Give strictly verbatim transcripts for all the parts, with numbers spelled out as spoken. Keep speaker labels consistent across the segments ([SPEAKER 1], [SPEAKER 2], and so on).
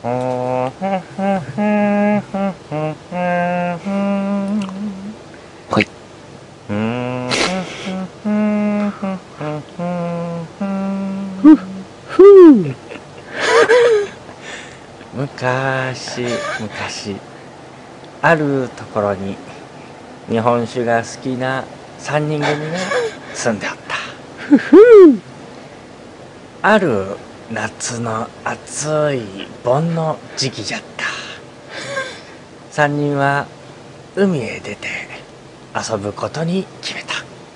[SPEAKER 1] はい。
[SPEAKER 2] 昔昔あるところに日本酒が好きなさんにん組が住んでおった。ある夏の暑い盆の時期じゃった。さんにんは海へ出て遊ぶことに決めた。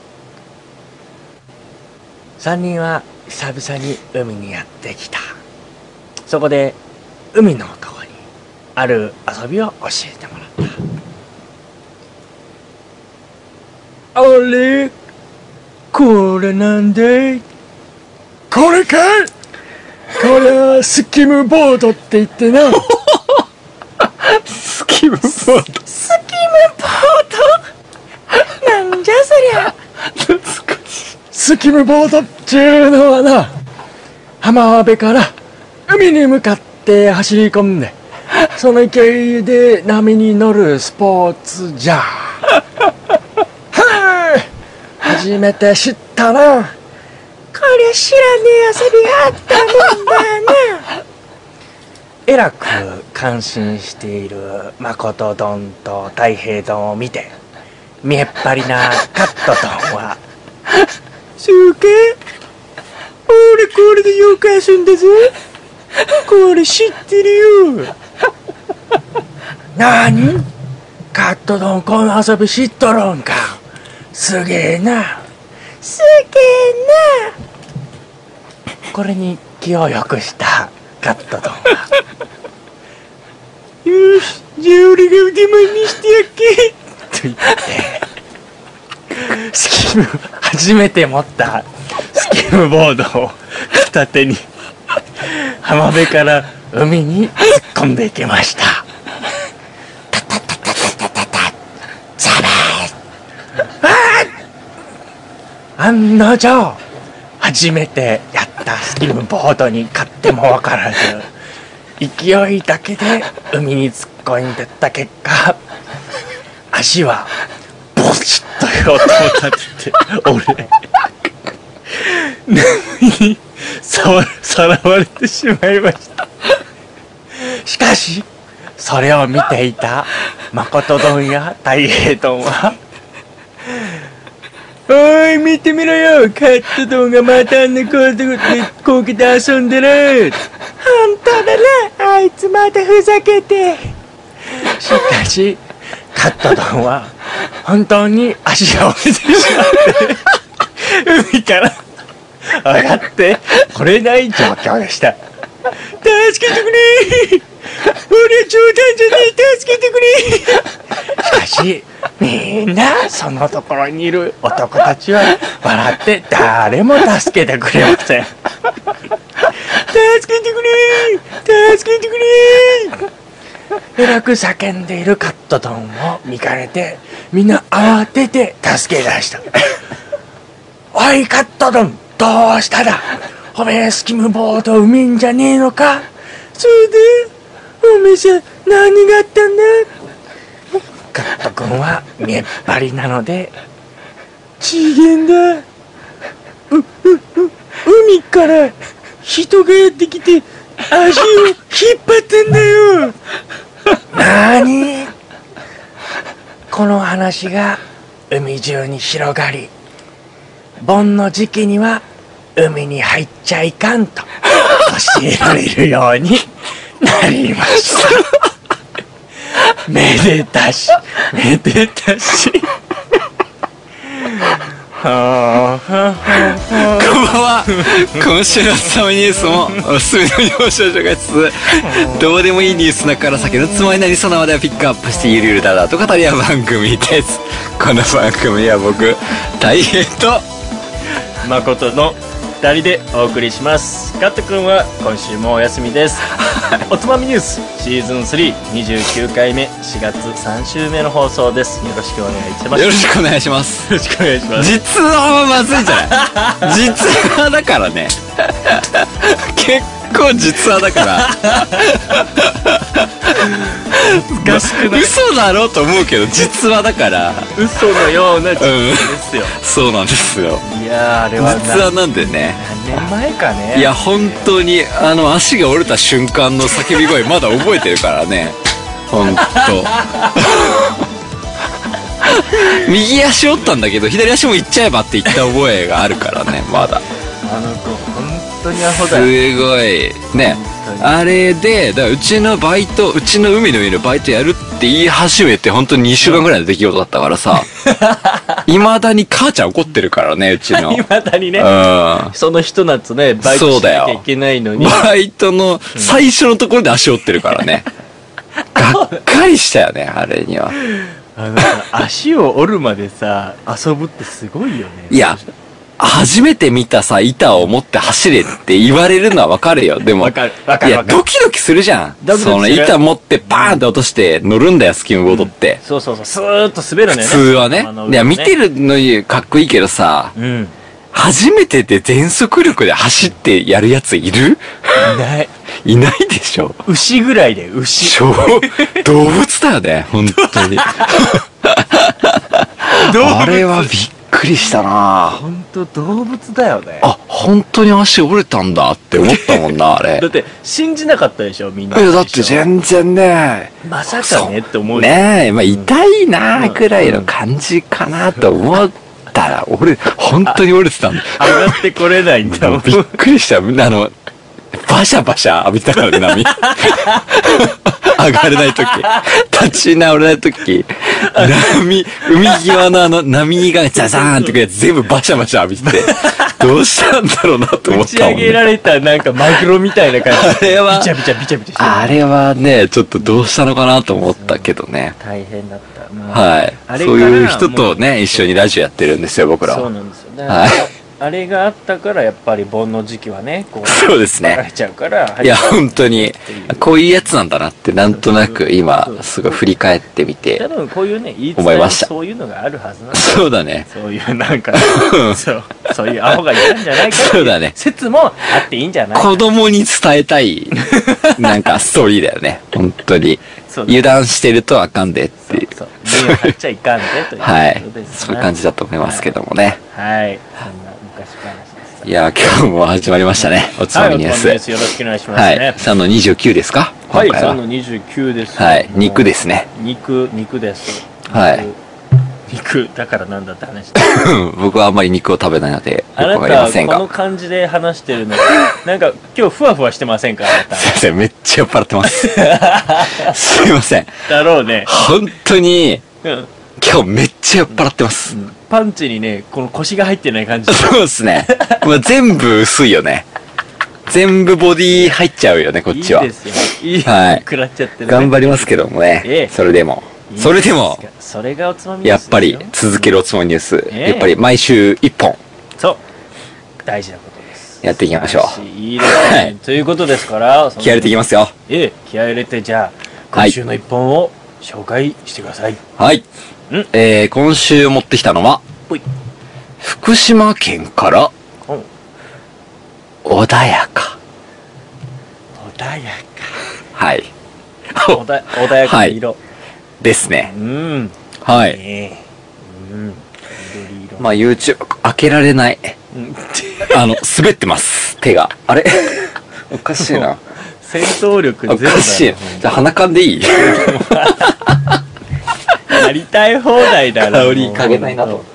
[SPEAKER 2] さんにんは久々に海にやってきた。そこで海の男にある遊びを教えてもらった。あれ、これなんで？
[SPEAKER 3] これかい？これはスキムボードって言ってな。
[SPEAKER 1] スキムボード。
[SPEAKER 2] スキムボード？なんじゃそりゃ。
[SPEAKER 1] 懐かしい。
[SPEAKER 3] スキムボードっちゅうのはな、浜辺から海に向かって走り込んで、その勢いで波に乗るスポーツじゃ。はい、初めて知ったな。
[SPEAKER 2] こりゃ知らねえ遊びがあったもんだな。えらく感心している誠丼と太平丼を見て、見えっ張りなカット丼はそうか、俺これでよく遊んだぞ。これ知ってるよ。なに？カット丼この遊び知っとるんか。すげえな。すげえな。これに気をよくしたカット丼はよし、じゃあ俺が腕前見してやっけと言ってスキム初めて持ったスキムボードを片手に浜辺から海に突っ込んでいきました。タタタタタタタタザバーあ案の定初めてやったスキムボードに勝っても分からず勢いだけで海に突っ込んでった結果、足はボチッという音を立てて俺波にさらわれてしまいました。しかしそれを見ていた誠丼や太平丼は、おい見てみろよ、カット丼がまたあんなことでこうけて遊んでる。本当だな、あいつまたふざけて。しかしカット丼は本当に足が折れてしまって海から上がってこれない状況でした。助けてくれ、俺冗談じゃない、助けてくれ。しかしみんなそのところにいる男たちは笑って誰も助けてくれません。助けてくれ、助けてくれ。えらく叫んでいるカット丼を見かねてみんな慌てて助け出した。おいカット丼、どうしただ、おめえスキムボード海んじゃねえのか。そうだ、おめえさ何があったんだ。カット君は見えっ張りなので、ちげんだ、う、う、う、海から人がやってきて足を引っ張ってんだよ。なーに？この話が海中に広がり、盆の時期には海に入っちゃいかんと教えられるようになりました。めでたしめでたし。
[SPEAKER 1] こんばんは。今週のつまみニュースもおすすめの日本酒を紹介しつつ、どうでもいいニュースの中から先のつまみになりそうな話題をピックアップしてゆるゆるだだと語り合う番組です。この番組は僕大平と
[SPEAKER 2] 誠のふたりでお送りします。カット君は今週もお休みです。おつまみニュースシーズンスリー にじゅうきゅうかいめ、しがつさん週目の放送です。よろしくお願いします。
[SPEAKER 1] よろしくお願いします。
[SPEAKER 2] よろしくお願いします。
[SPEAKER 1] 実話はまずいんじゃない？実話だからね。結構実話だから
[SPEAKER 2] 難しくない？
[SPEAKER 1] 嘘だろうと思うけど実話だから
[SPEAKER 2] 嘘のような実話ですよ、
[SPEAKER 1] うん、そうなんですよ。
[SPEAKER 2] いやーあれは
[SPEAKER 1] 実話なんでね、
[SPEAKER 2] 何年前かね。
[SPEAKER 1] いや本当にあの足が折れた瞬間の叫び声まだ覚えてるからね本当右足折ったんだけど左足も行っちゃえばって言った覚えがあるからねまだ。
[SPEAKER 2] あの子本当にアホだよ。
[SPEAKER 1] すごいね。あれでだからうちのバイトうちの海の上のバイトやるって言い始めて本当ににしゅうかんぐらいの出来事だったからさいまだに母ちゃん怒ってるからねうちの
[SPEAKER 2] いまだにね、
[SPEAKER 1] うん、
[SPEAKER 2] そのひと夏ねバイトしなきゃいけないのに
[SPEAKER 1] バイトの最初のところで足折ってるからねがっかりしたよねあれには。
[SPEAKER 2] あのさ足を折るまでさ遊ぶってすごいよね。
[SPEAKER 1] いや初めて見たさ板を持って走れって言われるのはわかるよ。でも
[SPEAKER 2] わかるわかる
[SPEAKER 1] いやドキドキするじゃん。
[SPEAKER 2] ドキドキする
[SPEAKER 1] その板持ってパーンって落として乗るんだよスキーボードって、
[SPEAKER 2] そうそうそうスーッと滑るんだよね
[SPEAKER 1] 普通はね。いや見てるのにかっこいいけどさ、
[SPEAKER 2] うん、
[SPEAKER 1] 初めてで全速力で走ってやるやついる？
[SPEAKER 2] いない
[SPEAKER 1] いないでしょ。
[SPEAKER 2] 牛ぐらいで牛
[SPEAKER 1] 超動物だよね本当にあれはびっくりしたな。
[SPEAKER 2] 本当動物だよね。
[SPEAKER 1] あ本当に足折れたんだって思ったもんなあれ
[SPEAKER 2] だって信じなかったでしょみんな。
[SPEAKER 1] いやだって全然ね
[SPEAKER 2] まさかねって思う
[SPEAKER 1] ねえ、まあ、痛いなくらいの感じかなと思ったら俺本当に折れてたんだ。
[SPEAKER 2] 上がってこれないんだもん。
[SPEAKER 1] びっくりした。あのバシャバシャ浴びたからね波上がれない時立ち直れない時波海際のあの波がザザーンってくるやつ全部バシャバシャ浴びてどうしたんだろうなと思
[SPEAKER 2] 打ち
[SPEAKER 1] ったもんね。
[SPEAKER 2] 上げられたなんかマグロみたいな感じ
[SPEAKER 1] あれは
[SPEAKER 2] ビチャビチャビチャビチャしてる。
[SPEAKER 1] あれはねちょっとどうしたのかなと思ったけどね。
[SPEAKER 2] 大変だった、まあ、
[SPEAKER 1] はい
[SPEAKER 2] あれ
[SPEAKER 1] そういう人
[SPEAKER 2] もう
[SPEAKER 1] とね一緒にラジオやってるんですよ僕らは。
[SPEAKER 2] そうなんですよね、
[SPEAKER 1] はい
[SPEAKER 2] あれがあったからやっぱり盆の時期はねこう
[SPEAKER 1] そうですね
[SPEAKER 2] 流れちゃうから
[SPEAKER 1] いや本当にこういうやつなんだなってなんとなく今すごい振り返ってみて
[SPEAKER 2] 多分こういうね言い伝え
[SPEAKER 1] 思いました。
[SPEAKER 2] そういうのがあるはずなんだ。
[SPEAKER 1] そうだね
[SPEAKER 2] そういうなんかそうそういうアホがいたんじゃないかって
[SPEAKER 1] そうだね
[SPEAKER 2] 説もあっていいんじゃないか。
[SPEAKER 1] 子供に伝えたいなんかストーリーだよね本当に。
[SPEAKER 2] そう
[SPEAKER 1] 油断してるとあかんでっていう
[SPEAKER 2] そう目を張っちゃいかんでという
[SPEAKER 1] はい
[SPEAKER 2] ことですね。
[SPEAKER 1] そういう感じだと思いますけどもね。
[SPEAKER 2] はいそんな昔話です。
[SPEAKER 1] いや今日も始まりましたねおつまみニュース。
[SPEAKER 2] はい、おつまみニュースよろしくお願いします
[SPEAKER 1] はい
[SPEAKER 2] ね。
[SPEAKER 1] さんのにじゅうきゅうですか
[SPEAKER 2] はい、
[SPEAKER 1] 今回は。
[SPEAKER 2] さんのにじゅうきゅうです。
[SPEAKER 1] はい肉ですね。
[SPEAKER 2] 肉肉です。
[SPEAKER 1] はい
[SPEAKER 2] 肉肉だからなんだって話。
[SPEAKER 1] 僕はあんまり肉を食べないので
[SPEAKER 2] あな
[SPEAKER 1] よくわかりませんが
[SPEAKER 2] たこの感じで話してるのなんか今日ふわふわしてませんかあなた。
[SPEAKER 1] すいませんめっちゃ酔っ払ってますすいません
[SPEAKER 2] だろうね。
[SPEAKER 1] 本当に
[SPEAKER 2] うん
[SPEAKER 1] 今日めっちゃ酔っ払ってます、
[SPEAKER 2] パンチにねこの腰が入ってない感じ。
[SPEAKER 1] そうですねもう全部薄いよね。全部ボディ入っちゃうよねこっちは。
[SPEAKER 2] いいですよ。いい、
[SPEAKER 1] はい
[SPEAKER 2] 食らっちゃってる、ね。
[SPEAKER 1] 頑張りますけどもね、
[SPEAKER 2] ええ
[SPEAKER 1] それでも
[SPEAKER 2] いい
[SPEAKER 1] それでも
[SPEAKER 2] それがおつまみニュ
[SPEAKER 1] やっ
[SPEAKER 2] ースですよ
[SPEAKER 1] ぱり続けるおつまみニュース、
[SPEAKER 2] ええ
[SPEAKER 1] やっぱり毎週いっぽん
[SPEAKER 2] そう大事なことです。
[SPEAKER 1] やっていきましょう。
[SPEAKER 2] いいですね、
[SPEAKER 1] はい
[SPEAKER 2] ということですから
[SPEAKER 1] 気合入れていきますよ。
[SPEAKER 2] ええ気合い入れてじゃあ
[SPEAKER 1] はい
[SPEAKER 2] 今週の一本を紹介してください。
[SPEAKER 1] はい、
[SPEAKER 2] ん
[SPEAKER 1] えー、今週持ってきたのは
[SPEAKER 2] ほい。
[SPEAKER 1] 福島県から
[SPEAKER 2] うん
[SPEAKER 1] 穏やか。
[SPEAKER 2] 穏や
[SPEAKER 1] はい
[SPEAKER 2] か穏や穏やかな色、
[SPEAKER 1] ですね。
[SPEAKER 2] うん
[SPEAKER 1] はい、
[SPEAKER 2] ねえうん緑色、
[SPEAKER 1] まあ YouTube 開けられない
[SPEAKER 2] うん
[SPEAKER 1] あの滑ってます手があれおかしいな
[SPEAKER 2] 戦闘力ゼロだよ
[SPEAKER 1] おかしい。じゃあ鼻かんでいい
[SPEAKER 2] やりたい放題だろ。
[SPEAKER 1] 香りかけたいなと。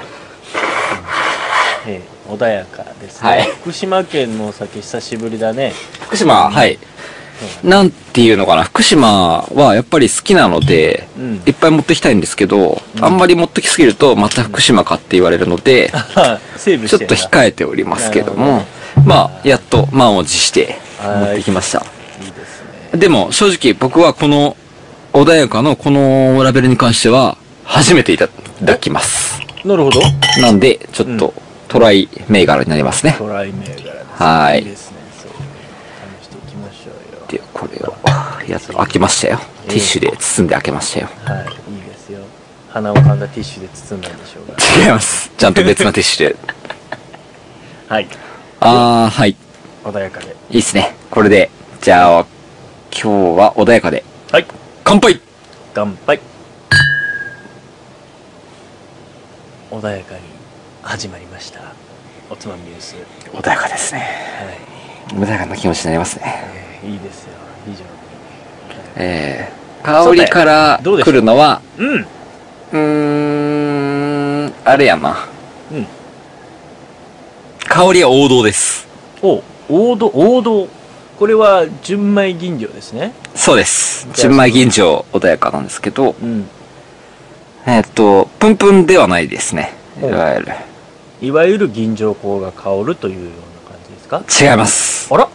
[SPEAKER 2] ええ穏やかですね、
[SPEAKER 1] はい
[SPEAKER 2] 福島県のお酒久しぶりだね。
[SPEAKER 1] 福島、はい。なんていうのかな、福島はやっぱり好きなので、
[SPEAKER 2] うん
[SPEAKER 1] いっぱい持ってきたいんですけど、
[SPEAKER 2] うん
[SPEAKER 1] あんまり持ってきすぎると、また福島かって言われるので、
[SPEAKER 2] セーブ
[SPEAKER 1] ちょっと
[SPEAKER 2] してんだ
[SPEAKER 1] 控えておりますけども
[SPEAKER 2] なるほ、
[SPEAKER 1] まあ、やっと満を持して
[SPEAKER 2] はい
[SPEAKER 1] 持ってきました。
[SPEAKER 2] いいですね。
[SPEAKER 1] でも、正直僕はこの、穏やかのこのラベルに関しては、初めていただきます。
[SPEAKER 2] なるほど。
[SPEAKER 1] なんで、ちょっと、トライ銘柄になりますね。
[SPEAKER 2] トライ銘柄ですね。
[SPEAKER 1] はい
[SPEAKER 2] いいですね。そう。試していきましょうよ。
[SPEAKER 1] で、これを、やっと開けましたよ。ティッシュで包んで開けましたよ。
[SPEAKER 2] はい、いいですよ。鼻をかんだティッシュで包んだんでしょうが。
[SPEAKER 1] 違います。ちゃんと別のティッシュで。
[SPEAKER 2] はい。
[SPEAKER 1] あー、はい。
[SPEAKER 3] 穏やかで。
[SPEAKER 1] いいっすね。これで、じゃあ、今日は穏やかで。
[SPEAKER 3] はい。
[SPEAKER 1] 乾杯。
[SPEAKER 3] 乾杯。穏やかに始まりました。おつまみニュース。
[SPEAKER 1] 穏やかですね。
[SPEAKER 3] はい。
[SPEAKER 1] 穏やかな気持ちになりますね。
[SPEAKER 3] えーいいですよ。非常に。
[SPEAKER 1] えー、香りから
[SPEAKER 3] どうでしょう
[SPEAKER 1] 来るのは、
[SPEAKER 3] うん。
[SPEAKER 1] うーん、あれやな。
[SPEAKER 3] うん。
[SPEAKER 1] 香りは王道です。
[SPEAKER 3] お、王道、王道。これは純米吟醸ですね。
[SPEAKER 1] そうです。
[SPEAKER 3] じゃあ
[SPEAKER 1] 純米吟醸穏やかなんですけど、
[SPEAKER 3] うん。
[SPEAKER 1] えーっと、プンプンではないですね。い
[SPEAKER 3] お
[SPEAKER 1] わゆる。
[SPEAKER 3] いわゆる吟醸香が香るというような感じですか？
[SPEAKER 1] 違います。
[SPEAKER 3] あら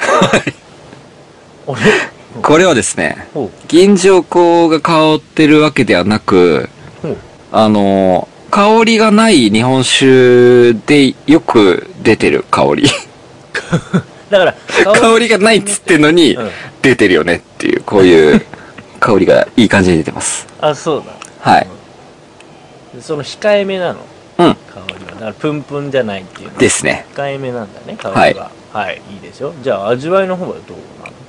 [SPEAKER 3] あれ
[SPEAKER 1] これはですね、
[SPEAKER 3] ほう
[SPEAKER 1] 吟醸香が香ってるわけではなく、
[SPEAKER 3] ほう
[SPEAKER 1] あの、香りがない日本酒でよく出てる香り。
[SPEAKER 3] だから
[SPEAKER 1] 香りがないっつってんのに
[SPEAKER 3] うん、
[SPEAKER 1] 出てるよねっていう、こういう香りがいい感じに出てます。
[SPEAKER 3] あ、そうだ。
[SPEAKER 1] はい。
[SPEAKER 3] その控えめなの、
[SPEAKER 1] うん。
[SPEAKER 3] 香りは。だからプンプンじゃないっていうのは
[SPEAKER 1] ですね。
[SPEAKER 3] 控えめなんだね、香りが。はい、い、いですよ。じゃあ味わいの方はどうなの？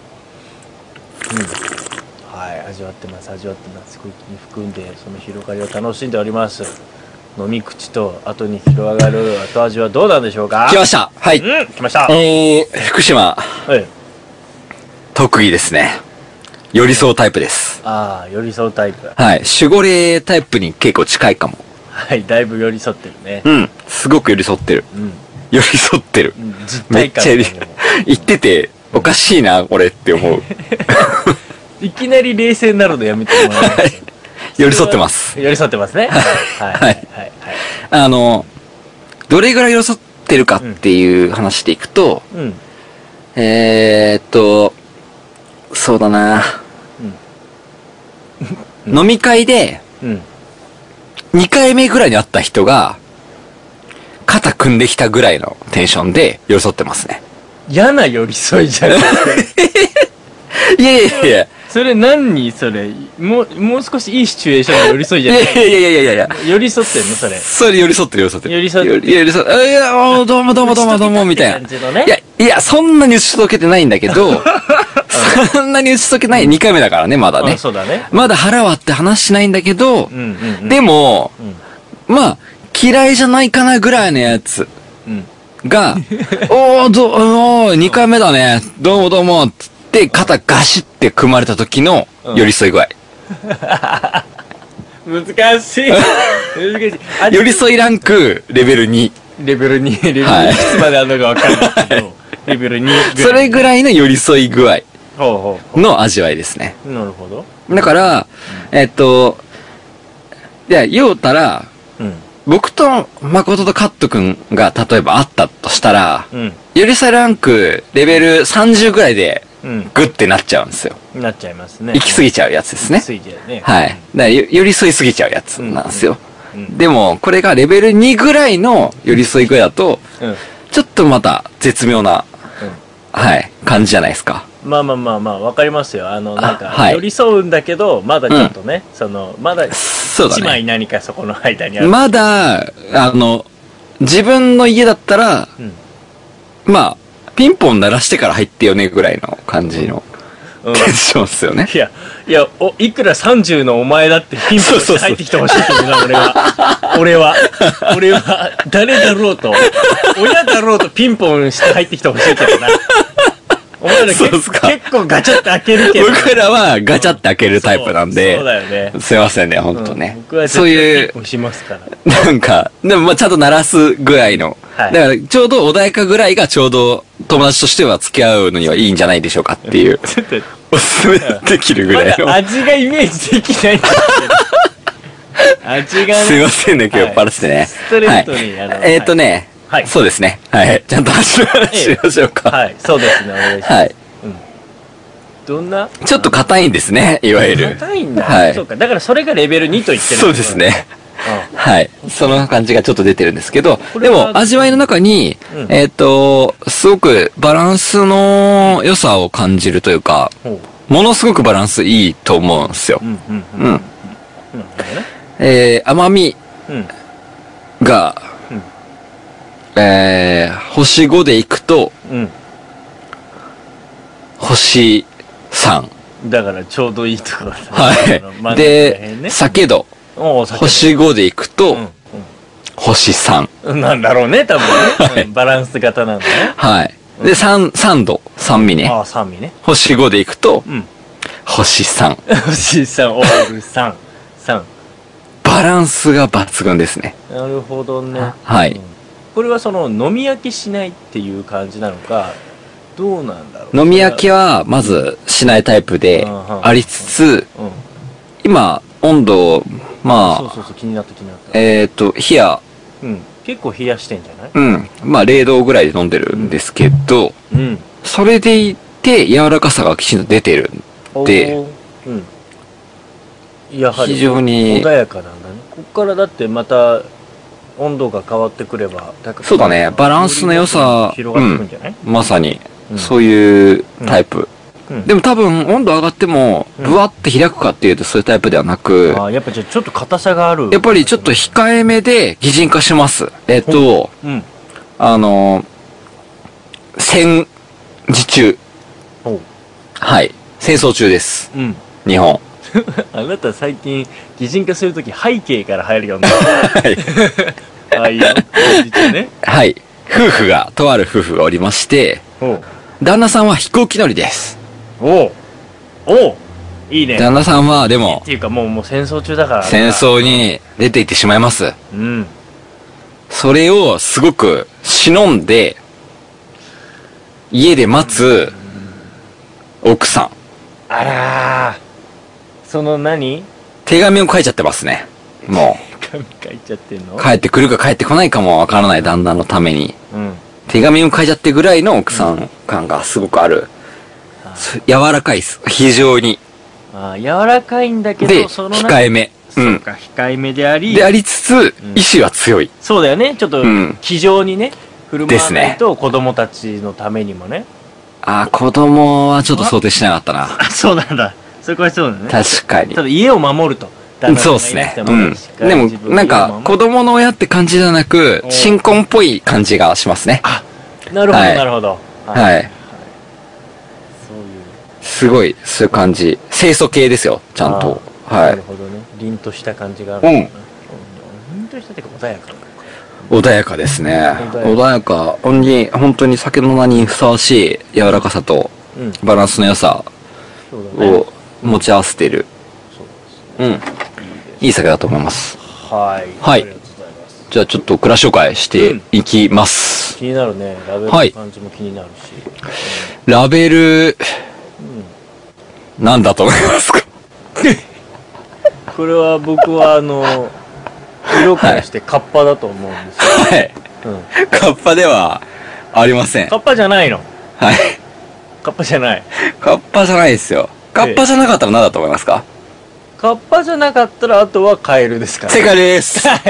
[SPEAKER 3] うん。はい、味わってます、味わってます。空気に含んで、その広がりを楽しんでおります。飲み口と後に広がる後味はどうなんでしょうか？
[SPEAKER 1] 来ました。はい。
[SPEAKER 3] うん、来ました。
[SPEAKER 1] えー、福島、
[SPEAKER 3] はい。
[SPEAKER 1] 得意ですね。寄り添うタイプです。
[SPEAKER 3] ああ、寄り添うタイプ。
[SPEAKER 1] はい。守護霊タイプに結構近いかも。
[SPEAKER 3] はい、だいぶ寄り添ってるね。
[SPEAKER 1] うん。すごく寄り添ってる。
[SPEAKER 3] うん。
[SPEAKER 1] 寄り添ってる。
[SPEAKER 3] うん実
[SPEAKER 1] めっちゃ寄り
[SPEAKER 3] 体感がもう、
[SPEAKER 1] 言ってて、おかしいな、これって思う。
[SPEAKER 3] いきなり冷静になるのやめてもらえますか？
[SPEAKER 1] 寄り添ってます。
[SPEAKER 3] 寄り添ってますね。はい。はい。はい。はい。
[SPEAKER 1] あの、どれぐらい寄り添ってるかっていう話でいくと、
[SPEAKER 3] うん。
[SPEAKER 1] えーっと、そうだな、
[SPEAKER 3] うん
[SPEAKER 1] 飲み会で
[SPEAKER 3] うん。
[SPEAKER 1] にかいめぐらいに会った人が、肩組んできたぐらいのテンションで寄り添ってますね。
[SPEAKER 3] 嫌な寄り添いじゃないですか。
[SPEAKER 1] いやいやいや
[SPEAKER 3] それ何にそれ、もう、もう少しいいシチュエーションの寄り添い
[SPEAKER 1] い
[SPEAKER 3] じゃない
[SPEAKER 1] やいやいやいやいやいや
[SPEAKER 3] 寄り添ってんのそれ。
[SPEAKER 1] それ寄り添ってる寄り添ってる。
[SPEAKER 3] 寄り添って
[SPEAKER 1] 寄り寄り添って、あいや、おーどうもどうもどうもどうも、みたいな。
[SPEAKER 3] 感じのね。
[SPEAKER 1] いや、いや、そんなに打ち解けてないんだけど、そんなに打ち解けないにかいめだからね、まだね
[SPEAKER 3] あ。そうだね。
[SPEAKER 1] まだ腹割って話しないんだけど
[SPEAKER 3] う、んうんうん。
[SPEAKER 1] でも、
[SPEAKER 3] うん。
[SPEAKER 1] まあ、嫌いじゃないかなぐらいのやつ
[SPEAKER 3] うん。
[SPEAKER 1] が、おー、ど、おー、にかいめだね、どうもどうも、つって肩ガシって組まれた時の寄り添い具合。
[SPEAKER 3] 難しい。難しい。あ
[SPEAKER 1] 寄り添いランクレベルに。
[SPEAKER 3] レベルに、レベルに
[SPEAKER 1] はい
[SPEAKER 3] いくつまであるのかわかんないけど、レベルにぐらい。
[SPEAKER 1] それぐらいの寄り添い具合
[SPEAKER 3] ほうほうほ
[SPEAKER 1] の味わいですね。
[SPEAKER 3] う。なるほど。
[SPEAKER 1] だから、えっと、いや、言うたら、
[SPEAKER 3] うん。
[SPEAKER 1] 僕と誠とカット君が例えばあったとしたら、
[SPEAKER 3] うん。
[SPEAKER 1] 寄り添いランクレベルさんじゅうぐらいで
[SPEAKER 3] うん。
[SPEAKER 1] グッてなっちゃうんですよ。
[SPEAKER 3] なっちゃいますね。
[SPEAKER 1] 行き過ぎちゃうやつですね
[SPEAKER 3] 行き。過ぎちゃうね。
[SPEAKER 1] はい。だからよ寄り添いすぎちゃうやつなんですよ。
[SPEAKER 3] うん。
[SPEAKER 1] でも、これがレベルにぐらいの寄り添い具合だと、
[SPEAKER 3] うん。うん。
[SPEAKER 1] ちょっとまた絶妙な、はい、感じじゃないですか。
[SPEAKER 3] まあまあまあまあ、わかりますよ。あの、なんか、
[SPEAKER 1] はい
[SPEAKER 3] 寄り添うんだけど、まだちょっとね、その、まだ、
[SPEAKER 1] そうだ
[SPEAKER 3] 一枚
[SPEAKER 1] ね。
[SPEAKER 3] 何かそこの間にある。
[SPEAKER 1] まだ、あの、自分の家だったら、
[SPEAKER 3] うん。
[SPEAKER 1] まあ、ピンポン鳴らしてから入ってよねぐらいの感じの
[SPEAKER 3] うん。
[SPEAKER 1] テンションですよね。
[SPEAKER 3] いや、いや、お、いくらさんじゅうのお前だってピンポンして入ってきてほしいけどな、俺は。俺は。俺は、誰だろうと、親だろうとピンポンして入ってきてほしいけどな。お前ら結
[SPEAKER 1] そうっすか
[SPEAKER 3] 結構ガチャって開けるけど。
[SPEAKER 1] 僕らはガチャって開けるタイプなんで
[SPEAKER 3] そうそう、だよね。
[SPEAKER 1] すいませんね、ほんとね
[SPEAKER 3] うん僕は。
[SPEAKER 1] そういう
[SPEAKER 3] 押しますから。
[SPEAKER 1] なんか、でもまあちゃんと鳴らすぐらいの。
[SPEAKER 3] はい
[SPEAKER 1] だからちょうど穏やかぐらいがちょうど友達としては付き合うのにはいいんじゃないでしょうかっていう、
[SPEAKER 3] ちょっと、
[SPEAKER 1] おすすめできるぐらいの。
[SPEAKER 3] まだ味がイメージできないんだけど。味がね。
[SPEAKER 1] すいませんね、今日酔っ払っててね。
[SPEAKER 3] ストレートに
[SPEAKER 1] はい
[SPEAKER 3] あの
[SPEAKER 1] えーっとね、
[SPEAKER 3] はい
[SPEAKER 1] そうですね。はい。ちゃんと話の話しましょうか。
[SPEAKER 3] はい、そうですね、お願いします。
[SPEAKER 1] はい。
[SPEAKER 3] どんな
[SPEAKER 1] ちょっと硬いんですね、いわゆる。
[SPEAKER 3] 硬いんだ。
[SPEAKER 1] はい
[SPEAKER 3] そうか。だからそれがレベルにと言ってる。
[SPEAKER 1] そうですね。
[SPEAKER 3] う
[SPEAKER 1] はい。その感じがちょっと出てるんですけど、
[SPEAKER 3] これは
[SPEAKER 1] でも味わいの中に、
[SPEAKER 3] うん
[SPEAKER 1] えーっと、すごくバランスの良さを感じるというか、
[SPEAKER 3] ん。ほ
[SPEAKER 1] ものすごくバランスいいと思うんですよ
[SPEAKER 3] う。。うん、うん、
[SPEAKER 1] うん。
[SPEAKER 3] うん。なるほどね。
[SPEAKER 1] えー、甘み
[SPEAKER 3] うん。
[SPEAKER 1] が、
[SPEAKER 3] うん
[SPEAKER 1] えー、星ごでいくと、
[SPEAKER 3] うん。
[SPEAKER 1] 星さん。
[SPEAKER 3] だからちょうどいいところだね。
[SPEAKER 1] はい。で、酒度。星ごでいくと、うんうん、星さん。
[SPEAKER 3] なんだろうね、多分ね。はい、バランス型なんだね。
[SPEAKER 1] はい。で、三、三度、三味ね。
[SPEAKER 3] ああ、三味ね。
[SPEAKER 1] 星ごでいくと、うん、星さん。
[SPEAKER 3] 星さん、オールさん。さん。
[SPEAKER 1] バランスが抜群ですね。
[SPEAKER 3] なるほどね。
[SPEAKER 1] はい。うん、
[SPEAKER 3] これはその、飲み焼きしないっていう感じなのか、どうなんだろう。
[SPEAKER 1] 飲み焼きは、まずしないタイプで、ありつつ、うん、今、温度、まあ、
[SPEAKER 3] そうそうそう、気になった気になった。
[SPEAKER 1] えっと、冷や、
[SPEAKER 3] うん。結構冷やしてんじゃない？
[SPEAKER 1] うん。まあ、れいどぐらいで飲んでるんですけど、
[SPEAKER 3] うん。
[SPEAKER 1] それでいて、柔らかさがきちんと出てるんで、
[SPEAKER 3] うん。やはり、
[SPEAKER 1] 非常に
[SPEAKER 3] 穏やかなんだね。こっからだってまた、温度が変わってくれば、
[SPEAKER 1] そうだね、バランスの良さ、
[SPEAKER 3] 広がってくんじゃない？
[SPEAKER 1] うん、まさに、うん、そういうタイプ。うんうん、でも多分、温度上がっても、ブワって開くかっていうとそういうタイプではなく、
[SPEAKER 3] ああ、やっぱじゃあちょっと硬さがある。
[SPEAKER 1] やっぱりちょっと控えめで擬人化します。えっと、うん、あの、戦時中。はい。戦争中です。うん、日本。
[SPEAKER 3] あなた最近、擬人化するとき背景から入るようになった。はい。ああ、いいよ。ね。
[SPEAKER 1] はい。夫婦が、とある夫婦がおりまして、旦那さんは飛行機乗りです。
[SPEAKER 3] おうおういいね。
[SPEAKER 1] 旦那さんは、でも、
[SPEAKER 3] っていうかもう、もう戦争中だから。
[SPEAKER 1] 戦争に出て行ってしまいます。
[SPEAKER 3] うん。
[SPEAKER 1] それをすごく忍んで、家で待つ奥さん。
[SPEAKER 3] あらー。その何？
[SPEAKER 1] 手紙を書いちゃってますね。も
[SPEAKER 3] う。手紙書いちゃってんの？
[SPEAKER 1] 帰ってくるか帰ってこないかもわからない旦那のために。うん。手紙を書いちゃってぐらいの奥さん感がすごくある。うん、柔らかいです。非常に。
[SPEAKER 3] ああ、柔らかいんだけど、
[SPEAKER 1] で、その控えめ。
[SPEAKER 3] そうか、控えめであり。
[SPEAKER 1] でありつつ、うん、意志は強い。
[SPEAKER 3] そうだよね。ちょっと、気丈にね、振る舞わないと、子供たちのためにもね。
[SPEAKER 1] ああ、子供はちょっと想定しなかったな。
[SPEAKER 3] あ、そうなんだ。そこはそうだね。
[SPEAKER 1] 確かに。
[SPEAKER 3] ただ家を守ると。
[SPEAKER 1] そうですね。うん。でも、なんか、子供の親って感じじゃなく、新婚っぽい感じがしますね。
[SPEAKER 3] あ、なるほど、なるほど。
[SPEAKER 1] はい。そういう。すごい、そういう感じ。清楚系ですよ、ちゃんと。はい。
[SPEAKER 3] なるほどね。凛とした感じがある。うん。凛としたっていうか、穏やか。
[SPEAKER 1] 穏やかですね。穏やか。本当に、本当に酒の名にふさわしい柔らかさと、バランスの良さを持ち合わせている。うん。いい酒だと思います。
[SPEAKER 3] はい。
[SPEAKER 1] はい。じゃあちょっと蔵紹介していきます。
[SPEAKER 3] 気になるね。ラベルの感じも気になるし。
[SPEAKER 1] ラベル、なんだと思いますか？
[SPEAKER 3] これは僕はあの、色からしてカッパだと思うんですよ。
[SPEAKER 1] はい。カッパではありません。
[SPEAKER 3] カッパじゃないの？
[SPEAKER 1] はい。
[SPEAKER 3] カッパじゃない。
[SPEAKER 1] カッパじゃないですよ。カッパじゃなかったら何だと思いますか？
[SPEAKER 3] カッパじゃなかったらあとはカエルですから、
[SPEAKER 1] 正解です。はい。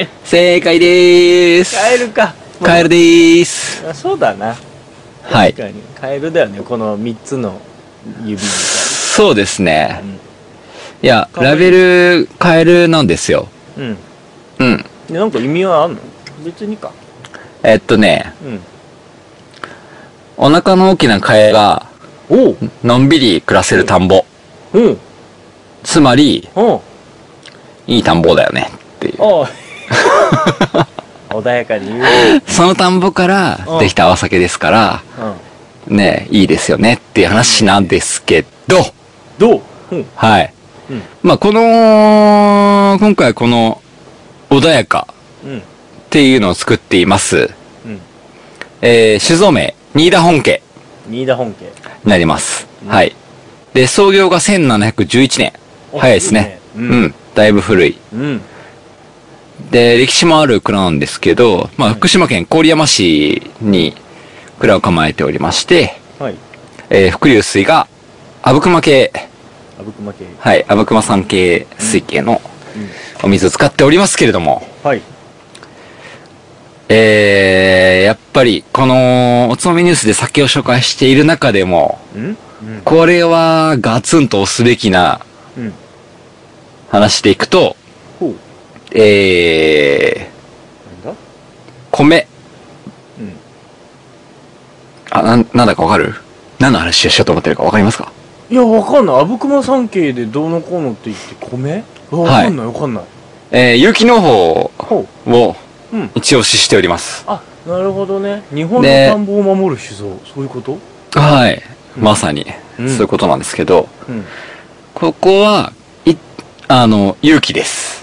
[SPEAKER 1] 正解でーす。
[SPEAKER 3] カエルか。
[SPEAKER 1] カエルでーす。
[SPEAKER 3] あ、そうだな。
[SPEAKER 1] はい。
[SPEAKER 3] 確かに。カエルだよね、このみっつの指みたいな。
[SPEAKER 1] そうですね。うん、いや、ラベルカエルなんですよ。うん。うん。
[SPEAKER 3] なんか意味はあんの？別にか。
[SPEAKER 1] えっとね、うん、お腹の大きなカエルが、おのんびり暮らせる田んぼ。うん。つまり、いい田んぼだよねっていう。
[SPEAKER 3] 穏やかに言う。
[SPEAKER 1] その田んぼからできた泡酒ですから、ね、いいですよねっていう話なんですけど、
[SPEAKER 3] どう？
[SPEAKER 1] はい。まあ、この、今回この、穏やかっていうのを作っています。えー、酒造名、新田本家。
[SPEAKER 3] 新田本家。
[SPEAKER 1] になります。はい。で、創業がせんななひゃくじゅういちねん。早いですね。うん。だいぶ古い。うん。で、歴史もある蔵なんですけど、まあ、福島県郡山市に蔵を構えておりまして、はい。えー、伏流水が、阿武隈系。
[SPEAKER 3] 阿武隈系。
[SPEAKER 1] はい。阿武隈山系水系のお水を使っておりますけれども、はい。えー、やっぱり、この、おつまみニュースで酒を紹介している中でも、うん、これはガツンと押すべきな、うん話していくと、えー、なんだ米。うん。あ、なん、なんだかわかる？ 何の話をしようと思ってるかわかりますか？
[SPEAKER 3] いや、わかんない。阿武隈山系でどうのこうのって言って米？わかんないわかんない。
[SPEAKER 1] えー、有機農法
[SPEAKER 3] ほ
[SPEAKER 1] を
[SPEAKER 3] う。うん。
[SPEAKER 1] 一押ししております。
[SPEAKER 3] あ、なるほどね。日本の田んぼを守る酒造。そういうこと？
[SPEAKER 1] はい。
[SPEAKER 3] うん
[SPEAKER 1] まさに、
[SPEAKER 3] うん
[SPEAKER 1] そういうことなんですけど、
[SPEAKER 3] うん。
[SPEAKER 1] ここは、い、あの、有機です。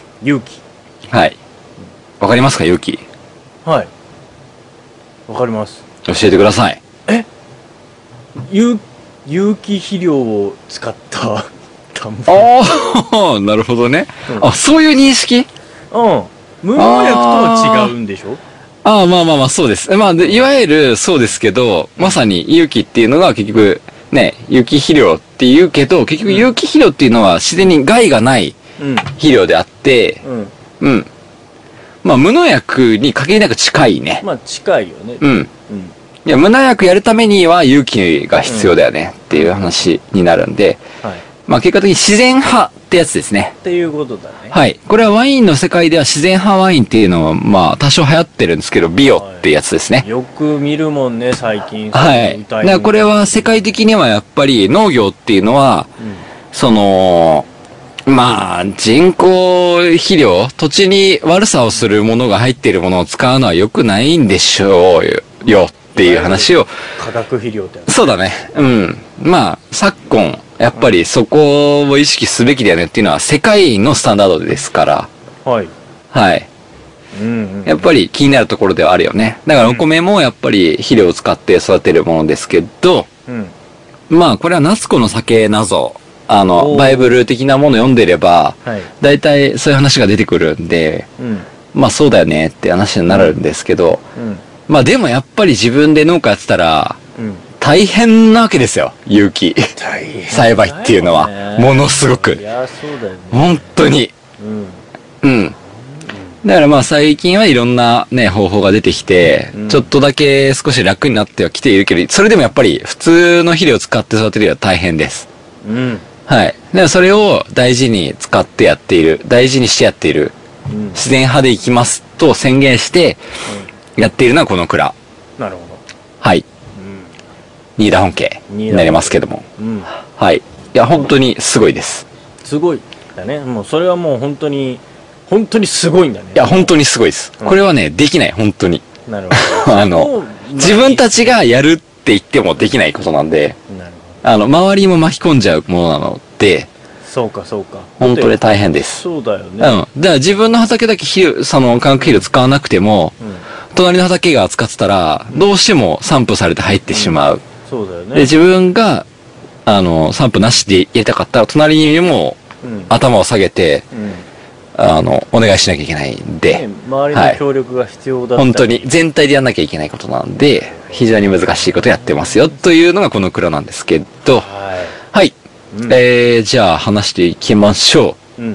[SPEAKER 3] 勇気。
[SPEAKER 1] はい。わかりますか、有機？
[SPEAKER 3] はい。わかります。
[SPEAKER 1] 教えてください。
[SPEAKER 3] 有有機肥料を使った田んぼ。
[SPEAKER 1] ああ、なるほどね。
[SPEAKER 3] うん
[SPEAKER 1] あ、そういう認識？
[SPEAKER 3] うん。無農薬とは違うんでしょ？
[SPEAKER 1] ああ、まあまあまあ、そうです。まあ、でいわゆるそうですけど、まさに有機っていうのが結局、ね、有機肥料って言うけど、結局有機肥料っていうのは自然に害がない
[SPEAKER 3] うん。
[SPEAKER 1] 肥料であって、
[SPEAKER 3] うん。
[SPEAKER 1] うん。まあ、無農薬に限りなく近いね。
[SPEAKER 3] まあ近いよね。
[SPEAKER 1] うん。
[SPEAKER 3] うん。
[SPEAKER 1] いや、無農薬やるためには有機が必要だよねっていう話になるんで、
[SPEAKER 3] はい。っ
[SPEAKER 1] まあ結果的に自然派ってやつですね。
[SPEAKER 3] ていうことだね。
[SPEAKER 1] はい。これはワインの世界では自然派ワインっていうのは、まあ多少流行ってるんですけど、ビオってやつですね。
[SPEAKER 3] よく見るもんね、最近。
[SPEAKER 1] はい。だからこれは世界的にはやっぱり農業っていうのは、
[SPEAKER 3] うん。
[SPEAKER 1] その、まあ、人工肥料、土地に悪さをするものが入っているものを使うのは良くないんでしょうよっていう話を。
[SPEAKER 3] 化学肥料ってやつ。
[SPEAKER 1] そうだね。うん。まあ、昨今、やっぱりそこを意識すべきだよねっていうのは世界のスタンダードですから。
[SPEAKER 3] はい。
[SPEAKER 1] はい。
[SPEAKER 3] うんうん。
[SPEAKER 1] やっぱり気になるところではあるよね。だからお米もやっぱり肥料を使って育てるものですけど、
[SPEAKER 3] うん。
[SPEAKER 1] まあ、これは夏子の酒謎。あ
[SPEAKER 3] お
[SPEAKER 1] の、
[SPEAKER 3] ー
[SPEAKER 1] バイブル的なもの読んでれば、
[SPEAKER 3] はい。
[SPEAKER 1] 大体そういう話が出てくるんで、
[SPEAKER 3] うん。
[SPEAKER 1] まあそうだよねって話になるんですけど、
[SPEAKER 3] うん。
[SPEAKER 1] まあでもやっぱり自分で農家やってたら、
[SPEAKER 3] うん。
[SPEAKER 1] 大変なわけですよ、有機。
[SPEAKER 3] 大変
[SPEAKER 1] 栽培っていうのは
[SPEAKER 3] だよね
[SPEAKER 1] ものすごく
[SPEAKER 3] いや、そうだよね。
[SPEAKER 1] 本当に。
[SPEAKER 3] うん。
[SPEAKER 1] うん。だからまあ最近はいろんなね、方法が出てきて、
[SPEAKER 3] うん
[SPEAKER 1] ちょっとだけ少し楽になってはきているけど、それでもやっぱり普通の肥料を使って育てるよりは大変です。
[SPEAKER 3] うん。
[SPEAKER 1] はい。でもそれを大事に使ってやっている、大事にしてやっている、
[SPEAKER 3] うん。
[SPEAKER 1] 自然派でいきますと宣言してやっているのはこの蔵。
[SPEAKER 3] なるほど。
[SPEAKER 1] はい。新田本家になりますけども。
[SPEAKER 3] うん。うん。
[SPEAKER 1] はい。いや、本当にすごいです。
[SPEAKER 3] すごい。だね。もうそれはもう本当に、本当にすごいんだね。
[SPEAKER 1] いや、本当にすごいです。これはね、できない、本当に。
[SPEAKER 3] なるほど。
[SPEAKER 1] あの、自分たちがやるって言ってもできないことなんで、
[SPEAKER 3] なるほ
[SPEAKER 1] あの、周りも巻き込んじゃうものなので、
[SPEAKER 3] ど。そうか、そうか。
[SPEAKER 1] 本当に
[SPEAKER 3] だって
[SPEAKER 1] 大変です。
[SPEAKER 3] そうだよ
[SPEAKER 1] うん。
[SPEAKER 3] ね。
[SPEAKER 1] だから自分の畑だけ肥料、その化学肥料使わなくても、
[SPEAKER 3] うん。
[SPEAKER 1] 隣の畑が使ってたら、どうしても散布されて入ってしまう。
[SPEAKER 3] そうだよね。
[SPEAKER 1] で、自分が、あの、散布なしでやりたかったら、隣にも
[SPEAKER 3] うん。
[SPEAKER 1] 頭を下げて、
[SPEAKER 3] うん。
[SPEAKER 1] あの、お願いしなきゃいけないん
[SPEAKER 3] ね
[SPEAKER 1] で、
[SPEAKER 3] 周りの協力が必要だったり
[SPEAKER 1] 本当に全体でやんなきゃいけないことなんで、非常に難しいことやってますよ、というのがこの蔵なんですけど、
[SPEAKER 3] は
[SPEAKER 1] はい。
[SPEAKER 3] い。うん。
[SPEAKER 1] えー、じゃあ話していきましょ
[SPEAKER 3] うん。
[SPEAKER 1] う。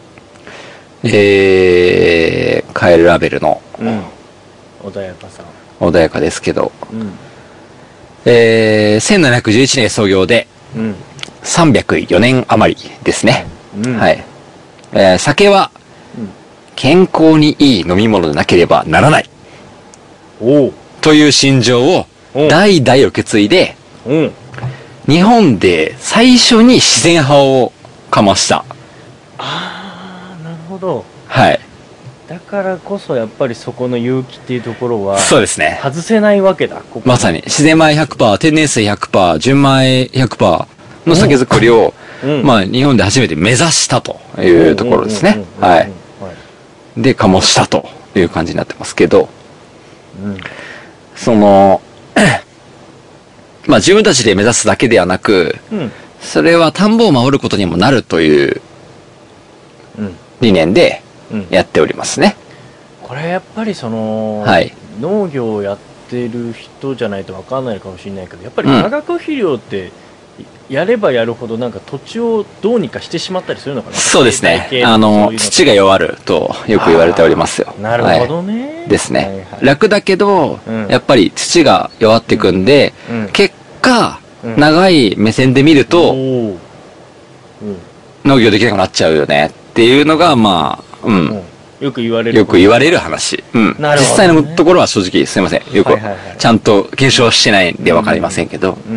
[SPEAKER 1] えー、カエルラベルの
[SPEAKER 3] うん。穏やかさ。
[SPEAKER 1] 穏やかですけど、
[SPEAKER 3] うん。
[SPEAKER 1] えー、せんななひゃくじゅういちねん創業で
[SPEAKER 3] うん。
[SPEAKER 1] さんびゃくよねん余りですね。
[SPEAKER 3] うん。。
[SPEAKER 1] はいい。えー、酒は
[SPEAKER 3] うん
[SPEAKER 1] 健康にいい飲み物でなければならない
[SPEAKER 3] おう。
[SPEAKER 1] という心情を
[SPEAKER 3] おう。
[SPEAKER 1] 代々受け継いで、
[SPEAKER 3] うん。
[SPEAKER 1] 日本で最初に自然派をかました。
[SPEAKER 3] ああ、なるほど。
[SPEAKER 1] はい。
[SPEAKER 3] だからこそやっぱりそこの勇気っていうところは
[SPEAKER 1] そうですね。
[SPEAKER 3] 外せないわけだ。ここ
[SPEAKER 1] まさに自然米 ひゃくパーセント、天然水 ひゃくパーセント、純米 ひゃくパーセント の酒造りを、
[SPEAKER 3] うん。
[SPEAKER 1] まあ日本で初めて目指したというところですね。はい。。
[SPEAKER 3] はい。
[SPEAKER 1] で、醸したという感じになってますけど、
[SPEAKER 3] うん。
[SPEAKER 1] その、まあ自分たちで目指すだけではなく、
[SPEAKER 3] うん。
[SPEAKER 1] それは田んぼを守ることにもなるという
[SPEAKER 3] うん。
[SPEAKER 1] 理念で
[SPEAKER 3] うん。
[SPEAKER 1] やっておりますね。
[SPEAKER 3] これやっぱりその、
[SPEAKER 1] はい
[SPEAKER 3] 農業をやってる人じゃないと分かんないかもしれないけどやっぱり
[SPEAKER 1] うん
[SPEAKER 3] 化学肥料ってやればやるほどなんか土地をどうにかしてしまったりするのかな。
[SPEAKER 1] そうですね
[SPEAKER 3] 生態系。
[SPEAKER 1] あの、
[SPEAKER 3] そういう
[SPEAKER 1] 土が弱るとよく言われておりますよ。
[SPEAKER 3] なるほどね、
[SPEAKER 1] はいですね。
[SPEAKER 3] はいはい
[SPEAKER 1] 楽だけど、
[SPEAKER 3] うん
[SPEAKER 1] やっぱり土が弱ってくんで、
[SPEAKER 3] うん
[SPEAKER 1] 結果、
[SPEAKER 3] うん
[SPEAKER 1] 長い目線で見ると、
[SPEAKER 3] おーうん
[SPEAKER 1] 農業できなくなっちゃうよねっていうのが、まあ、うん、
[SPEAKER 3] うんよく言われる
[SPEAKER 1] よく言われる話。うん。
[SPEAKER 3] なるほどね
[SPEAKER 1] 実際のところは正直すいません。よく、
[SPEAKER 3] はいはいはい
[SPEAKER 1] ちゃんと検証してないんでわかりませんけど、
[SPEAKER 3] うんうん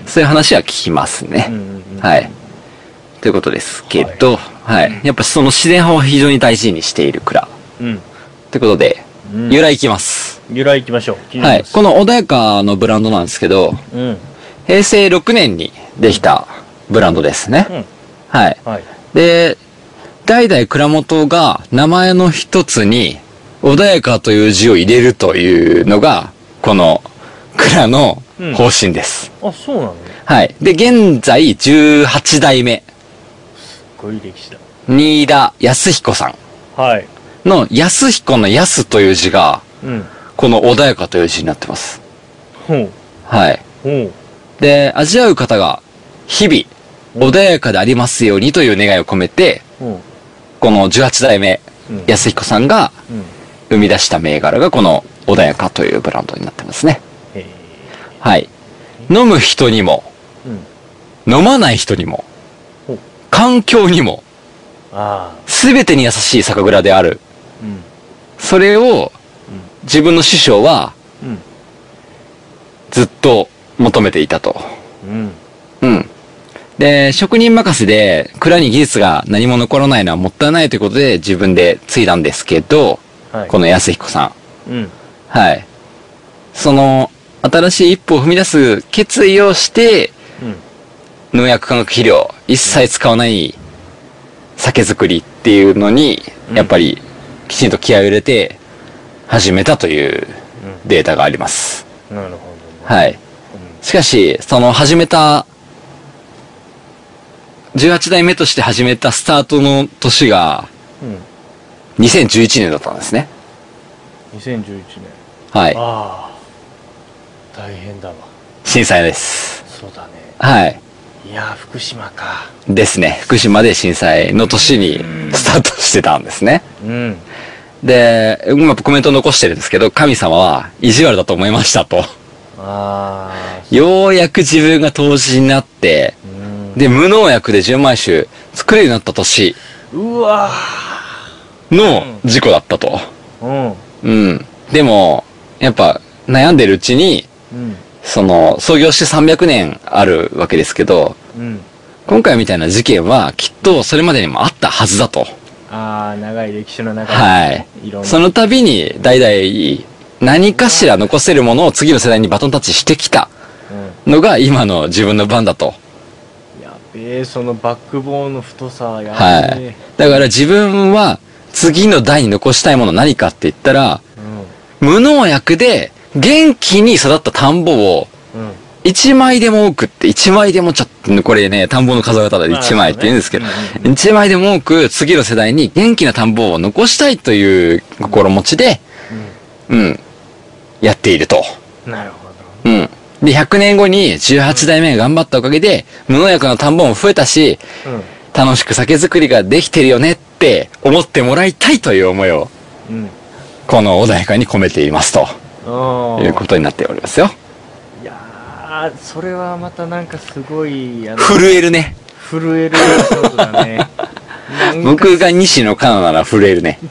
[SPEAKER 1] そういう話は聞きますね。
[SPEAKER 3] うんうんうん、
[SPEAKER 1] はい。ということですけど、はい。はい、やっぱその自然派を非常に大事にしている蔵。うん。ということで、うん、由来いきます。
[SPEAKER 3] 由来いきましょう。
[SPEAKER 1] はい。この穏やかのブランドなんですけど、うん、へいせいろくねんにできたブランドですね。うん、はい。はい。で、代々蔵元が名前の一つに穏やかという字を入れるというのが、この蔵の方針です。
[SPEAKER 3] うん、あ、そうなのね。
[SPEAKER 1] はい。で、現在じゅうはちだいめ。
[SPEAKER 3] すごい歴史だ。
[SPEAKER 1] 新田康彦さん。はい。の康彦の康という字が、うん、この穏やかという字になってます。ほう。はい。ほう。で、味わう方が日々穏やかでありますようにという願いを込めて、うん、このじゅうはちだいめ、うん、安彦さんが生み出した銘柄がこの穏やかというブランドになってますね。はい。飲む人にも、うん、飲まない人にも、環境にも、すべてに優しい酒蔵である。うん、それを、自分の師匠は、うん、ずっと求めていたと。うん。うん。で、職人任せで、蔵に技術が何も残らないのはもったいないということで自分で継いだんですけど、はい、この安彦さん。うん。はい。その、新しい一歩を踏み出す決意をして、うん、農薬化学肥料、一切使わない酒造りっていうのに、やっぱりきちんと気合を入れて始めたというデータがあります。うん、なるほど、ね。はい。しかし、その始めた、じゅうはちだいめとして始めたスタートの年が、にせんじゅういちねんだったんですね。
[SPEAKER 3] にせんじゅういちねん。
[SPEAKER 1] はい。
[SPEAKER 3] ああ。大変だわ。
[SPEAKER 1] 震災です。
[SPEAKER 3] そうだね。
[SPEAKER 1] はい。
[SPEAKER 3] いやー、福島か。
[SPEAKER 1] ですね。福島で震災の年にスタートしてたんですね。うん。で、うまくコメントを残してるんですけど、神様は意地悪だと思いましたと。ああ。ようやく自分が杜氏になって、で、無農薬で純米酒作れるようになった年うわの事故だったと。うん。うん。でも、やっぱ悩んでるうちに、うん、その、創業してさんびゃくねんあるわけですけど、うん、今回みたいな事件はきっとそれまでにもあったはずだと。
[SPEAKER 3] ああ、長い歴史の中
[SPEAKER 1] で。はい。その度に代々何かしら残せるものを次の世代にバトンタッチしてきたのが今の自分の番だと。
[SPEAKER 3] えー、そのバックボーンの太さや、
[SPEAKER 1] はい。だから自分は次の代に残したいもの何かって言ったら、うん、無農薬で元気に育った田んぼを一枚でも多くって一枚でもちょっとこれね田んぼの数型で一枚って言うんですけど、一枚でも多く次の世代に元気な田んぼを残したいという心持ちで、うん、うん、やっていると。
[SPEAKER 3] なるほ
[SPEAKER 1] ど。うん。で、ひゃくねんごにじゅうはちだいめが頑張ったおかげで、無農薬の田んぼも増えたし、うん、楽しく酒造りができてるよねって思ってもらいたいという思いを、うん、この穏やかに込めていますと、いうことになっておりますよ。
[SPEAKER 3] いやー、それはまたなんかすごい、
[SPEAKER 1] あの震えるね。
[SPEAKER 3] 震えるそうだね。
[SPEAKER 1] 僕が西野カナなら震えるね。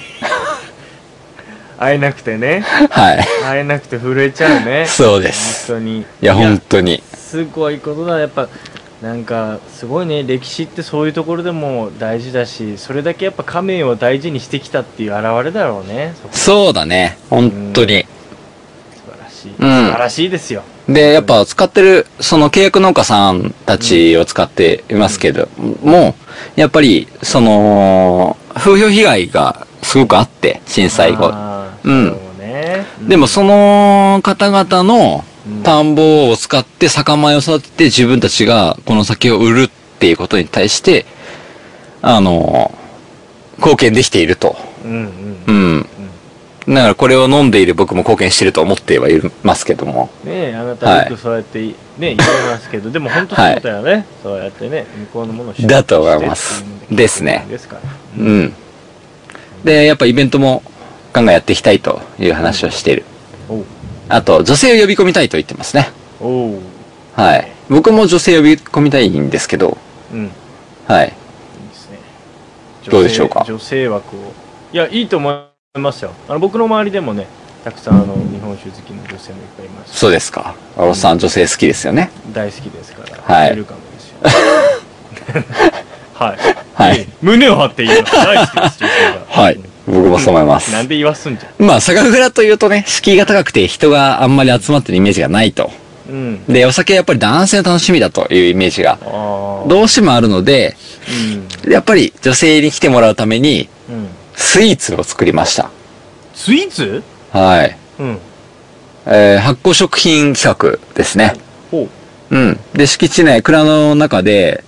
[SPEAKER 3] 会えなくてね。
[SPEAKER 1] はい。
[SPEAKER 3] 会えなくて震えちゃうね。
[SPEAKER 1] そうです。
[SPEAKER 3] 本当に。
[SPEAKER 1] いや、本当に。
[SPEAKER 3] すごいことだ。やっぱ、なんか、すごいね、歴史ってそういうところでも大事だし、それだけやっぱ家名を大事にしてきたっていう表れだろうね。
[SPEAKER 1] そ, そうだね。本当に、うん。素
[SPEAKER 3] 晴らしい。うん、素晴らしいですよ。
[SPEAKER 1] で、やっぱ使ってる、その契約農家さんたちを使っていますけど、うん、もう、やっぱり、その、風評被害がすごくあって、震災後。うん。ね、うん、でもその方々の田んぼを使って酒米を育てて自分たちがこの酒を売るっていうことに対して、あの、貢献できていると。うん、うん。うん。だからこれを飲んでいる僕も貢献してると思ってはいますけども。
[SPEAKER 3] ねえ、あなたよくそうやってね、言いますけど、でも本当そうだよね、はい。そうやってね、向こうのものを知って
[SPEAKER 1] だと思います。ですね。ですから。うん。うん、で、やっぱイベントもガンガンやっていきたいという話をしている。おあと、女性を呼び込みたいと言ってますね。おはい。僕も女性を呼び込みたいんですけど、うん。はい。いいですね。どうでしょうか。
[SPEAKER 3] 女性枠を。いや、いいと思いますよ。あの僕の周りでもね、たくさんあの日本酒好きの女性もいっぱいいます。
[SPEAKER 1] そうですか。あのさん、うん、女性好きですよね。
[SPEAKER 3] 大好きですから
[SPEAKER 1] はい
[SPEAKER 3] ウェルカムですよはい
[SPEAKER 1] はい
[SPEAKER 3] ええ胸を張って言います大好きです女性が
[SPEAKER 1] はい。僕もそう思います。
[SPEAKER 3] なんで言わすんじゃん
[SPEAKER 1] まあ、酒蔵というとね、敷居が高くて人があんまり集まってるイメージがないと。
[SPEAKER 3] うん
[SPEAKER 1] で、お酒はやっぱり男性の楽しみだというイメージが
[SPEAKER 3] ああ
[SPEAKER 1] どうしてもあるので、
[SPEAKER 3] うん
[SPEAKER 1] やっぱり女性に来てもらうために
[SPEAKER 3] うん
[SPEAKER 1] スイーツを作りました。
[SPEAKER 3] スイーツ
[SPEAKER 1] はい。
[SPEAKER 3] うん
[SPEAKER 1] えー発酵食品企画ですね。
[SPEAKER 3] ほう
[SPEAKER 1] うん。で、敷地内、蔵の中で、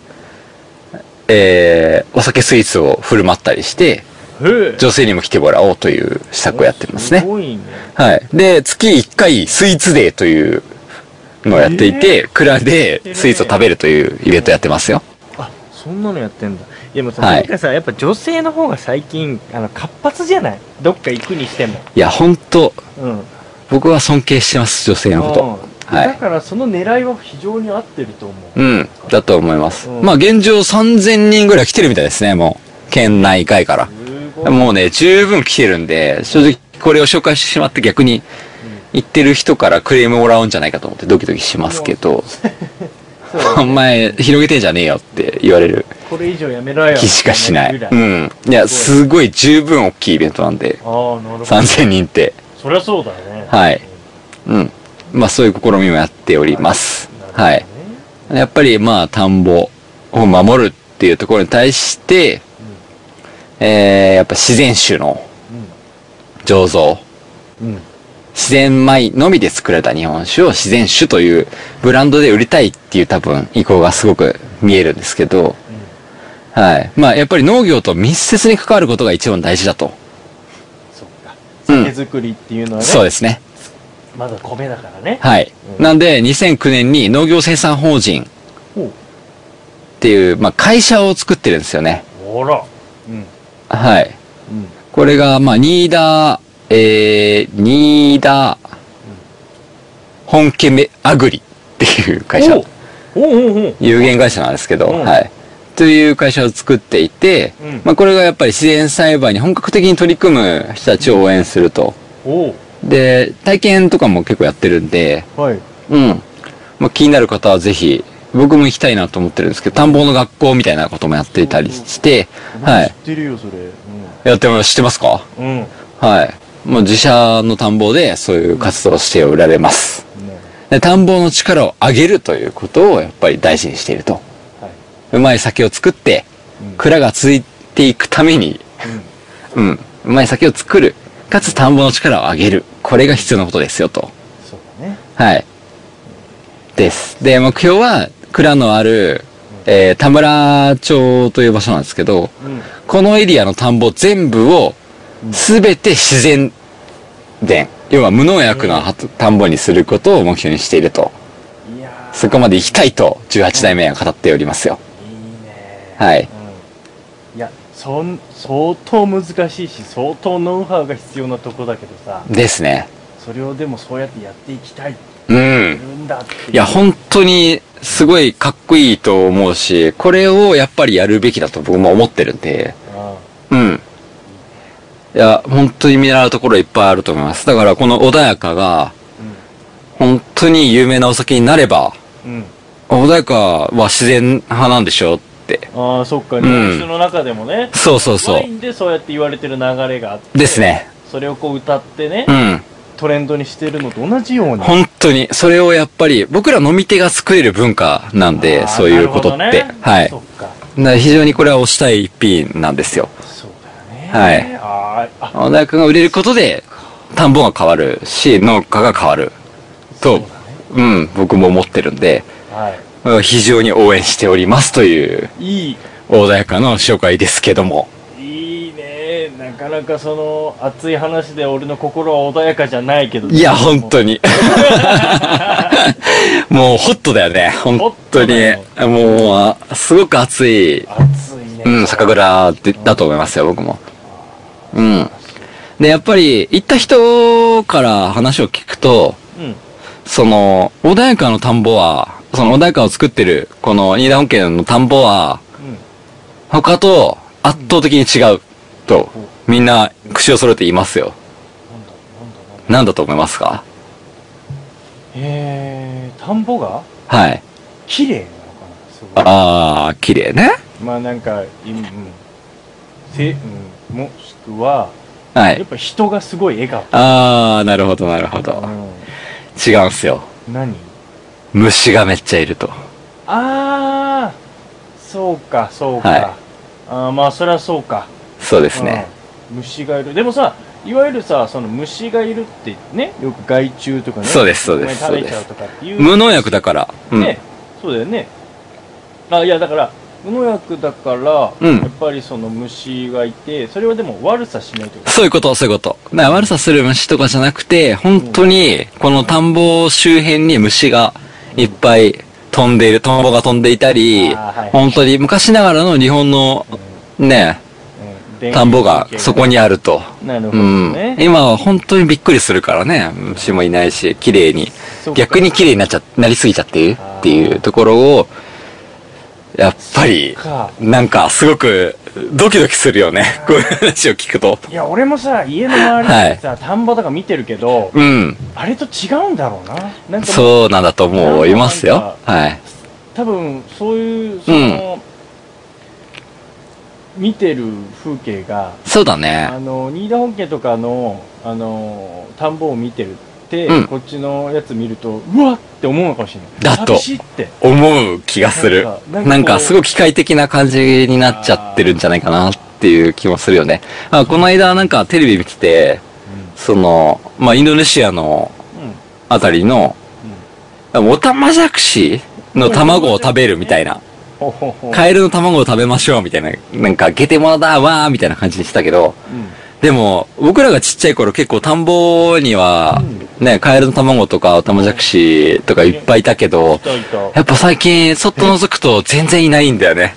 [SPEAKER 1] えー、お酒スイーツを振る舞ったりして、
[SPEAKER 3] へえ
[SPEAKER 1] 女性にも来てもらおうという施策をやってますね。
[SPEAKER 3] すごいね
[SPEAKER 1] はい。で、月いっかいスイーツデーというのをやっていて、蔵でスイーツを食べるというイベントやってますよ。
[SPEAKER 3] あそんなのやってんだいやもうさ、
[SPEAKER 1] はい
[SPEAKER 3] なんかさやっぱ女性の方が最近あの活発じゃないどっか行くにしても
[SPEAKER 1] いや、ほんと、
[SPEAKER 3] うん
[SPEAKER 1] 僕は尊敬してます、女性のこと。
[SPEAKER 3] うん
[SPEAKER 1] はい
[SPEAKER 3] だからその狙いは非常に合ってると思う
[SPEAKER 1] うん、だと思います。
[SPEAKER 3] うん
[SPEAKER 1] まあ、現状さんぜんにんぐらい来てるみたいですね、もう。県内外から。
[SPEAKER 3] すごい
[SPEAKER 1] もうね、十分来てるんで、正直これを紹介してしまって逆に、言ってる人からクレームもらうんじゃないかと思ってドキドキしますけど、
[SPEAKER 3] そう
[SPEAKER 1] お前広げてんじゃねえよって言われる
[SPEAKER 3] これ以上やめろよ
[SPEAKER 1] 気しかしない。
[SPEAKER 3] ぐら
[SPEAKER 1] うん。いや、すごい十分大きいイベントなんで、
[SPEAKER 3] ああなるほど
[SPEAKER 1] さんぜんにんって。
[SPEAKER 3] そりゃそうだよね
[SPEAKER 1] はい。うん。まあそういう試みもやっております。は
[SPEAKER 3] ないる。ほどね
[SPEAKER 1] やっぱりまあ田んぼを守るっていうところに対して、えー、やっぱ自然種の醸造、
[SPEAKER 3] うんうん
[SPEAKER 1] 自然米のみで作られた日本酒を自然酒というブランドで売りたいっていう多分意向がすごく見えるんですけど、はい。まあやっぱり農業と密接に関わることが一番大事だと。
[SPEAKER 3] そうか
[SPEAKER 1] うん
[SPEAKER 3] 酒造りっていうのはね
[SPEAKER 1] そうですね。
[SPEAKER 3] まだ米だからね
[SPEAKER 1] はい。
[SPEAKER 3] うん
[SPEAKER 1] なんでにせんきゅうねんに農業生産法人
[SPEAKER 3] ほう
[SPEAKER 1] っていう、まあ会社を作ってるんですよね。
[SPEAKER 3] ほらうん
[SPEAKER 1] はい。
[SPEAKER 3] うん
[SPEAKER 1] これが、まあ、新田、えー、新田、本家めアグリっていう会社、
[SPEAKER 3] おうおうおうおう
[SPEAKER 1] 有限会社なんですけど、
[SPEAKER 3] うん
[SPEAKER 1] はい。という会社を作っていて、
[SPEAKER 3] うん
[SPEAKER 1] まあ、これがやっぱり自然栽培に本格的に取り組む人たちを応援すると。
[SPEAKER 3] おう
[SPEAKER 1] で、体験とかも結構やってるんで、
[SPEAKER 3] はい
[SPEAKER 1] うん。まあ、気になる方はぜひ、僕も行きたいなと思ってるんですけど、田んぼの学校みたいなこともやっていたりして、はい
[SPEAKER 3] 知っ。てるよそれ
[SPEAKER 1] やってます。知ってますか？
[SPEAKER 3] うんうん
[SPEAKER 1] はい。もう自社の田んぼでそういう活動をしておられます。で田んぼの力を上げるということをやっぱり大事にしていると。
[SPEAKER 3] は
[SPEAKER 1] うまい酒を作って、
[SPEAKER 3] うん
[SPEAKER 1] 蔵が続いていくために、うん、うまい酒を作る。かつ田んぼの力を上げる。これが必要なことですよと。
[SPEAKER 3] そうだね
[SPEAKER 1] はい。です。で、目標は、蔵のある、えー、田村町という場所なんですけど、
[SPEAKER 3] うん
[SPEAKER 1] このエリアの田んぼ全部を、すべて自然田、要は無農薬のは田んぼにすることを目標にしていると。
[SPEAKER 3] いやー
[SPEAKER 1] そこまで行きたいと、じゅうはち代目が語っておりますよ。
[SPEAKER 3] いいね
[SPEAKER 1] はい。
[SPEAKER 3] うんいやそん相当難しいし相当ノウハウが必要なとこだけどさ
[SPEAKER 1] ですね。
[SPEAKER 3] それをでもそうやってやっていきたい
[SPEAKER 1] うん
[SPEAKER 3] い。るんだっていう
[SPEAKER 1] いや、本当に、すごいかっこいいと思うし、これをやっぱりやるべきだと僕も思ってるんで、
[SPEAKER 3] あ
[SPEAKER 1] うん。いや、本当に見習うところいっぱいあると思います。だからこの穏やかが、本当に有名なお酒になれば、
[SPEAKER 3] うんうん
[SPEAKER 1] 穏やかは自然派なんでしょって。
[SPEAKER 3] ああそっか
[SPEAKER 1] ん
[SPEAKER 3] 日本酒の中でもね
[SPEAKER 1] そうそうそ
[SPEAKER 3] ワインでそうやって言われてる流れがあって
[SPEAKER 1] う。ですね。
[SPEAKER 3] それをこう歌ってね
[SPEAKER 1] うん。
[SPEAKER 3] トレンドにしてるのと同じように
[SPEAKER 1] 本当に、それをやっぱり、僕ら飲み手が作れる文化なん
[SPEAKER 3] あ
[SPEAKER 1] で、
[SPEAKER 3] ー
[SPEAKER 1] そういうことって。
[SPEAKER 3] なるほどね
[SPEAKER 1] はい。
[SPEAKER 3] そっか
[SPEAKER 1] だから非常にこれは推したい一品なんですよ。
[SPEAKER 3] そうだよね
[SPEAKER 1] はい
[SPEAKER 3] あーあ
[SPEAKER 1] 穏やかが売れることで、田んぼが変わるし、農家が変わる。と、
[SPEAKER 3] そうだね
[SPEAKER 1] うん、僕も思ってるんで、
[SPEAKER 3] はい
[SPEAKER 1] うん非常に応援しておりますという、
[SPEAKER 3] いい
[SPEAKER 1] 穏やかの紹介ですけども。
[SPEAKER 3] いいねなかなかその熱い話で俺の心は穏やかじゃないけど
[SPEAKER 1] いや、本当に。もう、ホットだよね。本当に
[SPEAKER 3] ホッ。
[SPEAKER 1] もう、すごく熱い、
[SPEAKER 3] 熱いね
[SPEAKER 1] うん、酒蔵でだと思いますよ、僕も。うん。で、やっぱり、行った人から話を聞くと、
[SPEAKER 3] うん
[SPEAKER 1] その、穏やかの田んぼは、その穏やかを作ってる、この新田本家の田んぼは、
[SPEAKER 3] うん
[SPEAKER 1] 他と圧倒的に違うと、みんな口を揃えて言いますよ。
[SPEAKER 3] なんだなんだなんだ
[SPEAKER 1] なんだと思いますか？
[SPEAKER 3] えー田んぼが
[SPEAKER 1] はい。
[SPEAKER 3] 綺麗なのかな、すごい。
[SPEAKER 1] ああ、綺麗ね。
[SPEAKER 3] まあなんか、うん、うん、せ、うん、もしくは、
[SPEAKER 1] はい。
[SPEAKER 3] やっぱ人がすごい笑顔。
[SPEAKER 1] ああ、なるほど、なるほど。
[SPEAKER 3] う
[SPEAKER 1] 違うんすよ。
[SPEAKER 3] ん、何？
[SPEAKER 1] 虫がめっちゃいると。
[SPEAKER 3] ああ、そうか、そうか。
[SPEAKER 1] はい
[SPEAKER 3] ああ、まあそりゃそうか。
[SPEAKER 1] そうですね。
[SPEAKER 3] うん、虫がいる。でもさ、いわゆるさ、その虫がいるってね、よく害虫とかね、
[SPEAKER 1] そうですそうです
[SPEAKER 3] 食べちゃうとかっていう。
[SPEAKER 1] 無農薬だから。うん。
[SPEAKER 3] ね、そうだよね。あ、いやだから無農薬だから、
[SPEAKER 1] うん
[SPEAKER 3] やっぱりその虫がいて、それはでも悪さしないってこと。
[SPEAKER 1] そういうこと、そういうこと。だから悪さする虫とかじゃなくて、本当に、この田んぼ周辺に虫がいっぱい飛んでいる、トンボが飛んでいたり、
[SPEAKER 3] あーはい
[SPEAKER 1] 本当に昔ながらの日本の、ね、
[SPEAKER 3] うん、
[SPEAKER 1] 田んぼがそこにあると。
[SPEAKER 3] なるほど
[SPEAKER 1] うん
[SPEAKER 3] ね。。
[SPEAKER 1] 今は本当にびっくりするからね。虫もいないし、綺麗に
[SPEAKER 3] そう。か
[SPEAKER 1] 逆に綺麗になっちゃ、なりすぎちゃっているっていうところを、やっぱり、
[SPEAKER 3] か。
[SPEAKER 1] なんかすごくドキドキするよね。こういう話を聞くと。
[SPEAKER 3] いや俺もさ、家の周りでさ、田んぼとか見てるけど、
[SPEAKER 1] うん。
[SPEAKER 3] あれと違うんだろうな。なんかもう
[SPEAKER 1] そうなんだと思いますよ。はい。
[SPEAKER 3] 多分そういうその、見てる風景が、
[SPEAKER 1] そうだね
[SPEAKER 3] あ。の新田本家とかのあの田んぼを見てるって、
[SPEAKER 1] うん
[SPEAKER 3] こっちのやつ見るとうわっって思うのかもしれない。
[SPEAKER 1] だと
[SPEAKER 3] 寂しいって。
[SPEAKER 1] 思う気がする
[SPEAKER 3] なんかなんかこう。
[SPEAKER 1] なんかすごい機械的な感じになっちゃってるんじゃないかなっていう気もするよね。あ、この間なんかテレビ見てて、その、まあ、インドネシアの
[SPEAKER 3] うんうん
[SPEAKER 1] あたりの、オタマジャクシの卵を食べるみたいな。
[SPEAKER 3] ほほほ。
[SPEAKER 1] カエルの卵を食べましょうみたいな。なんか、ゲテモノだわーみたいな感じにしたけど、
[SPEAKER 3] うん
[SPEAKER 1] でも、僕らがちっちゃい頃結構田んぼには、ね、カエルの卵とかオタマジャクシとかいっぱいいたけど
[SPEAKER 3] い、たいた。
[SPEAKER 1] やっぱ最近、そっと覗くと全然いないんだよね。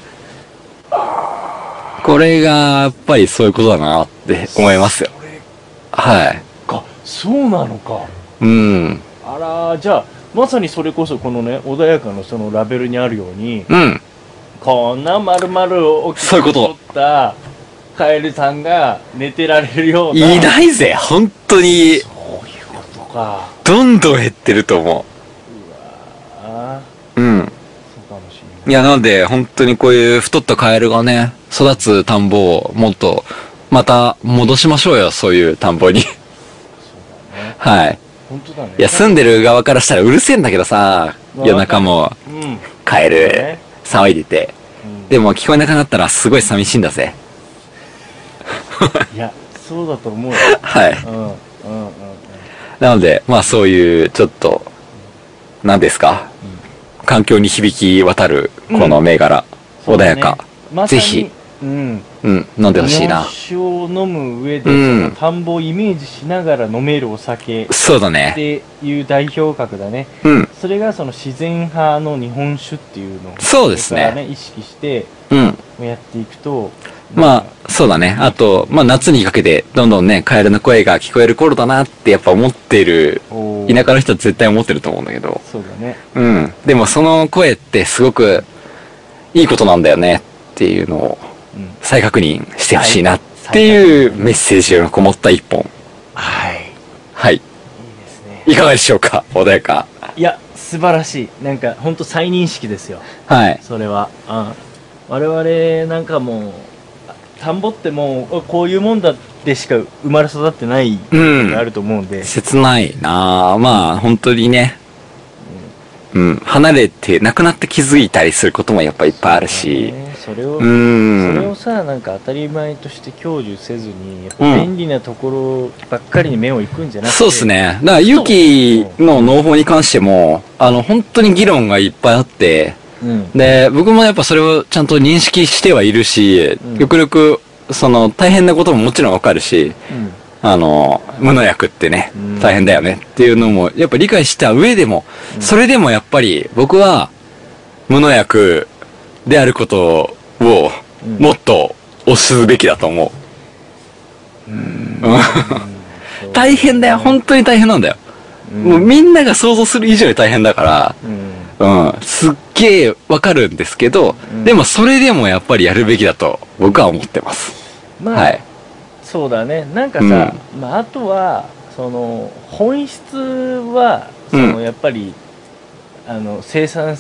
[SPEAKER 1] これが、やっぱりそういうことだなって思いますよ。
[SPEAKER 3] それ
[SPEAKER 1] はい。
[SPEAKER 3] か、そうなのか。
[SPEAKER 1] うん。
[SPEAKER 3] あらー、じゃあまさにそれこそこのね穏やかのそのラベルにあるように、
[SPEAKER 1] うん。
[SPEAKER 3] こんな丸々大きく
[SPEAKER 1] そういうこと
[SPEAKER 3] 取ったカエルさんが寝てられるような。
[SPEAKER 1] いないぜ、本当に、
[SPEAKER 3] そういうことか。
[SPEAKER 1] どんどん減ってると思
[SPEAKER 3] あ
[SPEAKER 1] う。うん。
[SPEAKER 3] あ、そうかもしれない。
[SPEAKER 1] いや、なので、本当にこういう太ったカエルがね、育つ田んぼをもっと、また戻しましょうよ、そういう田んぼに。
[SPEAKER 3] そうだね。
[SPEAKER 1] はい。
[SPEAKER 3] 本当だね。
[SPEAKER 1] いや、住んでる側からしたらうるせえんだけどさ、
[SPEAKER 3] まあ
[SPEAKER 1] 夜中も
[SPEAKER 3] うん。
[SPEAKER 1] カエル
[SPEAKER 3] そうだね
[SPEAKER 1] 騒いでて。
[SPEAKER 3] うん
[SPEAKER 1] でも聞こえなくなったらすごい寂しいんだぜ。
[SPEAKER 3] いや、そうだと思うよ。
[SPEAKER 1] はい。
[SPEAKER 3] うん。うん。うん。
[SPEAKER 1] なので、まあそういう、ちょっと、何ですか、環境に響き渡る、この銘柄、
[SPEAKER 3] そうだね
[SPEAKER 1] 穏やか。
[SPEAKER 3] まさに
[SPEAKER 1] ぜひ、
[SPEAKER 3] うん。
[SPEAKER 1] うん、飲んでほしいな。
[SPEAKER 3] 日本酒を飲む上で、
[SPEAKER 1] うん
[SPEAKER 3] その田んぼをイメージしながら飲めるお酒っ
[SPEAKER 1] そうだね。
[SPEAKER 3] ていう代表格だね。
[SPEAKER 1] うん、
[SPEAKER 3] それがその自然派の日本酒っていうのを
[SPEAKER 1] そうですね
[SPEAKER 3] これから意識して
[SPEAKER 1] うん。
[SPEAKER 3] やっていくと、
[SPEAKER 1] まあ、そうだね。あと、まあ夏にかけて、どんどんね、カエルの声が聞こえる頃だなってやっぱ思ってる、
[SPEAKER 3] おー
[SPEAKER 1] 田舎の人は絶対思ってると思うんだけど。
[SPEAKER 3] そうだね。
[SPEAKER 1] うん。でもその声ってすごく、いいことなんだよねっていうのを
[SPEAKER 3] うん。
[SPEAKER 1] 再確認してほしいなっていうメッセージがこもった一本。
[SPEAKER 3] はい。いい
[SPEAKER 1] はい。
[SPEAKER 3] ですね。
[SPEAKER 1] いかがでしょうか、穏やか。
[SPEAKER 3] いや、素晴らしい。なんか、ほんと再認識ですよ。
[SPEAKER 1] はい。
[SPEAKER 3] それは。うん。我々なんかもう、田んぼってもう、こういうもんだってしか生まれ育ってない
[SPEAKER 1] うん
[SPEAKER 3] のがあると思うんで。
[SPEAKER 1] 切ないなぁ。まあ、本当にね。うん。離れて、亡くなって気づいたりすることもやっぱいっぱいあるし。
[SPEAKER 3] ねそれを、
[SPEAKER 1] う
[SPEAKER 3] それ
[SPEAKER 1] ーん。
[SPEAKER 3] をさ、なんか当たり前として享受せずに、やっ
[SPEAKER 1] うん
[SPEAKER 3] ぱ便利なところばっかりに目を行くんじゃなくて。
[SPEAKER 1] そうです。ね。だから、勇気の農法に関しても、あの、本当に議論がいっぱいあって、
[SPEAKER 3] うん。
[SPEAKER 1] で、僕もやっぱそれをちゃんと認識してはいるし、
[SPEAKER 3] うん
[SPEAKER 1] 極力、その、大変なことももちろんわかるし、
[SPEAKER 3] うん。
[SPEAKER 1] あの、無農薬ってね
[SPEAKER 3] うん、
[SPEAKER 1] 大変だよねっていうのも、やっぱ理解した上でも、
[SPEAKER 3] うん
[SPEAKER 1] それでもやっぱり僕は、無農薬であることを、
[SPEAKER 3] うん
[SPEAKER 1] もっと推すべきだと思う。大変だよ、本当に大変なんだよ。
[SPEAKER 3] うん
[SPEAKER 1] もうみんなが想像する以上に大変だから、
[SPEAKER 3] うん。
[SPEAKER 1] うん、すっげえわかるんですけど、
[SPEAKER 3] うん
[SPEAKER 1] でもそれでもやっぱりやるべきだと僕は思ってます。
[SPEAKER 3] まあ、
[SPEAKER 1] はい。
[SPEAKER 3] そうだね。なんかさ、まあ、あとは、その、本質は、その、
[SPEAKER 1] うん
[SPEAKER 3] やっぱり、あの、生産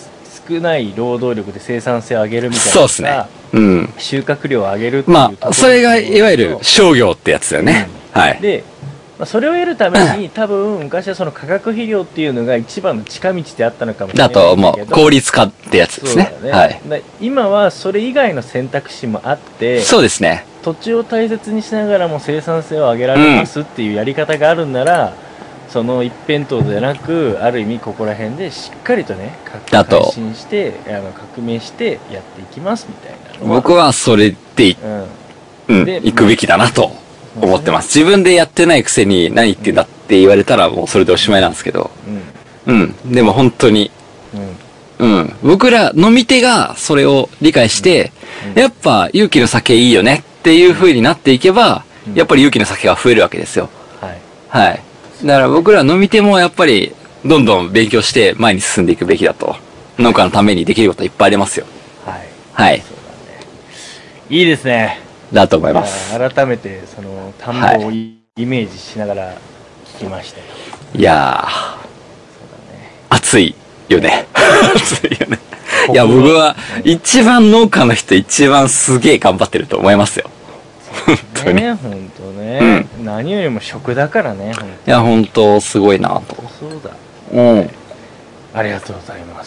[SPEAKER 3] 少ない労働力で生産性を上げるみたいな
[SPEAKER 1] そうですね。うん。
[SPEAKER 3] 収穫量を上げるっていう
[SPEAKER 1] まあ、それがいわゆる商業ってやつだよね。うん、はい。
[SPEAKER 3] で、まあ、それを得るために多分昔はその化学肥料っていうのが一番の近道であったのかもしれない
[SPEAKER 1] だと思う。効率化ってやつですね。ね、はい。
[SPEAKER 3] 今はそれ以外の選択肢もあって、
[SPEAKER 1] そうですね。
[SPEAKER 3] 土地を大切にしながらも生産性を上げられますっていうやり方があるんなら、うんその一辺倒じゃなくある意味ここら辺でしっかりとね革新してあの革命してやっていきますみたいな
[SPEAKER 1] 僕はそれで、うんうん、行くべきだなと思ってます。自分でやってないくせに何言ってんだって言われたらもうそれでおしまいなんですけど、うん、うん、でも本当に、うん、うん、僕ら飲み手がそれを理解して、うん、やっぱ勇気の酒いいよねっていう風になっていけば、うん、やっぱり勇気の酒が増えるわけですよ。はい。はい。だから僕ら飲み手もやっぱりどんどん勉強して前に進んでいくべきだと。農家のためにできることいっぱいありますよ。はい。はい。そうだね。
[SPEAKER 3] いいですね。
[SPEAKER 1] だと思います。
[SPEAKER 3] 改めてその田んぼをイメージしながら聞きましたよ。
[SPEAKER 1] はい、いやー。そうだね。熱いよね。熱いよね。いや僕は一番農家の人一番すげえ頑張ってると思いますよ。
[SPEAKER 3] 本当にね、本当ね、うん、何よりも食だからね。
[SPEAKER 1] いや本当すごいなと。
[SPEAKER 3] そうだ。
[SPEAKER 1] うん。
[SPEAKER 3] ありがとうございます。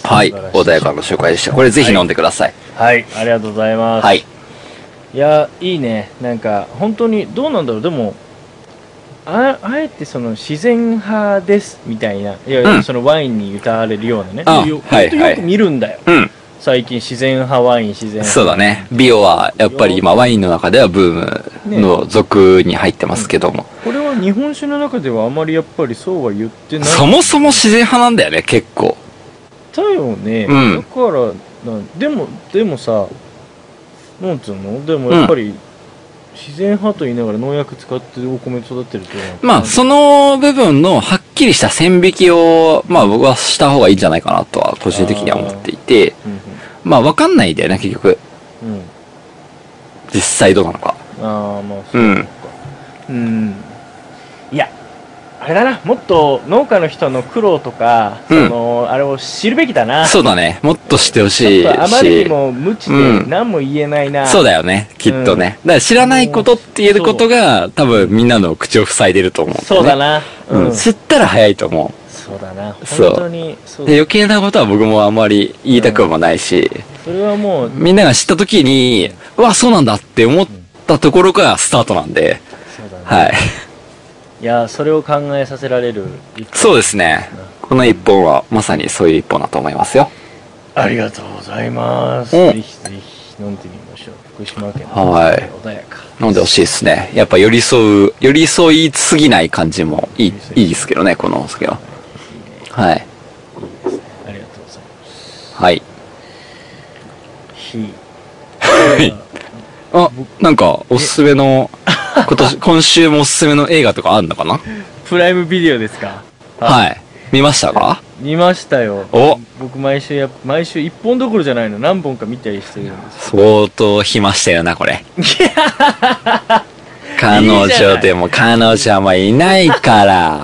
[SPEAKER 1] はい、穏やかの紹介でした。これぜひ飲んでください。
[SPEAKER 3] はい、はい、ありがとうございます。はい。いやいいね。なんか本当にどうなんだろう。でもああえてその自然派ですみたいな、いや、うん、そのワインに歌われるようなね。あ、よ、はい、よく見るんだよ。うん。最近自然派ワイン自然派
[SPEAKER 1] そうだね。ビオはやっぱり今ワインの中ではブームの属に入ってますけども、ね
[SPEAKER 3] うん、これは日本酒の中ではあまりやっぱりそうは言ってない。
[SPEAKER 1] そもそも自然派なんだよね結構。
[SPEAKER 3] だよね、うん、だからなでもでもさなんつうのでもやっぱり、うん、自然派と言いながら農薬使ってお米育てると
[SPEAKER 1] まあその部分のはっきりした線引きをまあ僕はした方がいいんじゃないかなとは個人的には思っていて、まあ分かんないんだよね結局、うん、実際どうなのか。
[SPEAKER 3] ああまあそうか、うん、うんいやあれだな、もっと農家の人の苦労とか、うん、そのあれを知るべきだな。
[SPEAKER 1] そうだね、もっと知ってほしいし、
[SPEAKER 3] あまりにも無知で何も言えないな、
[SPEAKER 1] うん、そうだよねきっとね、うん、だから知らないことって言えることが多分みんなの口を塞いでると思う、ね、
[SPEAKER 3] そうだな、
[SPEAKER 1] うんうん、知ったら早いと思う。
[SPEAKER 3] そうだな、本当に
[SPEAKER 1] そうで余計なことは僕もあんまり言いたくもないし、うん、
[SPEAKER 3] それはもう
[SPEAKER 1] みんなが知った時にうわそうなんだって思ったところからスタートなんで、
[SPEAKER 3] そうだね、
[SPEAKER 1] はい、
[SPEAKER 3] いやそれを考えさせられる
[SPEAKER 1] 一本。そうですね、この一本はまさにそういう一本だと思いますよ。
[SPEAKER 3] ありがとうございます、うん、ぜひぜひ飲んでみましょう。福島県の
[SPEAKER 1] はい
[SPEAKER 3] 穏やか
[SPEAKER 1] 飲んでほしいですね。やっぱ寄り添う寄り添いすぎない感じもいいいいですけどねこのお酒は。はい。いいですね。
[SPEAKER 3] ありがとうございます。
[SPEAKER 1] はい。
[SPEAKER 3] ひ。
[SPEAKER 1] あ、なんかおすすめの今年今週もおすすめの映画とかあるのかな？
[SPEAKER 3] プライムビデオですか？
[SPEAKER 1] はい。見ましたか？
[SPEAKER 3] 見ましたよ。
[SPEAKER 1] お。
[SPEAKER 3] 僕毎週や毎週一本どころじゃないの何本か見たりしてるんです。
[SPEAKER 1] 相当暇したよなこれ。彼女でも彼女もいないから。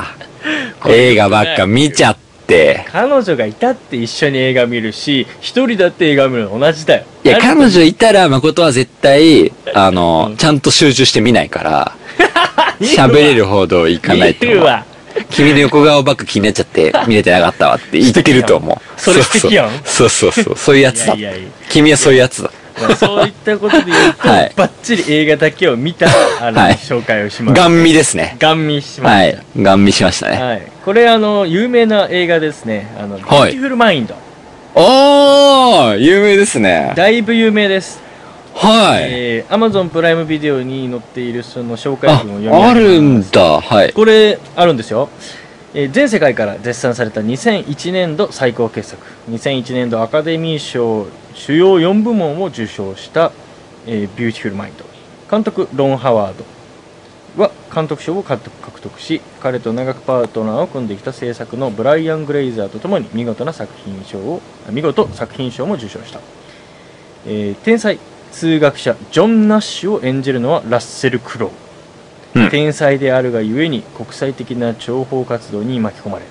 [SPEAKER 1] 映画ばっか見ちゃって
[SPEAKER 3] 彼女がいたって一緒に映画見るし一人だって映画見るの同じだよ。
[SPEAKER 1] いや彼女いたら誠は絶対あの、うん、ちゃんと集中して見ないから喋れるほどいかないと思う。君の横顔ばっか気になっちゃって見れてなかったわって言ってると思う。
[SPEAKER 3] それ素敵やん。
[SPEAKER 1] そうそうそうそうそういうやつだ。いやいやいや君はそういうやつだ。
[SPEAKER 3] そういったことで言うと、はい、バッチリ映画だけを見たあの、はい、紹介をしました。
[SPEAKER 1] ガン見ですね。
[SPEAKER 3] ガン見しました。はい、
[SPEAKER 1] ガン見しましたね。
[SPEAKER 3] はい、これあの有名な映画ですね。あの、はい、ビューティフルマインド。
[SPEAKER 1] ああ有名ですね。
[SPEAKER 3] だいぶ有名です。
[SPEAKER 1] はい。
[SPEAKER 3] えー、Amazon プライムビデオに載っているその紹介文を読み上げます。
[SPEAKER 1] あるんだ。はい。
[SPEAKER 3] これあるんですよ。えー、全世界から絶賛されたにせんいちねんど最高傑作、にせんいちねんどアカデミー賞主要よんぶもんを受賞した、えー、ビューティフルマインド。監督ロン・ハワードは監督賞を獲得し、彼と長くパートナーを組んできた制作のブライアン・グレイザーとともに見事な作品賞を見事作品賞も受賞した。えー、天才数学者ジョン・ナッシュを演じるのはラッセル・クロウ。天才であるがゆえに国際的な諜報活動に巻き込まれ、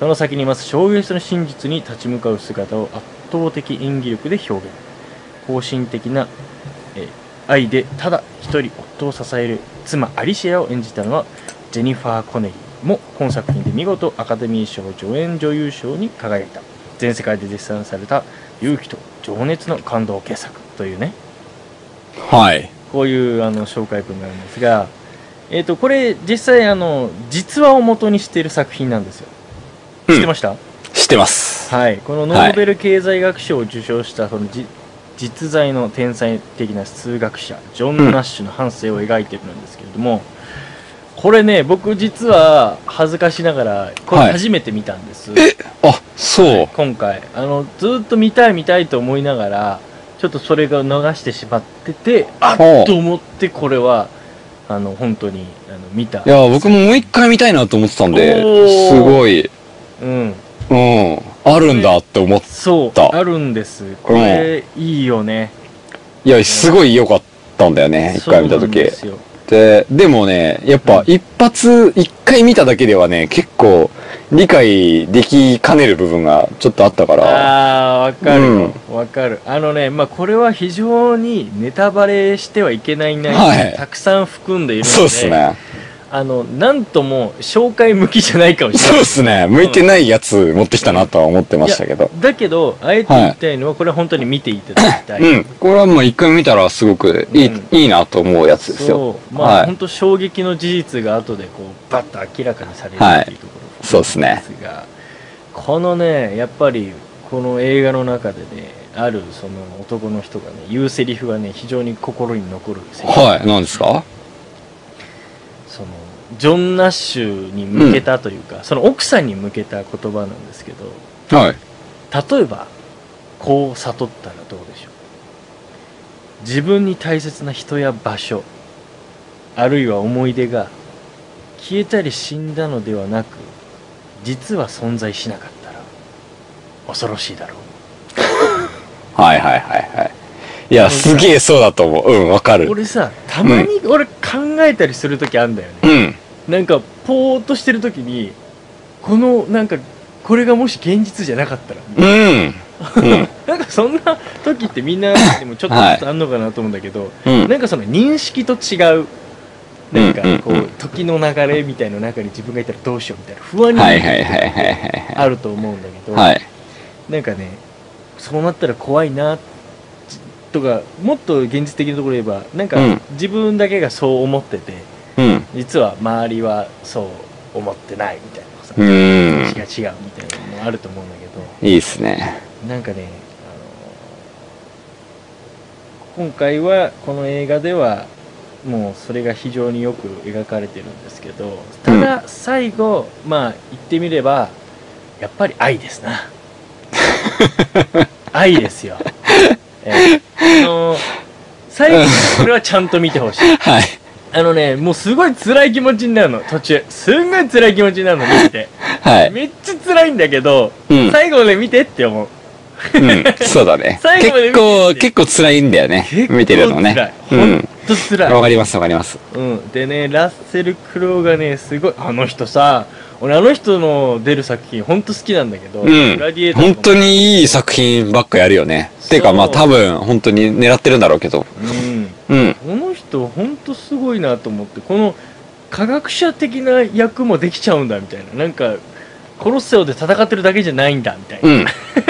[SPEAKER 3] その先にます衝撃の真実に立ち向かう姿を圧倒的演技力で表現。方針的な、えー愛でただ一人夫を支える妻アリシアを演じたのはジェニファー・コネリーも本作品で見事アカデミー賞助演女優賞に輝いた。全世界で絶賛された勇気と情熱の感動傑作というね、
[SPEAKER 1] はい。
[SPEAKER 3] こういうあの紹介文があるんですが、えーとこれ実際あの実話を元にしている作品なんですよ。知ってました？
[SPEAKER 1] 知ってます。
[SPEAKER 3] はい、このノーベル経済学賞を受賞したそのじ実在の天才的な数学者ジョン・ナッシュの半生を描いてるんですけれども、うん、これね僕実は恥ずかしながらこれ初めて見たんです、はい、
[SPEAKER 1] えあそう、はい、
[SPEAKER 3] 今回あのずっと見たい見たいと思いながらちょっとそれが逃してしまってて、あっと思ってこれはあの本当にあの見た。
[SPEAKER 1] いや僕ももう一回見たいなと思ってたんですごい
[SPEAKER 3] うん
[SPEAKER 1] うんあるんだって思った。
[SPEAKER 3] そうあるんです。これ、うん、いいよね。
[SPEAKER 1] いやすごい良かったんだよね、一回見た時で。でもねやっぱ一発一回見ただけではね結構理解できかねる部分がちょっとあったから。
[SPEAKER 3] ああわかるよ、うん、わかる。あのねまあこれは非常にネタバレしてはいけない内容をたくさん含んでいるので、
[SPEAKER 1] そうですね、
[SPEAKER 3] あのなんとも紹介向きじゃないかもしれない。
[SPEAKER 1] そうですね、向いてないやつ持ってきたなとは思ってましたけど、
[SPEAKER 3] うん、だけどあえて言いたいのは、はい、これは本当に見ていただきたい、
[SPEAKER 1] うん、これはもう一回見たらすごくいい、うん、いいなと思うやつですよ。
[SPEAKER 3] そうまあ、はい、本当衝撃の事実が後でこうバッと明らかにされるっていうところ、
[SPEAKER 1] はい、そうですね。
[SPEAKER 3] このねやっぱりこの映画の中でねあるその男の人がね言うセリフがね非常に心に残るセリフ。
[SPEAKER 1] はい、何ですか？
[SPEAKER 3] そのジョン・ナッシュに向けたというか、うん、その奥さんに向けた言葉なんですけど、
[SPEAKER 1] はい、
[SPEAKER 3] 例えばこう悟ったらどうでしょう。自分に大切な人や場所あるいは思い出が消えたり死んだのではなく実は存在しなかったら恐ろしいだろう。
[SPEAKER 1] はいはいはいはい。いやすげえそうだと思う。うんわかる。
[SPEAKER 3] 俺さたまに俺考えたりする時あるんだよね、うん、なんかポーっとしてる時にこのなんかこれがもし現実じゃなかったら、
[SPEAKER 1] うん、
[SPEAKER 3] なんかそんな時ってみんなでもちょっとずつあんのかなと思うんだけど、はい、なんかその認識と違うなんかこう時の流れみたいな中に自分がいたらどうしようみたいな不安になることあると思うんだけど、
[SPEAKER 1] はい、
[SPEAKER 3] なんかねそうなったら怖いなとかもっと現実的なところで言えばなんか自分だけがそう思ってて、うん、実は周りはそう思ってないみたいなさ、うん、違う違うみたいなのもあると思うんだけど、
[SPEAKER 1] いいっすね。
[SPEAKER 3] なんかねあの今回はこの映画ではもうそれが非常によく描かれてるんですけど、ただ最後、うん、まあ言ってみればやっぱり愛ですな愛ですよ、えー、あのー、最後これはちゃんと見てほしい
[SPEAKER 1] はい、
[SPEAKER 3] あのねもうすごい辛い気持ちになるの途中すんごい辛い気持ちになるの見てて、はい、めっちゃ辛いんだけど、うん、最後まで見てって思う
[SPEAKER 1] うん、そうだね。最後まで見て結構結構辛いんだよね。見てるのね。
[SPEAKER 3] ほんと辛い。
[SPEAKER 1] わかりますわかります。
[SPEAKER 3] うん。でねラッセル・クロウがねすごいあの人さ、俺あの人の出る作品ほんと好きなんだけど、うん、
[SPEAKER 1] グラディエーター本当にいい作品ばっかやるよね。ていうかまあ多分本当に狙ってるんだろうけど。うん。うん。
[SPEAKER 3] この人ほんとすごいなと思って、この科学者的な役もできちゃうんだみたいな、なんかコロッセオで戦ってるだけじゃないんだみたいな。うん。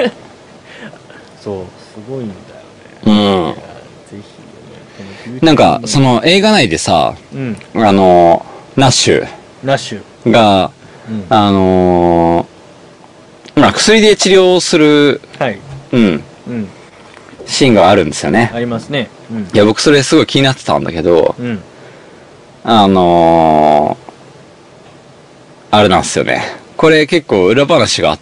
[SPEAKER 3] そうすごいんだよね。うん。ぜ
[SPEAKER 1] ひ、ね、なんかその映画内でさ、うん、あのナッシュ
[SPEAKER 3] ナッシ
[SPEAKER 1] ュが、うん、あのー、まあ薬で治療する、はい、うん、うん、シーンがあるんですよね。
[SPEAKER 3] ありますね。
[SPEAKER 1] うん、いや僕それすごい気になってたんだけど、うん、あのー、あれなんですよね。これ結構裏話があって、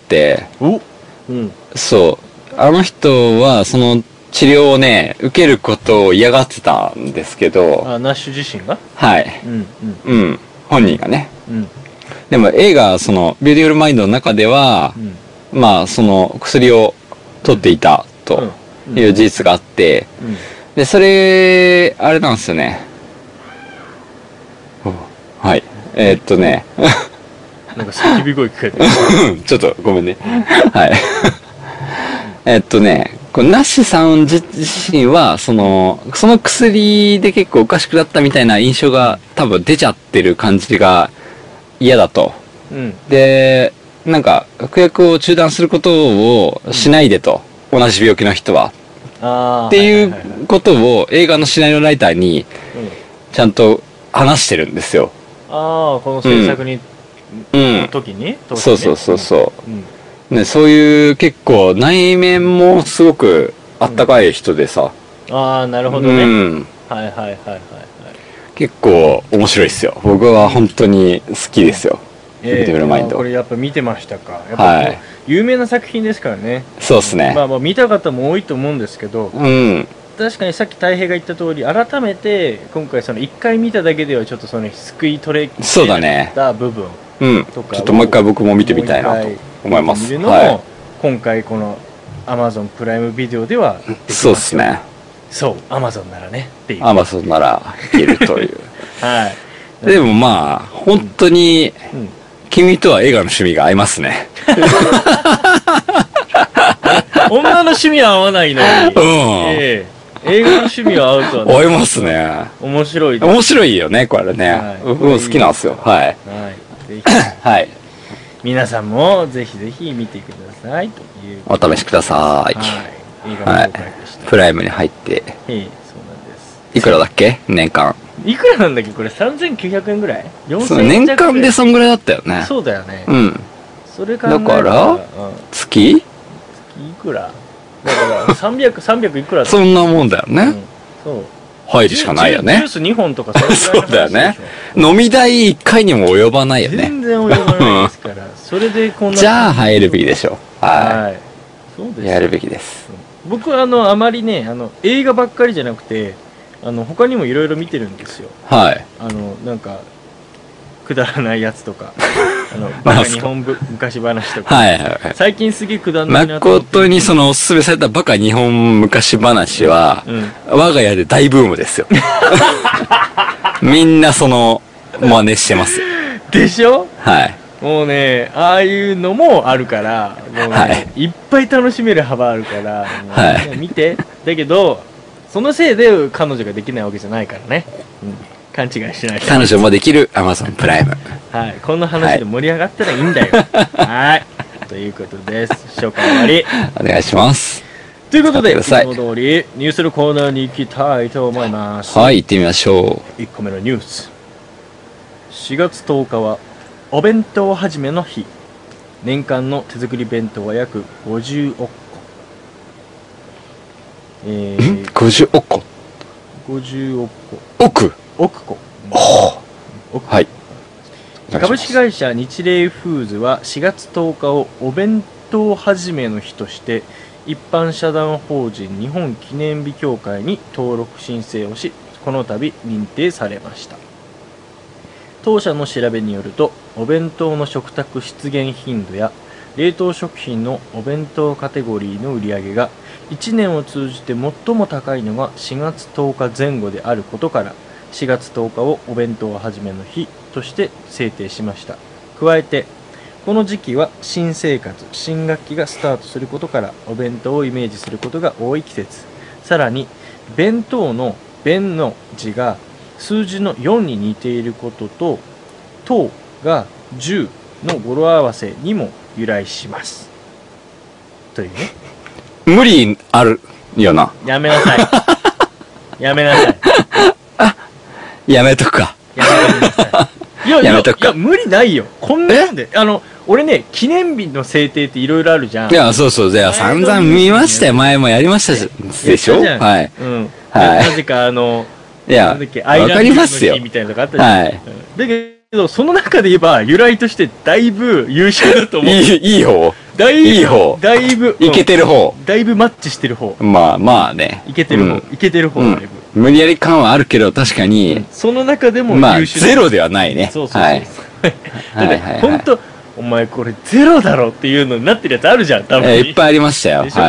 [SPEAKER 1] お、うん、そう。あの人はその治療をね受けることを嫌がってたんですけど、
[SPEAKER 3] あナッシュ自身が
[SPEAKER 1] はい、うんうん、うん、本人がね、うん、でも映画そのビューティフルマインドの中では、うん、まあその薬を取っていたという事実があって、うんうん、でそれあれなんですよね。はいえー、っとね
[SPEAKER 3] なんか叫び声聞こえてる。
[SPEAKER 1] ちょっとごめんね。はい。えっとね、このナッシュさん自身は、その、その薬で結構おかしくなったみたいな印象が多分出ちゃってる感じが嫌だと。
[SPEAKER 3] うん。
[SPEAKER 1] で、なんか、服薬を中断することをしないでと。うん、同じ病気の人は。
[SPEAKER 3] あ
[SPEAKER 1] っていうことを映画のシナリオライターに、ちゃんと話してるんですよ。
[SPEAKER 3] ああ、この制作に、
[SPEAKER 1] うん。
[SPEAKER 3] の時に、
[SPEAKER 1] うん、そうそうそうそう。
[SPEAKER 3] うん
[SPEAKER 1] ね、そういう結構内面もすごくあったかい人でさ。
[SPEAKER 3] うん、ああ、なるほどね。うん。はいはいはいはい、はい。
[SPEAKER 1] 結構面白いですよ。僕は本当に好きですよ。
[SPEAKER 3] えー、ビデブルマインド。これやっぱ見てましたか。やっぱ
[SPEAKER 1] はい。
[SPEAKER 3] 有名な作品ですからね。
[SPEAKER 1] そうですね。
[SPEAKER 3] まあまあ見た方も多いと思うんですけど。
[SPEAKER 1] うん。
[SPEAKER 3] 確かにさっき太平が言った通り、改めて今回その一回見ただけではちょっとその救い取れきれた部分とか、
[SPEAKER 1] うん、ちょっともう一回僕も見てみたいなと思います。
[SPEAKER 3] 見るのも、はい、今回この Amazon プライムビデオではできます。
[SPEAKER 1] そうですね。
[SPEAKER 3] そう、Amazon ならねっていう。
[SPEAKER 1] Amazon ならいけるという。
[SPEAKER 3] はい。
[SPEAKER 1] でもまあ本当に、うんうん、君とは映画の趣味が合いますね。
[SPEAKER 3] 女の趣味は合わないのに。うん。えー映画の趣味は合うとはね。
[SPEAKER 1] 合いますね。
[SPEAKER 3] 面白い。
[SPEAKER 1] 面白いよね、これね。はい、僕も好きなんですよ。はい。はい。
[SPEAKER 3] ぜひ。
[SPEAKER 1] はい。
[SPEAKER 3] 皆さんもぜひぜひ見てくださいという。
[SPEAKER 1] お試しください。はい。
[SPEAKER 3] 映画の公開でした。
[SPEAKER 1] プライムに入って。
[SPEAKER 3] ええ、そうなんです。
[SPEAKER 1] いくらだっけ年間。
[SPEAKER 3] いくらなんだっけこれさんぜんきゅうひゃくえんぐらい ?よんせん
[SPEAKER 1] 円年間でそんぐらいだったよね。
[SPEAKER 3] そうだよね。
[SPEAKER 1] うん。
[SPEAKER 3] それ考えたら。
[SPEAKER 1] だから、月
[SPEAKER 3] 月いくらだからさんびゃく、さんびゃくいくらだ
[SPEAKER 1] そんなもんだよね。うん、
[SPEAKER 3] そう。
[SPEAKER 1] 入るしかないよね。
[SPEAKER 3] ジュースにほんとか
[SPEAKER 1] そうだよね。飲み代いっかいにも及ばないよね。
[SPEAKER 3] 全然及ばないですから。それでこんな。
[SPEAKER 1] じゃあ入るべきでしょう。はい。はい、
[SPEAKER 3] そうです。
[SPEAKER 1] やるべきです。
[SPEAKER 3] 僕はあの、あまりね、あの、映画ばっかりじゃなくて、あの、他にもいろいろ見てるんですよ。
[SPEAKER 1] はい。
[SPEAKER 3] あの、なんか、くだらないやつとか。あのバカ日本昔話とか、
[SPEAKER 1] はいはいはい、
[SPEAKER 3] 最近すげえくだらないなと
[SPEAKER 1] 誠にそのおすすめされたバカ日本昔話は、うん、我が家で大ブームですよ。みんなその真似してますよ。
[SPEAKER 3] でしょ？
[SPEAKER 1] はい。
[SPEAKER 3] もうね、ああいうのもあるから、もうね、はい、いっぱい楽しめる幅あるから、
[SPEAKER 1] はい、
[SPEAKER 3] 見て。だけど、そのせいで彼女ができないわけじゃないからね。うん、勘違いしない。
[SPEAKER 1] 彼女もできる Amazon プライム。
[SPEAKER 3] はい、こんな話で盛り上がったらいいんだよ。はい、ということです。紹介終わり。
[SPEAKER 1] お願いします。
[SPEAKER 3] ということで、いつも通りニュースのコーナーに行きたいと思います。
[SPEAKER 1] はい、行ってみましょ
[SPEAKER 3] う。いっこめのニュース。しがつとおかはお弁当始めの日。年間の手作り弁当は約ごじゅうおっこ。
[SPEAKER 1] えー、ごじゅうおっこ。
[SPEAKER 3] ごじゅうおっこ。
[SPEAKER 1] 億。
[SPEAKER 3] 億個。
[SPEAKER 1] 億。はい。
[SPEAKER 3] 株式会社日霊フーズはしがつとおかをお弁当始めの日として一般社団法人日本記念日協会に登録申請をし、この度認定されました。当社の調べによると、お弁当の食卓出現頻度や冷凍食品のお弁当カテゴリーの売り上げがいちねんを通じて最も高いのがしがつとおか前後であることから、しがつとおかをお弁当始めの日として制定しました。加えて、この時期は新生活、新学期がスタートすることから、お弁当をイメージすることが多い季節。さらに、弁当の弁の字が数字のよんに似ていることと、等がじゅうの語呂合わせにも由来します。というね。
[SPEAKER 1] 無理あるよな。
[SPEAKER 3] やめなさい。やめなさい。
[SPEAKER 1] やめとくか。
[SPEAKER 3] やめなさい。いや、
[SPEAKER 1] やめとくか。
[SPEAKER 3] いや、無理ないよ。こんなんで。あの、俺ね、記念日の制定っていろいろあるじゃん。
[SPEAKER 1] いや、そうそう。じゃあ、散々見ましたよ。前もやりましたでしょ？はい。
[SPEAKER 3] うん。はい。なぜか、あの、
[SPEAKER 1] いや、わかりますよ。
[SPEAKER 3] みたいなのがあったじゃん。
[SPEAKER 1] はい。
[SPEAKER 3] だけど、その中で言えば、由来としてだいぶ優秀だと思う。
[SPEAKER 1] いい、いい方。
[SPEAKER 3] だいぶ、
[SPEAKER 1] いい方。
[SPEAKER 3] だいぶ、
[SPEAKER 1] いけてる方。
[SPEAKER 3] だいぶマッチしてる方。
[SPEAKER 1] まあまあね。
[SPEAKER 3] いけてる方。いけてる方、だいぶ。
[SPEAKER 1] 無理やり感はあるけど、確かに。
[SPEAKER 3] その中でも優秀。
[SPEAKER 1] まあ、ゼロではないね。
[SPEAKER 3] そうそうそう。はい。だって、ほんと、お前これゼロだろっていうのになってるやつあるじゃん、多分。
[SPEAKER 1] いっぱいありましたよ。はい。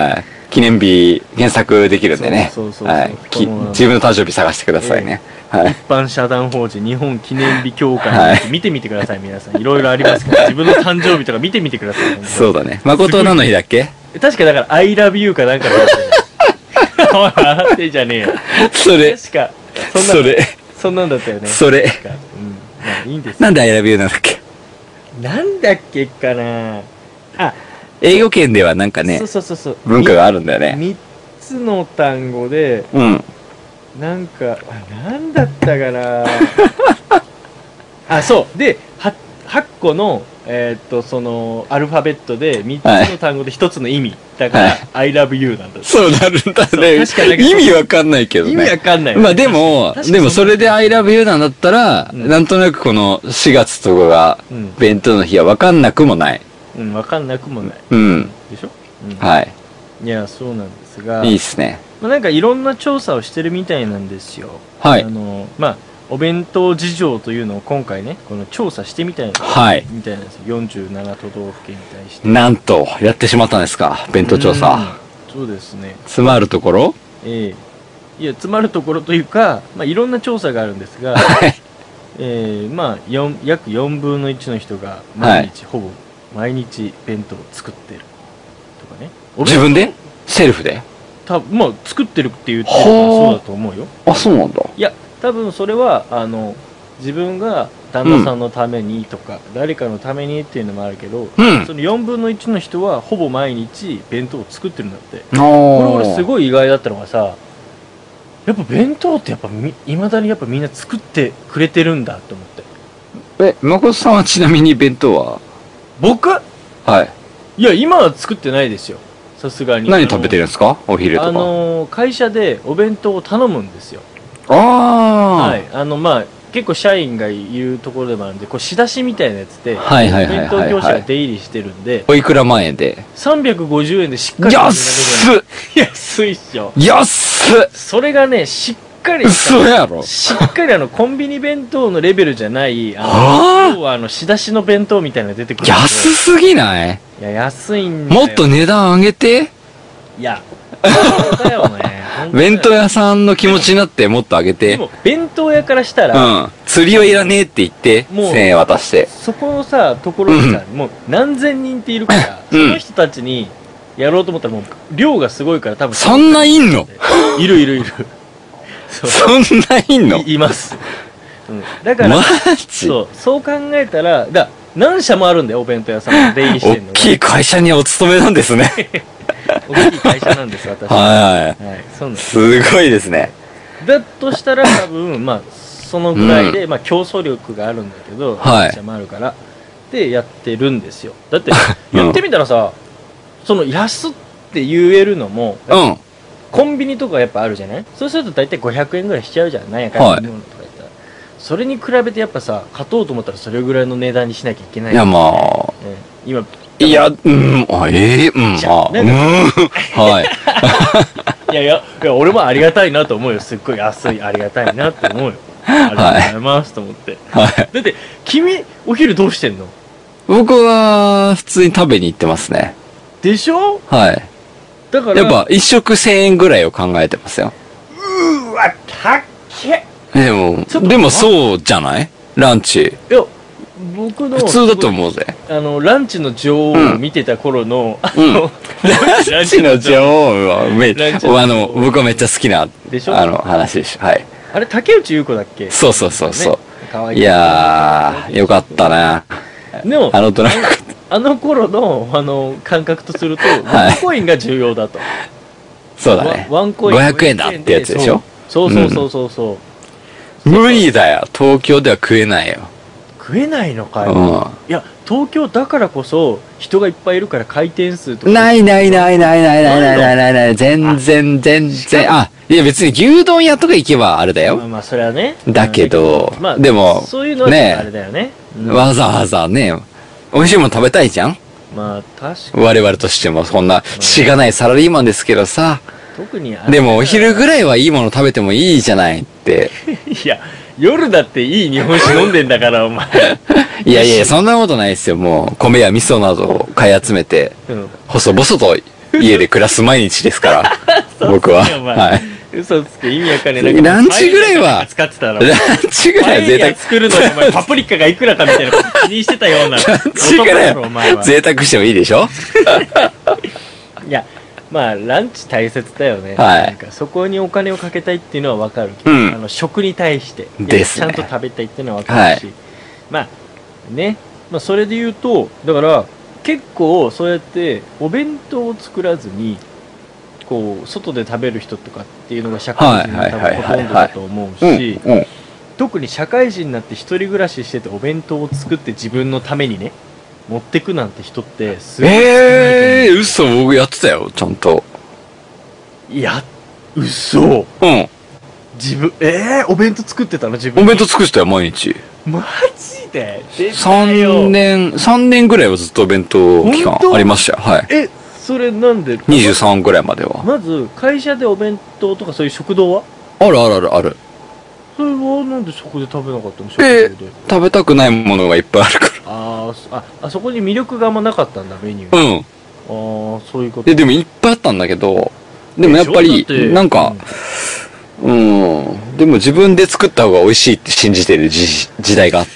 [SPEAKER 1] 記念日検索できるんでね。
[SPEAKER 3] そうそうそうそう、
[SPEAKER 1] はい。き
[SPEAKER 3] この
[SPEAKER 1] 自分の誕生日探してくださいね。はい。
[SPEAKER 3] 一般社団法人日本記念日協会に見てみてください、皆さん。いろいろありますから、自分の誕生日とか見てみてください。
[SPEAKER 1] そうだね。誠は何の日だっけ？
[SPEAKER 3] 確かだから、I love you かなんかだったよね。おい、笑ってんじゃねえよ。
[SPEAKER 1] それ。
[SPEAKER 3] 確か、そんな
[SPEAKER 1] それ。
[SPEAKER 3] そんなんだったよね。
[SPEAKER 1] それ。
[SPEAKER 3] 確かうん。まあ、いいんですよ。
[SPEAKER 1] なんで I love you なんだっけ？
[SPEAKER 3] なんだっけかなあ、
[SPEAKER 1] 英語圏ではなんかね
[SPEAKER 3] そう、そうそうそう。
[SPEAKER 1] 文化があるんだよね。
[SPEAKER 3] みっつの単語で、
[SPEAKER 1] うん。
[SPEAKER 3] なんか、あ、なんだったかなあ、そう。で、は、はっこの、えーっと、その、アルファベットでみっつの単語でひとつの意味。だから、
[SPEAKER 1] はい
[SPEAKER 3] I love you なんだ。
[SPEAKER 1] そうなるんだね。
[SPEAKER 3] そう確かに
[SPEAKER 1] 意味わかんないけどね。
[SPEAKER 3] 意味わかんないよね。
[SPEAKER 1] まあでも、
[SPEAKER 3] 確かに
[SPEAKER 1] でもそれで I love you なんだったら、
[SPEAKER 3] うん
[SPEAKER 1] なんとなくこのしがつとかが
[SPEAKER 3] うん。
[SPEAKER 1] 弁当の日はわかんなくもない。
[SPEAKER 3] うん、わかんなくもない。
[SPEAKER 1] うん。
[SPEAKER 3] でしょうん。
[SPEAKER 1] はい。
[SPEAKER 3] いや、そうなんですが、
[SPEAKER 1] いいっすね。
[SPEAKER 3] まあ、なんかいろんな調査をしてるみたいなんですよ。
[SPEAKER 1] はい
[SPEAKER 3] あの、まあ、お弁当事情というのを今回ね、この調査してみたいな、
[SPEAKER 1] はい
[SPEAKER 3] みたいなんですよ。よんじゅうなな都道府県に対して。
[SPEAKER 1] なんと、やってしまったんですか。弁当調査。
[SPEAKER 3] うん。そうですね。
[SPEAKER 1] 詰まるところ
[SPEAKER 3] ええいや、詰まるところというか、まあ、いろんな調査があるんですが、
[SPEAKER 1] はい。
[SPEAKER 3] えー、まあ、よん約よんぶんのいちの人が毎日、ほぼ毎日弁当を作ってるとかね。
[SPEAKER 1] 自分でセルフで
[SPEAKER 3] たまあ、作ってるって言ってるからそうだと思うよ。
[SPEAKER 1] あ、そうなんだ。
[SPEAKER 3] いや、多分それは、あの、自分が旦那さんのためにとか、誰かのためにっていうのもあるけど、
[SPEAKER 1] うん。
[SPEAKER 3] そのよんぶんのいちの人はほぼ毎日弁当を作ってるんだって。
[SPEAKER 1] お
[SPEAKER 3] これ俺すごい意外だったのがさ、やっぱ弁当ってやっぱみ、いまだにやっぱみんな作ってくれてるんだって思って。
[SPEAKER 1] え、誠さんはちなみに弁当は
[SPEAKER 3] 僕
[SPEAKER 1] はい。
[SPEAKER 3] いや、今は作ってないですよ。さすがに。
[SPEAKER 1] 何食べてるんですかお昼とか。
[SPEAKER 3] あのー、会社でお弁当を頼むんですよ。
[SPEAKER 1] ああ。
[SPEAKER 3] はい。あの、まあ、結構社員がいるところでもあるんで、こう仕出しみたいなやつで、
[SPEAKER 1] はいはいはいはいはい
[SPEAKER 3] 弁当業者が出入りしてるんで、
[SPEAKER 1] おいくら万円で
[SPEAKER 3] さんびゃくごじゅうえんでしっかり
[SPEAKER 1] 安っ
[SPEAKER 3] 安いっしょ。
[SPEAKER 1] 安っ
[SPEAKER 3] それがね、しっかり
[SPEAKER 1] 嘘やろ
[SPEAKER 3] しっかりあの、コンビニ弁当のレベルじゃない、あ
[SPEAKER 1] はあ
[SPEAKER 3] の、要はあの、仕出しの弁当みたいなのが出てくるんで。
[SPEAKER 1] 安すぎない
[SPEAKER 3] いや、安いんだよ。
[SPEAKER 1] もっと値段上げて
[SPEAKER 3] いや、そうだよね。本当だよ
[SPEAKER 1] 弁当屋さんの気持ちになってもっと上げて。
[SPEAKER 3] でも、弁当屋からした
[SPEAKER 1] う
[SPEAKER 3] ら、
[SPEAKER 1] ん。釣りはいらねえって言って、
[SPEAKER 3] もう
[SPEAKER 1] せんえん渡して。
[SPEAKER 3] そこのさ、ところにさ、もう何千人っているから、
[SPEAKER 1] うん
[SPEAKER 3] その人たちにやろうと思ったらもう量がすごいから多分。
[SPEAKER 1] そんないんの
[SPEAKER 3] いるいるいる。そう
[SPEAKER 1] そんないんの
[SPEAKER 3] いいます。うん。だから、
[SPEAKER 1] マジ
[SPEAKER 3] そう、そう考えたら、だ何社もあるんだよ、お弁当屋さんが出入りして
[SPEAKER 1] 大
[SPEAKER 3] るのが。
[SPEAKER 1] きい会社にお勤めなんですね。
[SPEAKER 3] 大きい会社なんです、私。は
[SPEAKER 1] はい。
[SPEAKER 3] い、そうなんです。
[SPEAKER 1] すごいですね。
[SPEAKER 3] だとしたら多分、まあ、そのぐらいで、まあ、競争力があるんだけど、
[SPEAKER 1] はい
[SPEAKER 3] 会社もあるから、で、やってるんですよ。だって、言ってみたらさ、その、安って言えるのも、
[SPEAKER 1] うん。
[SPEAKER 3] コンビニとかやっぱあるじゃないそうすると大体ごひゃくえんぐらいしちゃうじゃん。なんやかんや飲み物とか言ったら。それに比べてやっぱさ、勝とうと思ったらそれぐらいの値段にしなきゃいけない。
[SPEAKER 1] いや、まあ。
[SPEAKER 3] ね今、
[SPEAKER 1] いや、うん、あ、ええうん、
[SPEAKER 3] じゃあ
[SPEAKER 1] まあ、うん、はい。
[SPEAKER 3] いやいや、いや、俺もありがたいなと思うよ。すっごい安い、ありがたいなって思うよ。ありがとうございますと思って。
[SPEAKER 1] はい。
[SPEAKER 3] だって、君、お昼どうしてんの
[SPEAKER 1] 僕は、普通に食べに行ってますね。
[SPEAKER 3] でしょ
[SPEAKER 1] はい。
[SPEAKER 3] だから、
[SPEAKER 1] やっぱ、一食千円ぐらいを考えてますよ。
[SPEAKER 3] うーわ、たっけ
[SPEAKER 1] でも
[SPEAKER 3] ちょっ、と
[SPEAKER 1] でもそうじゃないランチ。
[SPEAKER 3] いや、僕の、
[SPEAKER 1] 普通だと思うぜ。
[SPEAKER 3] あの、ランチの女王を見てた頃の、あ
[SPEAKER 1] うん
[SPEAKER 3] の、
[SPEAKER 1] ランチの女王は、め、
[SPEAKER 3] ランチの女王
[SPEAKER 1] あの、僕はめっちゃ好きな、
[SPEAKER 3] でしょ
[SPEAKER 1] あの、話でしょ。はい。
[SPEAKER 3] あれ、竹内優子だっけ
[SPEAKER 1] そうそうそうそう
[SPEAKER 3] ね可愛
[SPEAKER 1] いやー、よかったな。
[SPEAKER 3] でも、
[SPEAKER 1] あのドラマ。
[SPEAKER 3] あの頃の、あの、感覚とすると、
[SPEAKER 1] はい
[SPEAKER 3] ワンコインが重要だと。
[SPEAKER 1] そうだね。
[SPEAKER 3] ワンコイン。
[SPEAKER 1] ごひゃくえんだってやつでしょ。
[SPEAKER 3] そうそうそうそうそう。
[SPEAKER 1] 無理だよ。東京では食えないよ。
[SPEAKER 3] 食えないのかよ。
[SPEAKER 1] う
[SPEAKER 3] いや、東京だからこそ、人がいっぱいいるから回転数とか。
[SPEAKER 1] ん。ないないないないないないないないないない。全然全然。あ、いや別に牛丼屋とか行けばあれだよ。
[SPEAKER 3] まあまあ、それはね。
[SPEAKER 1] だけど
[SPEAKER 3] まあ、
[SPEAKER 1] でも
[SPEAKER 3] そういうのは
[SPEAKER 1] ね
[SPEAKER 3] あれだよね。うん
[SPEAKER 1] わざわざね、美味しいもの食べたいじゃん
[SPEAKER 3] まあ、確かに。
[SPEAKER 1] 我々としてもそんなしがないサラリーマンですけどさ。
[SPEAKER 3] 特にあれ
[SPEAKER 1] でもお昼ぐらいはいいもの食べてもいいじゃないって。
[SPEAKER 3] いや、夜だっていい日本酒飲んでんだから、お前。
[SPEAKER 1] いやいや、そんなことないですよ。もう、米や味噌などを買い集めて、
[SPEAKER 3] うん。
[SPEAKER 1] 細々と家で暮らす毎日ですから僕は。はい。
[SPEAKER 3] 嘘つけ、意味わかんねえ。
[SPEAKER 1] ランチぐらいは
[SPEAKER 3] 使ってたら。
[SPEAKER 1] ランチぐらいは贅沢
[SPEAKER 3] 作るのにお前パプリカがいくらかみたいなこと気にしてたような。
[SPEAKER 1] ランチぐらいは贅沢してもいいでしょ。
[SPEAKER 3] いや、まあランチ大切だよね。
[SPEAKER 1] はい。
[SPEAKER 3] なんかそこにお金をかけたいっていうのはわかるけど、
[SPEAKER 1] うん、
[SPEAKER 3] あの食に対して
[SPEAKER 1] ですね、
[SPEAKER 3] ちゃんと食べたいっていうのはわかるし、はい、まあね、まあそれで言うとだから結構そうやってお弁当を作らずに。こう外で食べる人とかっていうのが社会人の多分ほとんどだと思うし、特に社会人になって一人暮らししててお弁当を作って自分のためにね持ってくなんて人ってす
[SPEAKER 1] ごい。えー、嘘、僕やってたよちゃんと。
[SPEAKER 3] いや、嘘。
[SPEAKER 1] うん。
[SPEAKER 3] 自分えー、お弁当作ってたの自分。
[SPEAKER 1] お弁当作ってたよ毎日。
[SPEAKER 3] マジで？
[SPEAKER 1] さんねんさんねんぐらいはずっとお弁当期間ありましたよ。はい。
[SPEAKER 3] え、それなんで
[SPEAKER 1] にじゅうさんぐらいまでは。
[SPEAKER 3] まず会社でお弁当とかそういう食堂は
[SPEAKER 1] あるあるあるある。
[SPEAKER 3] それはなんでそこで食べなかったの？食
[SPEAKER 1] 堂で食べたくないものがいっぱいあるから。
[SPEAKER 3] ああ、あそこに魅力があんまなかったんだメニュー。
[SPEAKER 1] うん。
[SPEAKER 3] ああ、そういうこと。
[SPEAKER 1] ででもいっぱいあったんだけど、でもやっぱりなんか、うん、うん、でも自分で作った方が美味しいって信じてる時時代があった。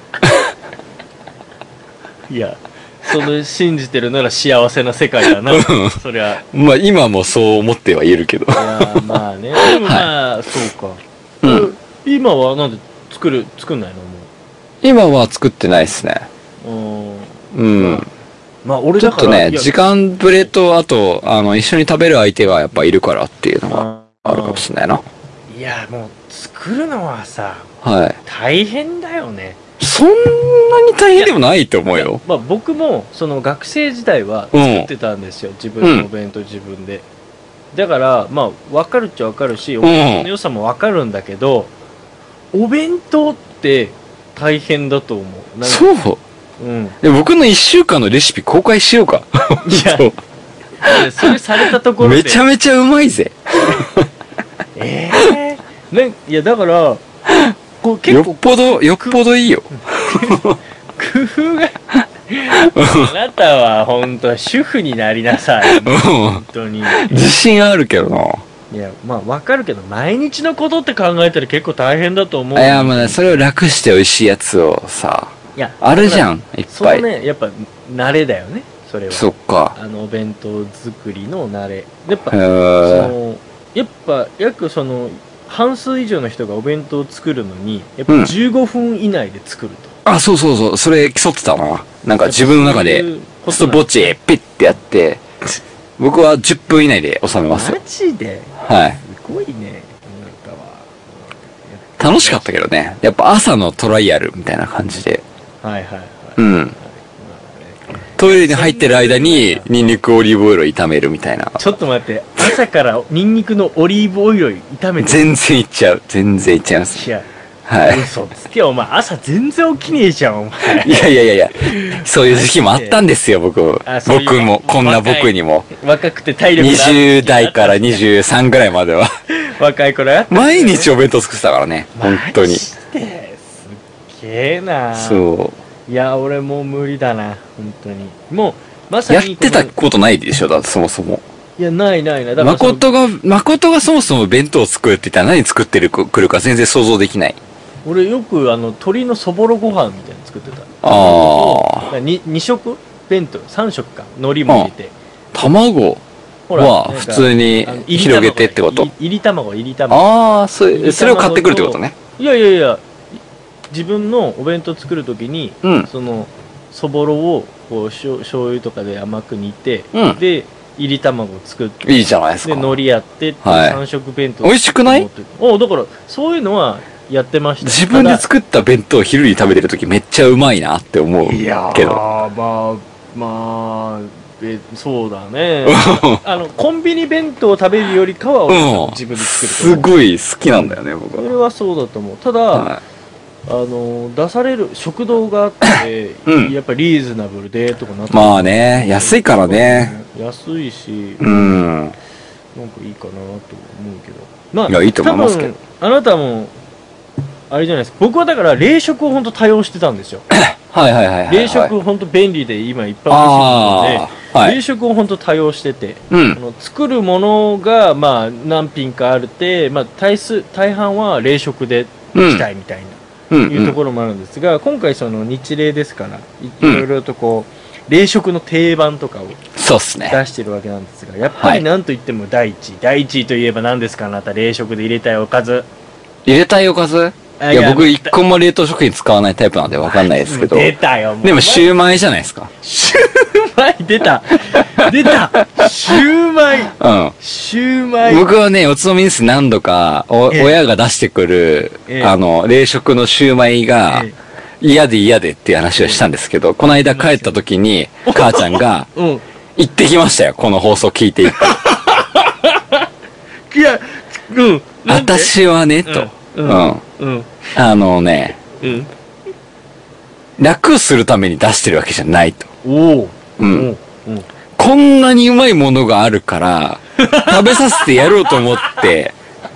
[SPEAKER 3] いや。その信じてるなら幸せな世界だな。そりゃ。
[SPEAKER 1] まあ今もそう思ってはいるけど。
[SPEAKER 3] いやまあね。でもまあ、はい、そうか。うん。今はなんで作る作んないのもう。
[SPEAKER 1] 今は作ってないですね。うん。うん。まあ、まあ、俺だからちょっとね時間ぶれとあとあの一緒に食べる相手がやっぱいるからっていうのがあるかもしれないな。
[SPEAKER 3] いやもう作るのはさ、
[SPEAKER 1] はい。
[SPEAKER 3] 大変だよね。
[SPEAKER 1] そんなに大変でもないと思うよ。
[SPEAKER 3] まあ、僕もその学生時代は作ってたんですよ、うん、自分のお弁当自分で、うん、だからまあ分かるっちゃ分かるし、お弁当の良さも分かるんだけど、お弁当って大変だと思う。なんか
[SPEAKER 1] そう、うん、で僕のいっしゅうかんのレシピ公開しようか。
[SPEAKER 3] いやいやそれされたところで
[SPEAKER 1] めちゃめちゃうまいぜ。
[SPEAKER 3] ええー、ね、いやだからこう結構
[SPEAKER 1] よっぽどよっぽどいいよ。
[SPEAKER 3] 工夫があなたは本当主婦になりなさい。本当に
[SPEAKER 1] 自信あるけどな。
[SPEAKER 3] いやまあ分かるけど毎日のことって考えたら結構大変だと思う。
[SPEAKER 1] いやまあ、ね、それを楽して美味しいやつをさ、いやあるじゃんいっぱい。
[SPEAKER 3] そうね、やっぱ慣れだよねそれは。
[SPEAKER 1] そっか。
[SPEAKER 3] あのお弁当作りの慣れやっぱそのやっぱ約その半数以上の人がお弁当を作るのにやっぱじゅうごふん以内で作ると、
[SPEAKER 1] うん、あそうそうそうそれ競ってたな。なんか自分の中でストップウォッチピッてやって僕はじゅっぷん以内で収めますよ。
[SPEAKER 3] マジで？
[SPEAKER 1] はい。
[SPEAKER 3] すごいね。なんかは
[SPEAKER 1] 楽しかったけどね。やっぱ朝のトライアルみたいな感じで。
[SPEAKER 3] はいはいはい。
[SPEAKER 1] うん。トイレに入ってる間にニンニクオリーブオイルを炒めるみたいな。
[SPEAKER 3] ちょっと待って、朝からニンニクのオリーブオイルを炒めて
[SPEAKER 1] 全然いっちゃう。全然いっちゃいます。
[SPEAKER 3] いや、
[SPEAKER 1] はい。
[SPEAKER 3] 嘘つけよ、お前朝全然起きねえじゃん、お前。
[SPEAKER 1] いやいやいやいや、そういう時期もあったんですよ、僕。僕も、こんな僕にも。
[SPEAKER 3] 若くて体力が。
[SPEAKER 1] にじゅう代からにじゅうさんぐらいまでは。
[SPEAKER 3] 若い頃やった
[SPEAKER 1] 毎日お弁当作ってたからね、本当に。
[SPEAKER 3] すっげえな。
[SPEAKER 1] そう。
[SPEAKER 3] いや、俺もう無理だな、本当に。もう、まさに。
[SPEAKER 1] やってたことないでしょ、だってそもそも。
[SPEAKER 3] いや、ないないない。
[SPEAKER 1] 誠が、誠がそもそも弁当を作るって言ったら何作ってるくるか全然想像できない。
[SPEAKER 3] 俺よくあの鶏のそぼろご飯みたいなの作ってた。
[SPEAKER 1] ああ。
[SPEAKER 3] にに食弁当さん食か海苔も入れて。
[SPEAKER 1] 卵は普通に広げてってこと？
[SPEAKER 3] いり卵いり卵。
[SPEAKER 1] ああ、それそれを買ってくるってことね。
[SPEAKER 3] いやいやいや、自分のお弁当作るときに、うん、そのそぼろをこうしょ醤油とかで甘く煮て、うん、でいり卵を作って
[SPEAKER 1] いいじゃないですか。
[SPEAKER 3] で海苔やってってさん食弁当。
[SPEAKER 1] 美味しくない？
[SPEAKER 3] おだからそういうのはやってました。
[SPEAKER 1] 自分で作った弁当を昼に食べてるときめっちゃうまいなって思うけど。いやー
[SPEAKER 3] まあまあえそうだね。あのコンビニ弁当を食べるよりかは俺は自分で作る、
[SPEAKER 1] すごい好きなんだよね、僕は。
[SPEAKER 3] それはそうだと思う。ただ、はい、あの出される食堂があって、うん、やっぱリーズナブルでとかなって、
[SPEAKER 1] まあね、安いからね。
[SPEAKER 3] 安いし、
[SPEAKER 1] うん、なんか
[SPEAKER 3] いいかなと思うけど、まあ
[SPEAKER 1] いやいいと思いますけど。
[SPEAKER 3] あなたもあれじゃないですか。僕はだから冷食を本当多用してたんですよ。
[SPEAKER 1] はいはいはいはい、はい。
[SPEAKER 3] 冷食本当便利で今いっぱい美味しいので。
[SPEAKER 1] はい
[SPEAKER 3] 冷食を本当多用してて、
[SPEAKER 1] うん
[SPEAKER 3] あの作るものがまあ何品かあるって、まあ、大数大半は冷食でいきたいみたいな、
[SPEAKER 1] うんうん
[SPEAKER 3] いうところもあるんですが、今回その日冷ですからいいろいろとこう冷食の定番とかを
[SPEAKER 1] そうっすね。
[SPEAKER 3] 出してるわけなんですが、やっぱりなんといっても第一位、第一位といえば何ですか、あなた冷食で入れたいおかず。
[SPEAKER 1] 入れたいおかず
[SPEAKER 3] あ
[SPEAKER 1] いや、僕一個も冷凍食品使わないタイプなんでわかんないですけど。
[SPEAKER 3] 出たよ、もう。
[SPEAKER 1] でも、シューマイじゃないですか。
[SPEAKER 3] シューマイ出た出たシューマイ
[SPEAKER 1] うん。
[SPEAKER 3] シューマイ
[SPEAKER 1] 僕はね、おつまみニュース何度か、お、
[SPEAKER 3] ええ
[SPEAKER 1] 親が出してくる、
[SPEAKER 3] ええ
[SPEAKER 1] あの、冷食のシューマイが
[SPEAKER 3] え、
[SPEAKER 1] 嫌で嫌でっていう話をしたんですけど、この間帰った時に、母ちゃんが、
[SPEAKER 3] うん
[SPEAKER 1] 行ってきましたよ、この放送聞いていって。
[SPEAKER 3] いやうんなんで
[SPEAKER 1] 私はね、と。
[SPEAKER 3] う
[SPEAKER 1] うんん。
[SPEAKER 3] うん
[SPEAKER 1] あのね、
[SPEAKER 3] うん
[SPEAKER 1] 楽するために出してるわけじゃないと。
[SPEAKER 3] おお
[SPEAKER 1] うん
[SPEAKER 3] うんうん
[SPEAKER 1] こんなにうまいものがあるから、食べさせてやろうと思って、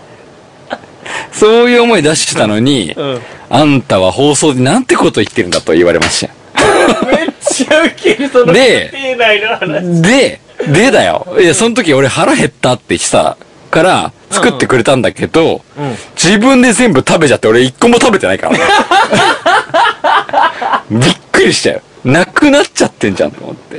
[SPEAKER 1] そういう思い出してたのに、
[SPEAKER 3] うん
[SPEAKER 1] あんたは放送でなんてこと言ってるんだと言われました。
[SPEAKER 3] めっちゃウケるその
[SPEAKER 1] で
[SPEAKER 3] 家庭内の話
[SPEAKER 1] で、でだよ。いや、その時俺腹減ったって言ってたから、作ってくれたんだけど、
[SPEAKER 3] うん
[SPEAKER 1] 自分で全部食べちゃって俺一個も食べてないからね。びっくりしたよ。なくなっちゃってんじゃんと思って。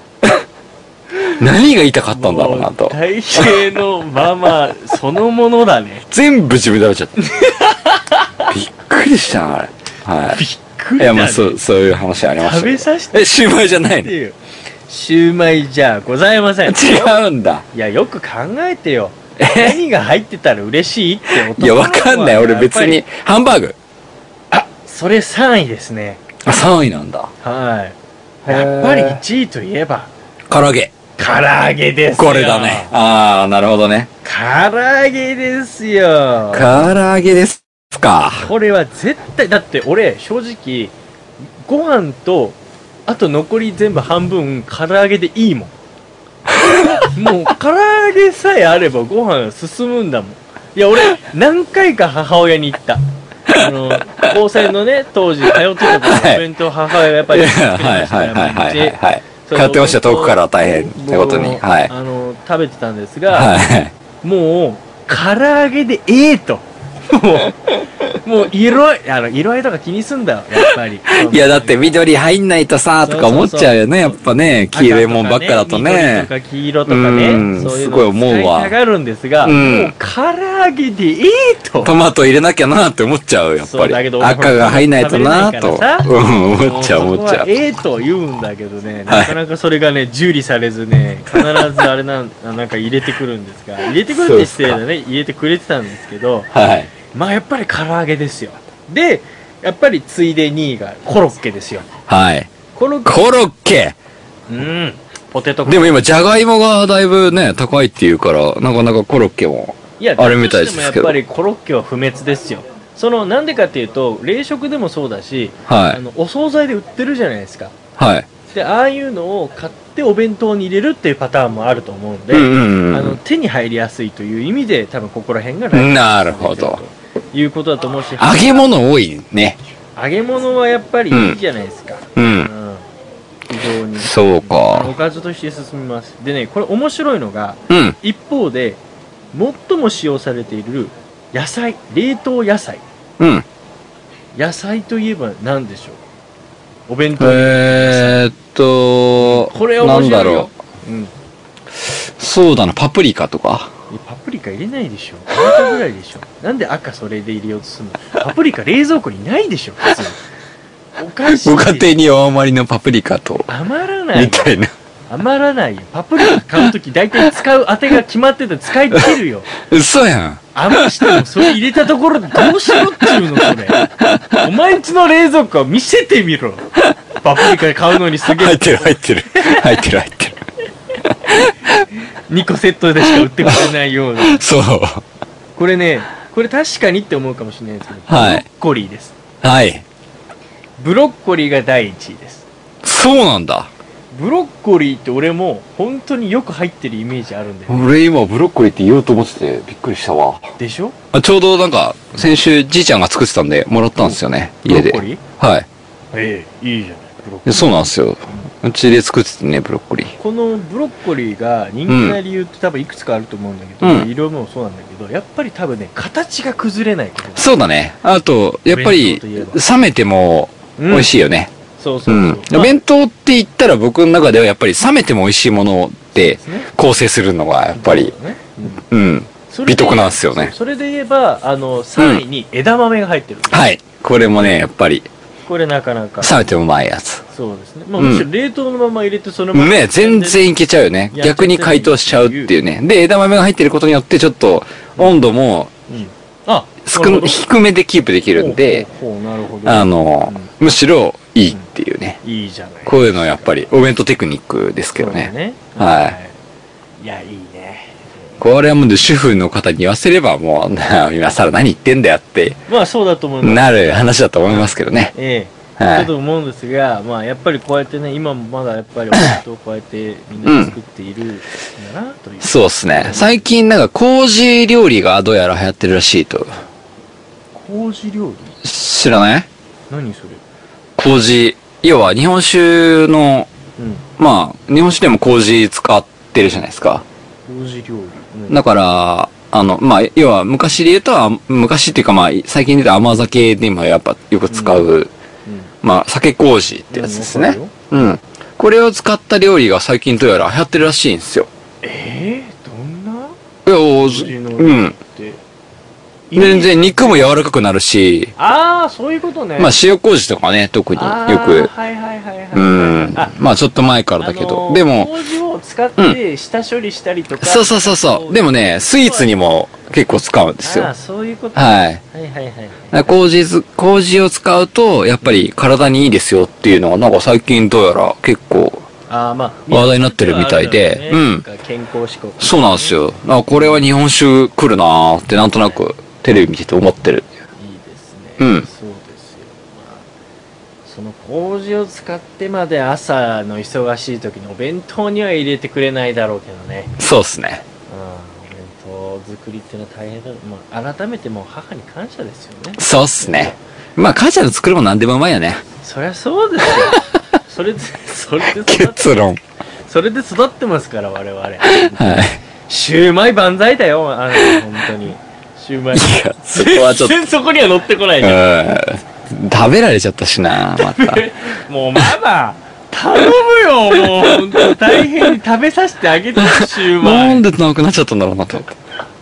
[SPEAKER 1] 何が言いたかったんだろうなと。
[SPEAKER 3] 体型のママそのものだね
[SPEAKER 1] 全部自分で食べちゃった。びっくりしたな、あれ。はい。
[SPEAKER 3] びっくりだね
[SPEAKER 1] いや、まあ、そう、そういう話ありました
[SPEAKER 3] 食
[SPEAKER 1] けど。
[SPEAKER 3] べさせて
[SPEAKER 1] え、シューマイじゃないの違
[SPEAKER 3] よシューマイじゃございません
[SPEAKER 1] うんだ。
[SPEAKER 3] いやよく考えてよ何が入ってたら嬉しいって男
[SPEAKER 1] いや、わかんない。俺別に
[SPEAKER 3] やっぱり。
[SPEAKER 1] ハンバーグ。
[SPEAKER 3] それさんいですね
[SPEAKER 1] あ、さんいなんだ。
[SPEAKER 3] はいやっぱりいちいといえば
[SPEAKER 1] 唐揚げ。
[SPEAKER 3] 唐揚げですよ
[SPEAKER 1] これだね。あー、なるほどね。
[SPEAKER 3] 唐揚げですよ
[SPEAKER 1] 唐揚げですか。
[SPEAKER 3] これは絶対だって俺正直ご飯とあと残り全部半分唐揚げでいいもんもう唐揚げさえあればご飯進むんだもんいや俺何回か母親に言ったあの高専のね当時通ってた時のお弁当母親がやっぱり
[SPEAKER 1] いや、
[SPEAKER 3] 作ってくれ
[SPEAKER 1] はい
[SPEAKER 3] ました
[SPEAKER 1] はいはいはいはいはい。
[SPEAKER 3] それ
[SPEAKER 1] 買ってました、遠くから大変ってことに。
[SPEAKER 3] もう
[SPEAKER 1] はい。
[SPEAKER 3] あの食べてたんですが、
[SPEAKER 1] はい。
[SPEAKER 3] もう唐揚げでええともうもう色合いあの色合いとか気にすんだよやっぱり
[SPEAKER 1] いや、だって緑入んないとさ、とか思っちゃうよね、やっぱね。黄色いもんばっかだとね。
[SPEAKER 3] 赤とか緑とか黄色とかね
[SPEAKER 1] うん
[SPEAKER 3] そういう
[SPEAKER 1] すごい思うわ
[SPEAKER 3] の使いたがるんですが、
[SPEAKER 1] うん
[SPEAKER 3] もう唐揚げでええと
[SPEAKER 1] トマト入れなきゃなって思っちゃう、やっぱり。
[SPEAKER 3] そうだけど
[SPEAKER 1] 赤が入んないとなと。
[SPEAKER 3] 食べれないからさ
[SPEAKER 1] うん、思っちゃう思っちゃう。
[SPEAKER 3] ええと言うんだけどね、
[SPEAKER 1] はい
[SPEAKER 3] なかなかそれがね受理されずね必ずあれなんなんか入れてくるんですが入れてくるって失礼だね入れてくれてたんですけど
[SPEAKER 1] はい。
[SPEAKER 3] まあやっぱり唐揚げですよでやっぱりついでにいがコロッケですよ
[SPEAKER 1] はい。
[SPEAKER 3] コロッケ
[SPEAKER 1] コロッケ
[SPEAKER 3] うんポテト
[SPEAKER 1] でも今、じゃがいもがだいぶね、高いっていうから、なかなかコロッケも。
[SPEAKER 3] いや
[SPEAKER 1] あれみたいですけど
[SPEAKER 3] だとしてもやっぱりコロッケは不滅ですよそのなんでかっていうと冷食でもそうだし、
[SPEAKER 1] はい
[SPEAKER 3] あのお惣菜で売ってるじゃないですか
[SPEAKER 1] はい。
[SPEAKER 3] でああいうのを買ってお弁当に入れるっていうパターンもあると思うんで、
[SPEAKER 1] うんうんうん。
[SPEAKER 3] あの手に入りやすいという意味で多分ここら辺が楽
[SPEAKER 1] なるほど。
[SPEAKER 3] ということだと思うし
[SPEAKER 1] 揚げ物多いね。
[SPEAKER 3] 揚げ物はやっぱりいいじゃないですか、
[SPEAKER 1] う。
[SPEAKER 3] うんん非常に
[SPEAKER 1] そう
[SPEAKER 3] あのお
[SPEAKER 1] か。
[SPEAKER 3] かずとして進みますでねこれ面白いのが
[SPEAKER 1] うん。
[SPEAKER 3] 一方で最も使用されている野菜冷凍野菜
[SPEAKER 1] うん。
[SPEAKER 3] 野菜といえば何でしょうお弁当に
[SPEAKER 1] えーっと、
[SPEAKER 3] これ面
[SPEAKER 1] なん
[SPEAKER 3] 白いよ
[SPEAKER 1] だろ
[SPEAKER 3] うん
[SPEAKER 1] う。そうだな、パプリカとか。
[SPEAKER 3] えパプリカ入れないでしょ赤ぐらいでしょなんで赤それで入れようとするのパプリカ冷蔵庫にないでしょ普通おかしい
[SPEAKER 1] ご家庭にお余りのパプリカと、
[SPEAKER 3] 余らない
[SPEAKER 1] みたいな。
[SPEAKER 3] 余らないよパプリカ買うとき大体使う当てが決まってて使い切るよ
[SPEAKER 1] 嘘やん。
[SPEAKER 3] 余してもそれ入れたところでどうしろっていうのそれお前んちの冷蔵庫を見せてみろパプリカ買うのにすげえ
[SPEAKER 1] 入ってる入ってる。入ってる入ってる。
[SPEAKER 3] にこセットでしか売ってくれないような
[SPEAKER 1] そう。
[SPEAKER 3] これねこれ確かにって思うかもしれないですけど、
[SPEAKER 1] はい
[SPEAKER 3] ブロッコリーです
[SPEAKER 1] はい。
[SPEAKER 3] ブロッコリーが第一位です
[SPEAKER 1] そうなんだ。
[SPEAKER 3] ブロッコリーって俺も本当によく入ってるイメージあるんだよ
[SPEAKER 1] 俺今ブロッコリーって言おうと思っててびっくりしたわ。
[SPEAKER 3] でしょ
[SPEAKER 1] あちょうどなんか、先週じいちゃんが作ってたんで、もらったんですよね、家で。
[SPEAKER 3] ブロッコリー
[SPEAKER 1] はい。
[SPEAKER 3] ええいいじゃないブロッコリ
[SPEAKER 1] でそうなんですよ。 うちで作ってたね、ブロッコリー。
[SPEAKER 3] このブロッコリーが人気な理由って多分いくつかあると思うんだけど、
[SPEAKER 1] うん
[SPEAKER 3] 色もそうなんだけど、やっぱり多分ね、形が崩れないことだ。
[SPEAKER 1] そうだね。あと、やっぱり
[SPEAKER 3] お弁当といえば、
[SPEAKER 1] 冷めても美味しいよね。
[SPEAKER 3] そうそうそう。
[SPEAKER 1] うん。
[SPEAKER 3] まあ
[SPEAKER 1] お弁当って言ったら僕の中ではやっぱり冷めても美味しいもので
[SPEAKER 3] ですね
[SPEAKER 1] 構成するのがやっぱり、
[SPEAKER 3] そうだねうん
[SPEAKER 1] うん。
[SPEAKER 3] それで
[SPEAKER 1] 美徳なんですよね
[SPEAKER 3] そうそれで言えば、あの、さんいに枝豆が入ってる。
[SPEAKER 1] はい。これもね、やっぱり、
[SPEAKER 3] これなかなか。
[SPEAKER 1] 冷めてもうまいやつ。
[SPEAKER 3] そうですね。まあ、
[SPEAKER 1] うん
[SPEAKER 3] むしろ冷凍のまま入れてそのまま。
[SPEAKER 1] ね、全然いけちゃうよね。
[SPEAKER 3] やっちゃってもいい
[SPEAKER 1] 逆に解凍しちゃうっていうね。で、枝豆が入ってることによってちょっと温度も
[SPEAKER 3] うん。あ、
[SPEAKER 1] 少
[SPEAKER 3] なるほど
[SPEAKER 1] 低めでキープできるんで、
[SPEAKER 3] ほうほうほうなるほど。
[SPEAKER 1] あの、むしろいいっていうね。
[SPEAKER 3] いいじゃない。
[SPEAKER 1] こういうのはやっぱりお弁当テクニックですけどね。
[SPEAKER 3] そうだね。
[SPEAKER 1] はい
[SPEAKER 3] い。いや、いいね。
[SPEAKER 1] これはもう主婦の方に言わせればもう、今更何言ってんだよって
[SPEAKER 3] まあ、そうだと思います。
[SPEAKER 1] なる話だと思いますけどね。
[SPEAKER 3] ええ。
[SPEAKER 1] はい
[SPEAKER 3] だと思うんですが、まあ、やっぱりこうやってね、今もまだやっぱりお弁当をこうやってみんなで作っているんだな、という。
[SPEAKER 1] そうですね。最近なんか麹料理がどうやら流行ってるらしいと。
[SPEAKER 3] 麹料理
[SPEAKER 1] 知らない？
[SPEAKER 3] 何それ？
[SPEAKER 1] 麹。要は日本酒の、
[SPEAKER 3] うん。
[SPEAKER 1] まあ、日本酒でも麹使ってるじゃないですか。
[SPEAKER 3] 麹料理。うん
[SPEAKER 1] だから、あの、まあ、要は昔で言うと、あ昔っていうかまあ、最近で言うと甘酒でもやっぱよく使う、
[SPEAKER 3] うん
[SPEAKER 1] まあ、酒麹ってやつですね
[SPEAKER 3] うんわかるよ。
[SPEAKER 1] うん。これを使った料理が最近どうやら流行ってるらしいんですよ。
[SPEAKER 3] えー、どんない
[SPEAKER 1] や、おず
[SPEAKER 3] 麹の料理っ
[SPEAKER 1] うん。
[SPEAKER 3] て。
[SPEAKER 1] 全然肉も柔らかくなるし、
[SPEAKER 3] ああ、そういうことね。
[SPEAKER 1] まあ、塩麹とかね、特に
[SPEAKER 3] あー
[SPEAKER 1] よく、
[SPEAKER 3] はいはいはいはい。
[SPEAKER 1] うん
[SPEAKER 3] あ、
[SPEAKER 1] まあ、ちょっと前からだけど、
[SPEAKER 3] あのー
[SPEAKER 1] でも、
[SPEAKER 3] 麹を使って下処理したりとか。
[SPEAKER 1] そうそうそうそう。でもね、スイーツにも結構使うんですよ
[SPEAKER 3] ああ、。そういうこと。
[SPEAKER 1] はい。
[SPEAKER 3] はいはいはいはい。
[SPEAKER 1] 麹ず、麹を使うと、やっぱり体にいいですよっていうのが、なんか最近どうやら結構、
[SPEAKER 3] ああ、まあ、
[SPEAKER 1] 話題になってるみたいでうん
[SPEAKER 3] なんか健康志向。
[SPEAKER 1] そうなんですよ。あ、これは日本酒来るなーってなんとなくテレビ見てて思ってる。
[SPEAKER 3] いいですね。
[SPEAKER 1] うん
[SPEAKER 3] そうですよ。まあ、その麹を使ってまで朝の忙しい時にお弁当には入れてくれないだろうけどね。
[SPEAKER 1] そうっすね。
[SPEAKER 3] うん、お弁当作りっていうのは大変だ。まあ、改めてもう母に感謝ですよね。
[SPEAKER 1] そうっすね。まあ、母ちゃんの作るもん何でもうまいよね。
[SPEAKER 3] そりゃそうですよ。それで、それで育って、
[SPEAKER 1] 結論。
[SPEAKER 3] それで育ってますから、我々。
[SPEAKER 1] はい。
[SPEAKER 3] シューマイ万歳だよ、あの、本当に。シューマイ。
[SPEAKER 1] いや、そこはちょっと、
[SPEAKER 3] 全然そこには乗ってこないじゃん。
[SPEAKER 1] うん。食べられちゃったしな、また。
[SPEAKER 3] もうママ、頼むよ、もう本当大変に食べさせてあげてよ、シューマイ。
[SPEAKER 1] なんでなくなっちゃったんだろうなと思って。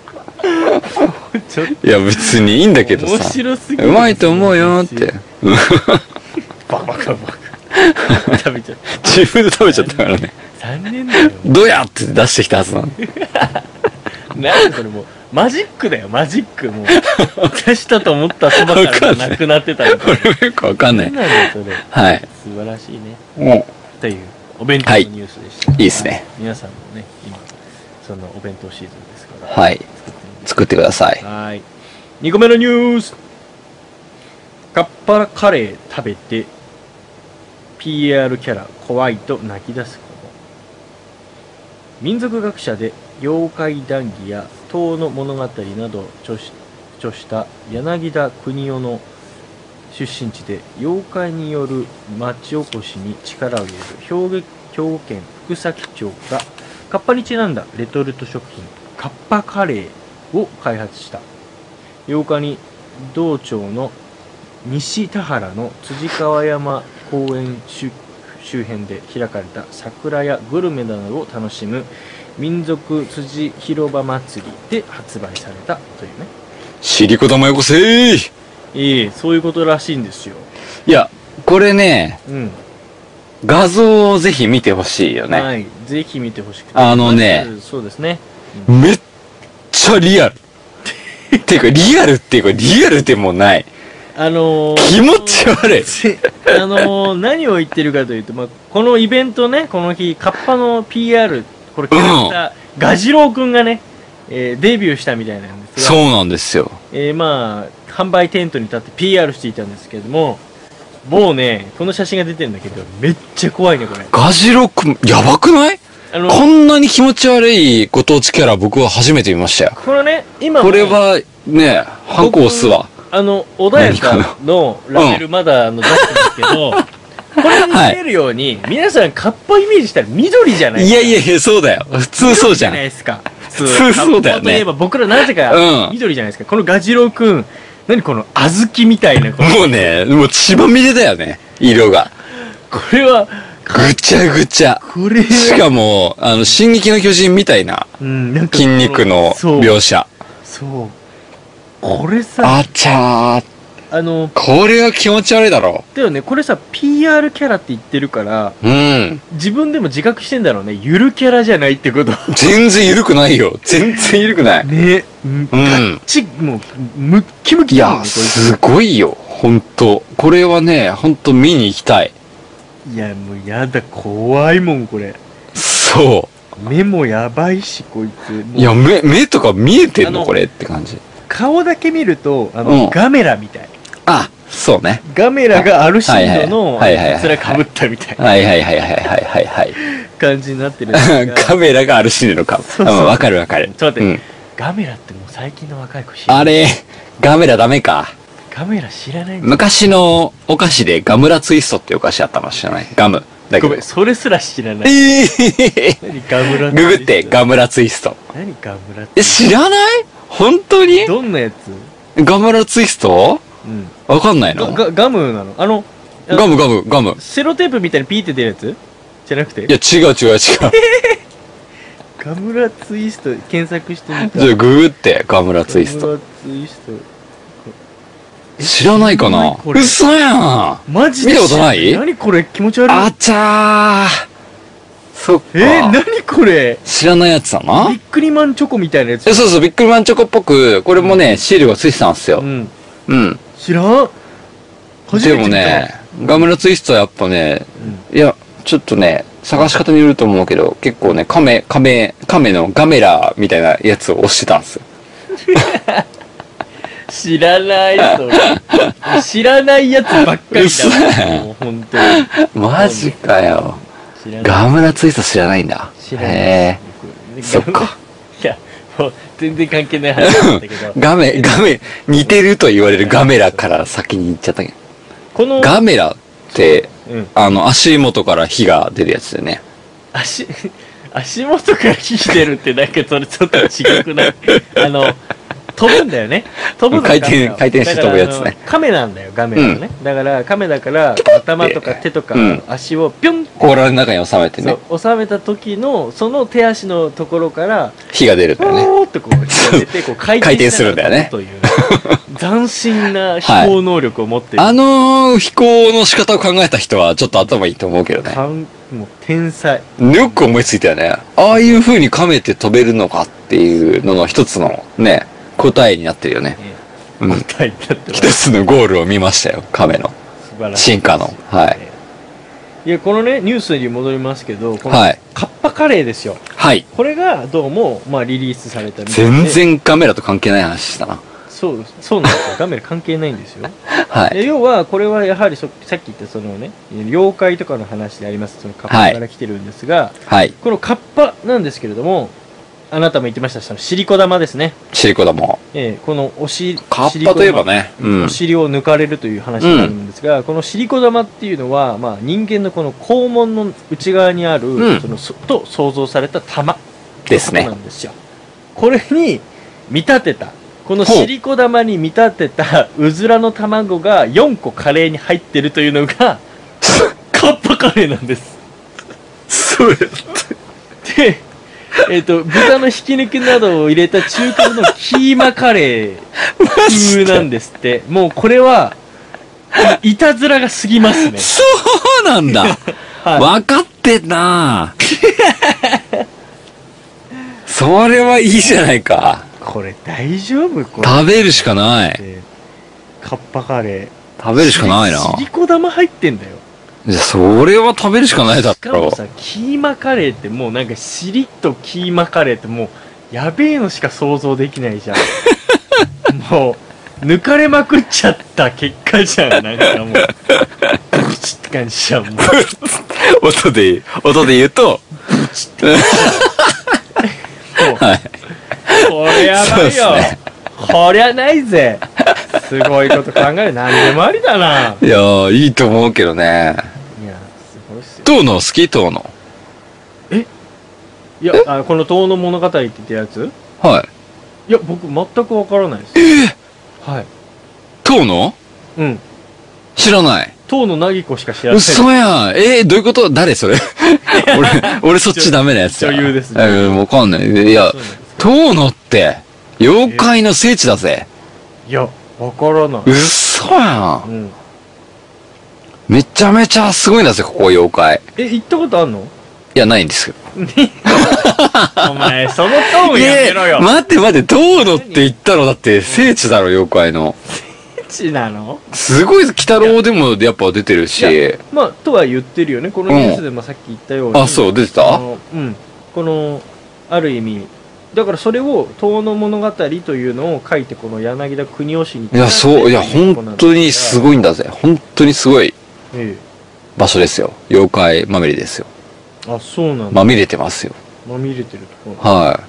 [SPEAKER 3] ちょっ
[SPEAKER 1] いや、別にいいんだけど
[SPEAKER 3] と面
[SPEAKER 1] さ。
[SPEAKER 3] 白すぎる。
[SPEAKER 1] うまいと思うよって。うん
[SPEAKER 3] バカバカバカ。食べちゃった。
[SPEAKER 1] 自分で食べちゃったからね。
[SPEAKER 3] 残念だよ。
[SPEAKER 1] どうやって出してきたはずなの。
[SPEAKER 3] なんでそれもう、マジックだよ、マジック。もう、出したと思ったそばからなくなってたみたいな。
[SPEAKER 1] 俺もよくわかんない
[SPEAKER 3] 何。なんだよ、それ。
[SPEAKER 1] はい。
[SPEAKER 3] 素晴らしいね。
[SPEAKER 1] も
[SPEAKER 3] という、お弁当のニュースでした。
[SPEAKER 1] いいっすね。
[SPEAKER 3] 皆さんもね、今、そのお弁当シーズンですから。
[SPEAKER 1] う、はい。作ってください。
[SPEAKER 3] はーい。にこめのニュース。カッパカレー食べて ピーアール キャラ怖いと泣き出す子も。民族学者で妖怪談義や唐の物語などを著し著した柳田国夫の出身地で妖怪による町おこしに力を入れる兵庫兵庫県福崎町がカッパにちなんだレトルト食品カッパカレーを開発した。ようかに道庁の西田原の辻川山公園周周辺で開かれた桜やグルメなどを楽しむ民族辻広場祭りで発売されたというね。
[SPEAKER 1] シリコ玉よこせー。
[SPEAKER 3] ええ、そういうことらしいんですよ。
[SPEAKER 1] いや、これね、
[SPEAKER 3] うん。
[SPEAKER 1] 画像をぜひ見てほしいよね。
[SPEAKER 3] はい。ぜひ見てほしくて。
[SPEAKER 1] あのね
[SPEAKER 3] まずそうですね。
[SPEAKER 1] めっちゃリアル。っていうか、リアルっていうか、リアルでもない。
[SPEAKER 3] あのー、
[SPEAKER 1] 気持ち悪い。
[SPEAKER 3] あのー、何を言ってるかというと、まあ、このイベントね、この日、カッパの ピーアール、これ、キャラクター、ガジロウくんがね、えーデビューしたみたいなんですが、
[SPEAKER 1] そうなんですよ。
[SPEAKER 3] えーまあ、販売テントに立って ピーアール していたんですけれども、もうね、この写真が出てるんだけど、めっちゃ怖いね、これ。
[SPEAKER 1] ガジロくん、やばくない？
[SPEAKER 3] あの、
[SPEAKER 1] こんなに気持ち悪いご当地キャラ僕は初めて見ましたよ。
[SPEAKER 3] このね、今も
[SPEAKER 1] これは、ね、ハンコ押すわ。
[SPEAKER 3] あの、穏やかのラベルまだあの出してますけど、 これに見えるように、皆さんカッパイメージしたら緑じゃない
[SPEAKER 1] い
[SPEAKER 3] ですか。
[SPEAKER 1] やいやいや、そうだよ。普通そうじゃん。
[SPEAKER 3] 緑じゃないですか。普
[SPEAKER 1] 普通そうだよね
[SPEAKER 3] カッパといえば僕らなぜか
[SPEAKER 1] うん
[SPEAKER 3] 緑じゃないですか。このガジロウくん、何この小豆みたいな、この
[SPEAKER 1] もうね、もう血まみれだよね。色が。
[SPEAKER 3] これは、
[SPEAKER 1] ぐちゃぐちゃ。
[SPEAKER 3] これ
[SPEAKER 1] しかも、あの、進撃の巨人みたいな
[SPEAKER 3] うん、なんか
[SPEAKER 1] 筋肉の
[SPEAKER 3] そう
[SPEAKER 1] 描写。
[SPEAKER 3] そう。これさ、
[SPEAKER 1] あちゃー。
[SPEAKER 3] あの、
[SPEAKER 1] これは気持ち悪いだろ
[SPEAKER 3] だよね、これさ、ピーアール キャラって言ってるから、
[SPEAKER 1] う。うん。
[SPEAKER 3] 自分でも自覚してんだろうね。ゆるキャラじゃないってこと。
[SPEAKER 1] 全然緩くないよ。全然緩くない。
[SPEAKER 3] ね、うん、ガッチ、もう、ムッキムキ
[SPEAKER 1] いや、
[SPEAKER 3] だもんね、こい
[SPEAKER 1] すごいよ。ほんと。これはね、ほんと見に行きたい。
[SPEAKER 3] つ。いや、もうやだ、怖いもん、これ。
[SPEAKER 1] そ
[SPEAKER 3] 目もやばいし、こいつ。も
[SPEAKER 1] う。
[SPEAKER 3] う
[SPEAKER 1] いや、目、目とか見えてん
[SPEAKER 3] あの
[SPEAKER 1] のこれって感じ。
[SPEAKER 3] 顔だけ見ると、あの、
[SPEAKER 1] うん
[SPEAKER 3] ガメラみたい。
[SPEAKER 1] あ、そうね。
[SPEAKER 3] ガメラがアルシンドの、
[SPEAKER 1] はいはいはいはい
[SPEAKER 3] それかぶったみたいな
[SPEAKER 1] はいはいはいはいはいはいはい。
[SPEAKER 3] 感じになってるんですが。
[SPEAKER 1] カメラがあるシーンの顔。
[SPEAKER 3] そうそう
[SPEAKER 1] うんわかるわかる。
[SPEAKER 3] ちょっと待って、
[SPEAKER 1] うん。
[SPEAKER 3] ガメラってもう最近の若い子知らない。
[SPEAKER 1] あれ、ガメラダメか。
[SPEAKER 3] ガメラ知らないんだ。
[SPEAKER 1] 昔のお菓子でガムラツイストっていうお菓子あったの知らない？ガム。だけど
[SPEAKER 3] ごめん、。それすら知らない。
[SPEAKER 1] えー
[SPEAKER 3] 何ガムラ
[SPEAKER 1] ググってガムラツイスト。
[SPEAKER 3] 何ガムラって
[SPEAKER 1] え、知らない？本当に？
[SPEAKER 3] どんなやつ？
[SPEAKER 1] ガムラツイスト？
[SPEAKER 3] うん。
[SPEAKER 1] わかんないの？
[SPEAKER 3] ガガガムなのあの、あの
[SPEAKER 1] ガムガムガム。
[SPEAKER 3] セロテープみたいにピーって出るやつじゃなくて
[SPEAKER 1] いや、違う違う違う。
[SPEAKER 3] ガムラツイスト検索してみた。
[SPEAKER 1] じゃあググってガムラツイスト。
[SPEAKER 3] ガムラツイスト。え
[SPEAKER 1] 知らないか
[SPEAKER 3] 知ら
[SPEAKER 1] な？
[SPEAKER 3] これ
[SPEAKER 1] 嘘やん。
[SPEAKER 3] マジで
[SPEAKER 1] 見たことない
[SPEAKER 3] 何これ気持ち悪い。
[SPEAKER 1] あちゃー。そっか。
[SPEAKER 3] えー、何これ
[SPEAKER 1] 知らないやつだな
[SPEAKER 3] ビ。ックリマンチョコみたいなやつ。
[SPEAKER 1] えそうそう、ビックリマンチョコっぽく、これもね、シールがついてたんですよ
[SPEAKER 3] う。ん。
[SPEAKER 1] うん。
[SPEAKER 3] 知らん。初
[SPEAKER 1] で
[SPEAKER 3] めて見た
[SPEAKER 1] もね、ガムラツイストはやっぱね、いや、ちょっとね、探し方によると思うけど、結構ね、カメ、カメ、カメのガメラみたいなやつを押してたんですよ。
[SPEAKER 3] 知らないそれ知らないやつばっかり
[SPEAKER 1] 嘘やん
[SPEAKER 3] だもう本当に
[SPEAKER 1] マジかよ。
[SPEAKER 3] 知らない
[SPEAKER 1] ガムラツイスト知らないんだ。
[SPEAKER 3] 知らない
[SPEAKER 1] へ
[SPEAKER 3] 僕
[SPEAKER 1] そっか
[SPEAKER 3] いやもう全然関係ない話なんだけど
[SPEAKER 1] え。ガメ、ガメ、似てると言われるガメラから先に行っちゃったけど。
[SPEAKER 3] この
[SPEAKER 1] ガメラって、
[SPEAKER 3] うん
[SPEAKER 1] あの、足元から火が出るやつだよね。
[SPEAKER 3] 足足元から火出るってなんかそれちょっと違くないあの飛ぶんだよね飛ぶの
[SPEAKER 1] 回転
[SPEAKER 3] ガメラ
[SPEAKER 1] 回転して飛ぶやつね
[SPEAKER 3] だからあの亀なんだよガメラはね、だから亀だから頭とか手とか
[SPEAKER 1] うん
[SPEAKER 3] 足をピョン
[SPEAKER 1] 甲羅の中に収めてね、
[SPEAKER 3] そう収めた時のその手足のところから
[SPEAKER 1] 火が出るんだよね。
[SPEAKER 3] おーってこう火が出てこう回
[SPEAKER 1] 回転
[SPEAKER 3] 転
[SPEAKER 1] するんだよね
[SPEAKER 3] という斬新な飛行能力を持ってる、
[SPEAKER 1] あのー、飛行の仕方を考えた人はちょっと頭いいと思うけどね。
[SPEAKER 3] かんもう天才
[SPEAKER 1] よく思いついたよね。ああいう風に亀って飛べるのかっていうのの一つのね、答えになってるよね。うん。
[SPEAKER 3] 答えになってます
[SPEAKER 1] 一つのゴールを見ましたよ、亀の。
[SPEAKER 3] 素晴らしい
[SPEAKER 1] 進化の。はい。
[SPEAKER 3] いやこのねニュースに戻りますけどこの
[SPEAKER 1] はい
[SPEAKER 3] カッパカレーですよ
[SPEAKER 1] はい。
[SPEAKER 3] これがどうも、まあ、リリースされたみたいで
[SPEAKER 1] 全然カメラと関係ない話したな。
[SPEAKER 3] そうそうなんですよガメラ関係ないんですよ
[SPEAKER 1] はい。
[SPEAKER 3] で要はこれはやはりそさっき言ったそのね妖怪とかの話でありますそのカッパから来てるんですが、
[SPEAKER 1] はい。
[SPEAKER 3] このカッパなんですけれどもあなたも言ってましたそのシリコ玉ですね、
[SPEAKER 1] シリコだも
[SPEAKER 3] えーこのおし
[SPEAKER 1] カッパといえばね
[SPEAKER 3] シリコ玉
[SPEAKER 1] うん
[SPEAKER 3] お尻を抜かれるという話になるんですが、このシリコ玉っていうのは、まあ、人間のこの肛門の内側にある、
[SPEAKER 1] うん
[SPEAKER 3] そのそと想像された玉
[SPEAKER 1] ですね
[SPEAKER 3] のことなんですよこれに見立てたこのシリコ玉に見立てたうずらの卵がよんこカレーに入ってるというのがカッパカレーなんです
[SPEAKER 1] そうや
[SPEAKER 3] で、えっ、と豚のひき肉などを入れた中華のキーマカレー風なんですってもうこれはいたずらが過ぎますね
[SPEAKER 1] そうなんだ。
[SPEAKER 3] はい
[SPEAKER 1] 分かってんなそれはいいじゃないか。
[SPEAKER 3] これ大丈夫これ
[SPEAKER 1] 食べるしかない。
[SPEAKER 3] でカッパカレー
[SPEAKER 1] 食べるしかないな。
[SPEAKER 3] シリコ玉入ってんだよ
[SPEAKER 1] じゃあそれは食べるしかないだろ
[SPEAKER 3] しかもさキーマカレーってもうなんかシリッとキーマカレーってもうやべえのしか想像できないじゃんもう抜かれまくっちゃった結果じゃんなんかもうブチって感じじゃんもう
[SPEAKER 1] 音で、音で言うと、
[SPEAKER 3] もう
[SPEAKER 1] はい。
[SPEAKER 3] これやば
[SPEAKER 1] そうっ
[SPEAKER 3] いよ、
[SPEAKER 1] すね
[SPEAKER 3] こりゃないぜすごいこと考える何でもありだない
[SPEAKER 1] やー、いいと思うけどね。
[SPEAKER 3] い
[SPEAKER 1] 遠野好き遠野。
[SPEAKER 3] いや、あ、この遠野物語って言ったやつ？
[SPEAKER 1] はい。
[SPEAKER 3] いや、僕全くわからないです。
[SPEAKER 1] えー、
[SPEAKER 3] はい。
[SPEAKER 1] 遠野？
[SPEAKER 3] うん。
[SPEAKER 1] 知らない。
[SPEAKER 3] 遠野凪子しか知らない。
[SPEAKER 1] 嘘やん。えー、どういうこと？誰それ？俺、俺そっちダメなやつや。
[SPEAKER 3] 女優ですね。
[SPEAKER 1] えー、わかんない。いや、遠野って、妖怪の聖地だぜ。
[SPEAKER 3] いや、わからない。
[SPEAKER 1] 嘘やん。
[SPEAKER 3] うん。
[SPEAKER 1] めちゃめちゃすごいんだぜ、ここ妖怪。
[SPEAKER 3] え、行ったことあんの？
[SPEAKER 1] いや、ないんですけど。
[SPEAKER 3] お前、そのトーンやめろよ。
[SPEAKER 1] えー、待って待って、遠野って言ったのだって聖地だろ、妖怪の。
[SPEAKER 3] 聖地なの？
[SPEAKER 1] すごい、鬼太郎でもやっぱ出てるし。
[SPEAKER 3] まあ、とは言ってるよね。このニュースでもさっき言ったように。
[SPEAKER 1] うん、あ、そう、出てた？
[SPEAKER 3] あのうん。この、ある意味、だからそれを遠野物語というのを書いて、この柳田国男氏に。
[SPEAKER 1] いや、そう、いや、本当にすごいんだぜ。本当にすごい場所ですよ。妖怪まみれですよ。
[SPEAKER 3] あ、そうなんだ。
[SPEAKER 1] まみれてますよ。
[SPEAKER 3] まみれてるところ。
[SPEAKER 1] はい。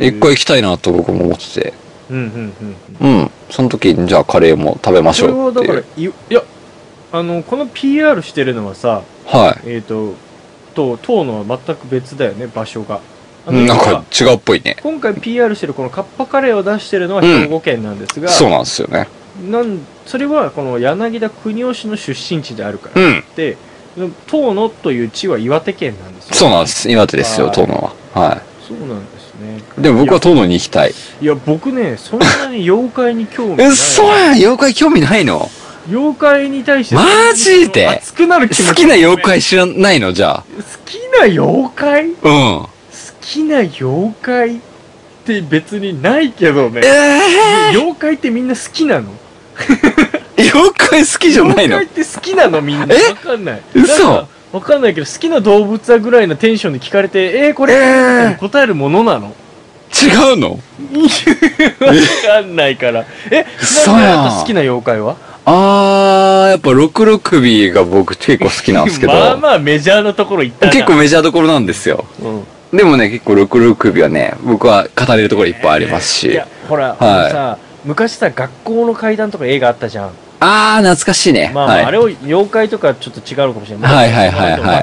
[SPEAKER 1] 一回行きたいなと僕も思ってて。
[SPEAKER 3] うんうんうん。
[SPEAKER 1] うん。その時にじゃあカレーも食べましょうっていう。
[SPEAKER 3] これはだから、いや、あの、この ピーアール してるのはさ、
[SPEAKER 1] はい。
[SPEAKER 3] えっと、と、当のは全く別だよね、場所が。
[SPEAKER 1] うん、なんか違うっぽいね。
[SPEAKER 3] 今回 ピーアール してるこのカッパカレーを出してるのは兵庫県なんですが、
[SPEAKER 1] うん、そうなんですよね。
[SPEAKER 3] なんそれはこの柳田国男氏の出身地であるから、
[SPEAKER 1] うん、
[SPEAKER 3] で遠野という地は岩手県なんですよ、ね、
[SPEAKER 1] そうなんです。岩手ですよ、遠野は。はい。
[SPEAKER 3] そうなんですね。
[SPEAKER 1] でも僕は遠野に行きたい。
[SPEAKER 3] いや、僕ね、そんなに妖怪に興味ない。
[SPEAKER 1] え、そうやん、妖怪興味ないの？
[SPEAKER 3] 妖怪に対して
[SPEAKER 1] マジで
[SPEAKER 3] 熱くなる気持ち。
[SPEAKER 1] 好きな妖怪知らないの？じゃあ。
[SPEAKER 3] 好きな妖怪？うん。好きな妖怪って別にないけどね。えー、妖怪ってみんな好きなの？
[SPEAKER 1] 妖怪好きじゃないの？
[SPEAKER 3] 妖怪って好きなのみんな。
[SPEAKER 1] え？
[SPEAKER 3] わかんない。
[SPEAKER 1] 嘘？
[SPEAKER 3] わかんないけど、好きな動物はぐらいのテンションで聞かれて、えー、これ、えー、答えるものなの？
[SPEAKER 1] 違うの？わ
[SPEAKER 3] かんないから。え、
[SPEAKER 1] そうやん。
[SPEAKER 3] 好きな妖怪は？
[SPEAKER 1] あー、やっぱ六六首が僕結構好きなんですけど。
[SPEAKER 3] まあまあメジャーなところ行ったな。
[SPEAKER 1] 結構メジャーどころなんですよ。うん。でもね、結構六六首はね、僕は語れるところいっぱいありますし。
[SPEAKER 3] いや、ほら、はい、さ、昔さ、学校の怪談とか映画あったじゃん。
[SPEAKER 1] あー、懐かしいね。
[SPEAKER 3] まあ、はい、あれを妖怪とかちょっと違うのかもしれない。
[SPEAKER 1] はいはいはいはい。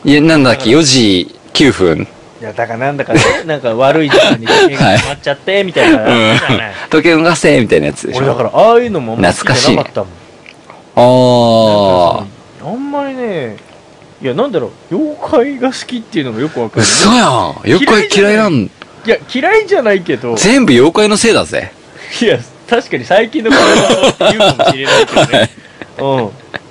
[SPEAKER 1] いや、なんだっけ、よじきゅうふん。
[SPEAKER 3] いや、だからなんだかね、なんか悪い時間に時計が止まっちゃって、みたいな。
[SPEAKER 1] うん。時計動かせ、みたいなやつでしょ。
[SPEAKER 3] 俺だから、ああいうのも懐かしい。なかったもん。
[SPEAKER 1] あ
[SPEAKER 3] あ。あんまりね、いや、なんだろう、妖怪が好きっていうのがよくわかる。
[SPEAKER 1] 嘘やん。妖怪嫌いなん。い
[SPEAKER 3] や、嫌いじゃないけど。
[SPEAKER 1] 全部妖怪のせいだぜ。
[SPEAKER 3] いや、確かに最近の子はそう言うかもしれないけどね。うん。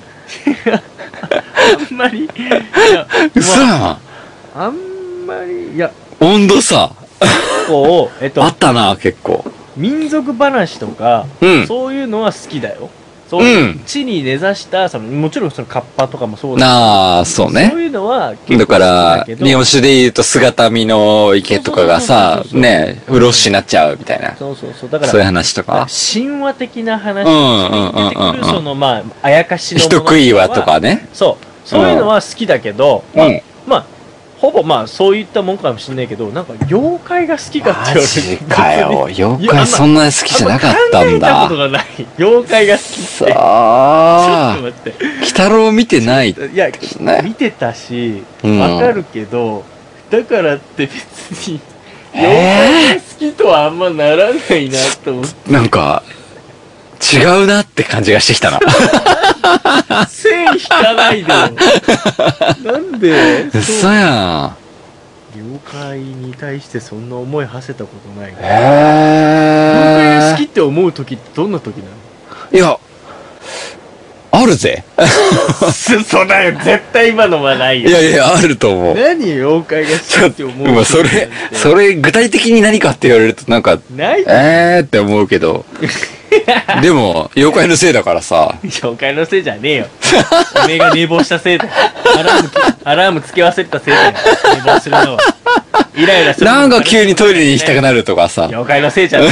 [SPEAKER 3] あんまり、いや、
[SPEAKER 1] 嘘やん。
[SPEAKER 3] まあ、あんまり、いや、
[SPEAKER 1] 温度差。
[SPEAKER 3] こう、えっと、
[SPEAKER 1] あったな、結構。
[SPEAKER 3] 民族話とか、うん、そういうのは好きだよ。そういう、地に根ざした、その、もちろんそのカッパとかもそうだけど。
[SPEAKER 1] ああ、そうね。
[SPEAKER 3] そういうのは
[SPEAKER 1] 結構好きだけど。だから、日本酒で言うと姿見の池とかがさ、ね、フロッシュになっちゃうみたいな。
[SPEAKER 3] そうそうそう。だから、
[SPEAKER 1] そういう話とか。
[SPEAKER 3] 神話的な話に出てくる、その、まあ、あやかしのもの。
[SPEAKER 1] 人食い話とかね。
[SPEAKER 3] そう。そういうのは好きだけど、
[SPEAKER 1] うん。
[SPEAKER 3] まあ、ほぼまあそういったもんかもしれないけど、なんか妖怪が好きかって言われる。マ
[SPEAKER 1] ジかよ。妖怪そんなに好きじゃなかったんだ。
[SPEAKER 3] 考えたことがない。妖怪が好きって。
[SPEAKER 1] さあ。ちょっと待って。鬼太郎見てない。い
[SPEAKER 3] や、見てたし、わかるけど、だからって別に、妖怪が好きとはあんまならないなと思って。
[SPEAKER 1] なんか、違うなって感じがしてきたな。
[SPEAKER 3] 線引かないでよ。なんで
[SPEAKER 1] 嘘や
[SPEAKER 3] ん。妖怪に対してそんな思い馳せたことないから。
[SPEAKER 1] へ
[SPEAKER 3] 妖怪が好きって思う時ってどんな時なの？
[SPEAKER 1] いや、あるぜ。
[SPEAKER 3] そうだよ。絶対今のはないよ。
[SPEAKER 1] いやいや、あると思う。
[SPEAKER 3] 何妖怪が好きって思う時
[SPEAKER 1] なんて。それ、それ具体的に何かって言われるとなんか、
[SPEAKER 3] ない
[SPEAKER 1] えーって思うけど。でも、妖怪のせいだからさ。
[SPEAKER 3] 妖怪のせいじゃねえよ。おめえが寝坊したせいだよ。アラーム、アラームつけ忘れたせいだよ。寝坊するのは。イライラするのは。
[SPEAKER 1] なんか急にトイレに行きたくなるとかさ。
[SPEAKER 3] 妖怪のせいじゃね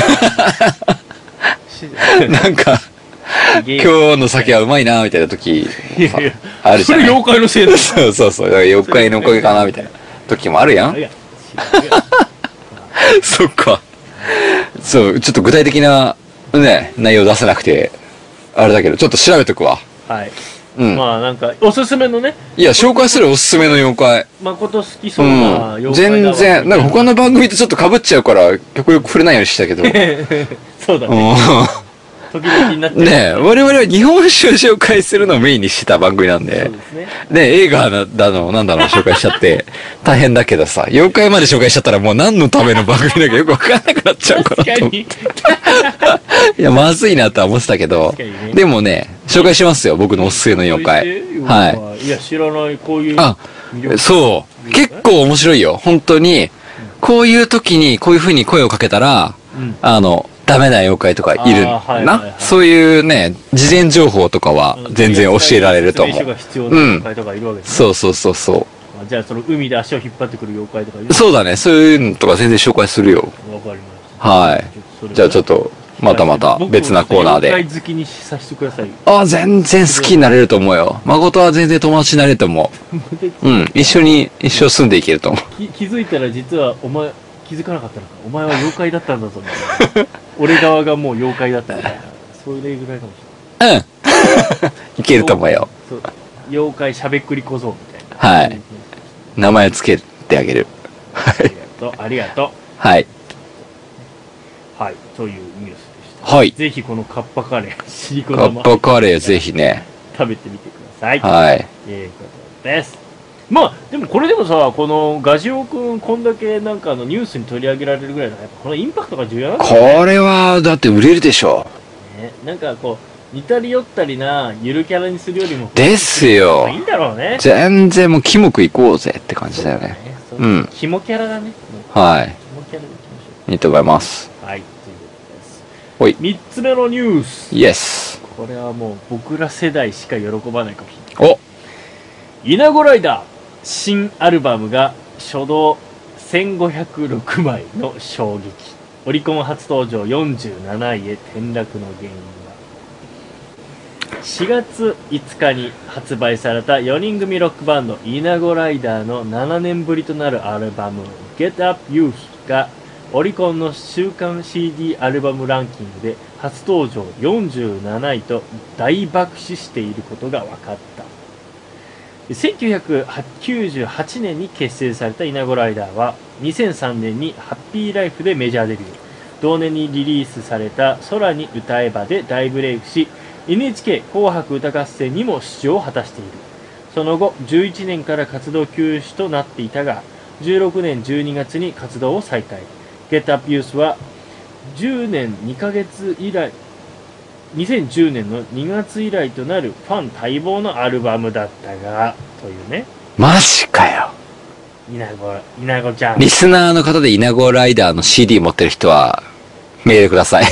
[SPEAKER 1] え。なんか、今日の酒はうまいなみたいな時、あるじゃん。
[SPEAKER 3] それ妖怪のせいだよ。
[SPEAKER 1] そうそうそう。妖怪のおかげかなみたいな時もあるやん。そっか。そう、ちょっと具体的な、ね、内容出せなくて、あれだけど、ちょっと調べとくわ。
[SPEAKER 3] はい。
[SPEAKER 1] うん。
[SPEAKER 3] まあなんか、おすすめのね、
[SPEAKER 1] いや、紹介するおすすめの妖怪。
[SPEAKER 3] 誠好きそうな
[SPEAKER 1] うん。
[SPEAKER 3] 妖怪だわ
[SPEAKER 1] 全然、なんか他の番組とちょっと被っちゃうから、極力触れないようにしたけど。
[SPEAKER 3] そうだ
[SPEAKER 1] う
[SPEAKER 3] ね。
[SPEAKER 1] ん。
[SPEAKER 3] 時々になっちゃう。
[SPEAKER 1] ねえ、我々は日本酒を紹介するのをメインにしてた番組なん
[SPEAKER 3] そう
[SPEAKER 1] で、
[SPEAKER 3] ですね。
[SPEAKER 1] ねえ、映画だの、なんだの紹介しちゃって、大変だけどさ、妖怪まで紹介しちゃったらもう何のための番組だかよくわかんなくなっちゃうか
[SPEAKER 3] 確か
[SPEAKER 1] なと思って。
[SPEAKER 3] に。
[SPEAKER 1] いや、まずいなとは思ってたけど
[SPEAKER 3] 確かにね、
[SPEAKER 1] でもね、紹介しますよ、僕のおすすめの妖怪。は
[SPEAKER 3] はい。いや、知らない、こういう。
[SPEAKER 1] あ
[SPEAKER 3] 魅力
[SPEAKER 1] い。そう。結構面白いよ、本当に。こういう時にこういう風に声をかけたら、
[SPEAKER 3] うん。
[SPEAKER 1] あの、ダメな妖怪とかいる
[SPEAKER 3] あーはいはいはい
[SPEAKER 1] な。そういうね、事前情報とかは全然教えられると思う。
[SPEAKER 3] 説明書が必要な妖怪とかいるわけですね。
[SPEAKER 1] そうそうそうそ
[SPEAKER 3] あじゃあ、その海で足を引っ張ってくる妖怪とかいる
[SPEAKER 1] う。そうだね、そういうのとか全然紹介するよ。
[SPEAKER 3] わかりました。
[SPEAKER 1] はい。じゃあちょっ
[SPEAKER 3] と、
[SPEAKER 1] と、またまた別なコーナーで。
[SPEAKER 3] 妖怪好きにさせてくださいよ。
[SPEAKER 1] あ、全然好きになれると思うよ。誠は全然友達になれると思う。うん。一緒に、一生住んでいけると思う。
[SPEAKER 3] き気づいたら実はお前気づかなかったのかお前は妖怪だったんだぞみたいな俺側がもう妖怪だったみたいなそういうぐらいかもしれない
[SPEAKER 1] うん。いけると思うよ。
[SPEAKER 3] そう妖怪しゃべっくり小僧みたいな
[SPEAKER 1] はい名前つけてあげる。は
[SPEAKER 3] あり
[SPEAKER 1] い。
[SPEAKER 3] がとうありがと
[SPEAKER 1] はい。
[SPEAKER 3] うはいというニュースでした
[SPEAKER 1] はい。
[SPEAKER 3] ぜひこのカッパカレーシリコ
[SPEAKER 1] カッ
[SPEAKER 3] 玉
[SPEAKER 1] パカレーぜひね。
[SPEAKER 3] 食べてみてください
[SPEAKER 1] はい。
[SPEAKER 3] ということですまあでもこれでもさこのガジオ君こんだけなんかあのニュースに取り上げられるぐらいだからやっぱこのインパクトが重要なんだよね
[SPEAKER 1] これは、だって売れるでしょ。
[SPEAKER 3] ね、なんかこう似たり寄ったりなゆるキャラにするよりも
[SPEAKER 1] ですよ
[SPEAKER 3] いいんだろうね
[SPEAKER 1] 全然もう、キモくいこうぜって感じだよね。
[SPEAKER 3] そう
[SPEAKER 1] うん
[SPEAKER 3] キモキャラだねもう
[SPEAKER 1] はい。
[SPEAKER 3] キモキャラでいきまし
[SPEAKER 1] いいと思います。
[SPEAKER 3] ょうはいということです
[SPEAKER 1] ほい
[SPEAKER 3] みっつめのニュース
[SPEAKER 1] イエス。
[SPEAKER 3] これはもう僕ら世代しか喜ばないかもしれない
[SPEAKER 1] お
[SPEAKER 3] イナゴライダー新アルバムが初動せんごひゃくろくまいの衝撃オリコン初登場よんじゅうなないへ転落の原因はしがついつかに発売されたよにん組ロックバンドイナゴライダーのななねんぶりとなるアルバム Get Up Youth がオリコンの週間 シーディー アルバムランキングで初登場よんじゅうなないと大爆死していることが分かったせんきゅうひゃくきゅうじゅうはちねんに結成されたイナゴライダーはにせんさんねんにハッピーライフでメジャーデビュー同年にリリースされた空に歌えばで大ブレイクし エヌエイチケー 紅白歌合戦にも出場を果たしているその後じゅういちねんから活動休止となっていたがじゅうろくねんじゅうにがつに活動を再開 Get Up Youth はじゅうねんにかげつ以来にせんじゅうねんのにがつ以来となるファン待望のアルバムだったがというね
[SPEAKER 1] マジかよ。
[SPEAKER 3] イナゴイナゴちゃん
[SPEAKER 1] リスナーの方でイナゴライダーの シーディー 持ってる人は、メールください。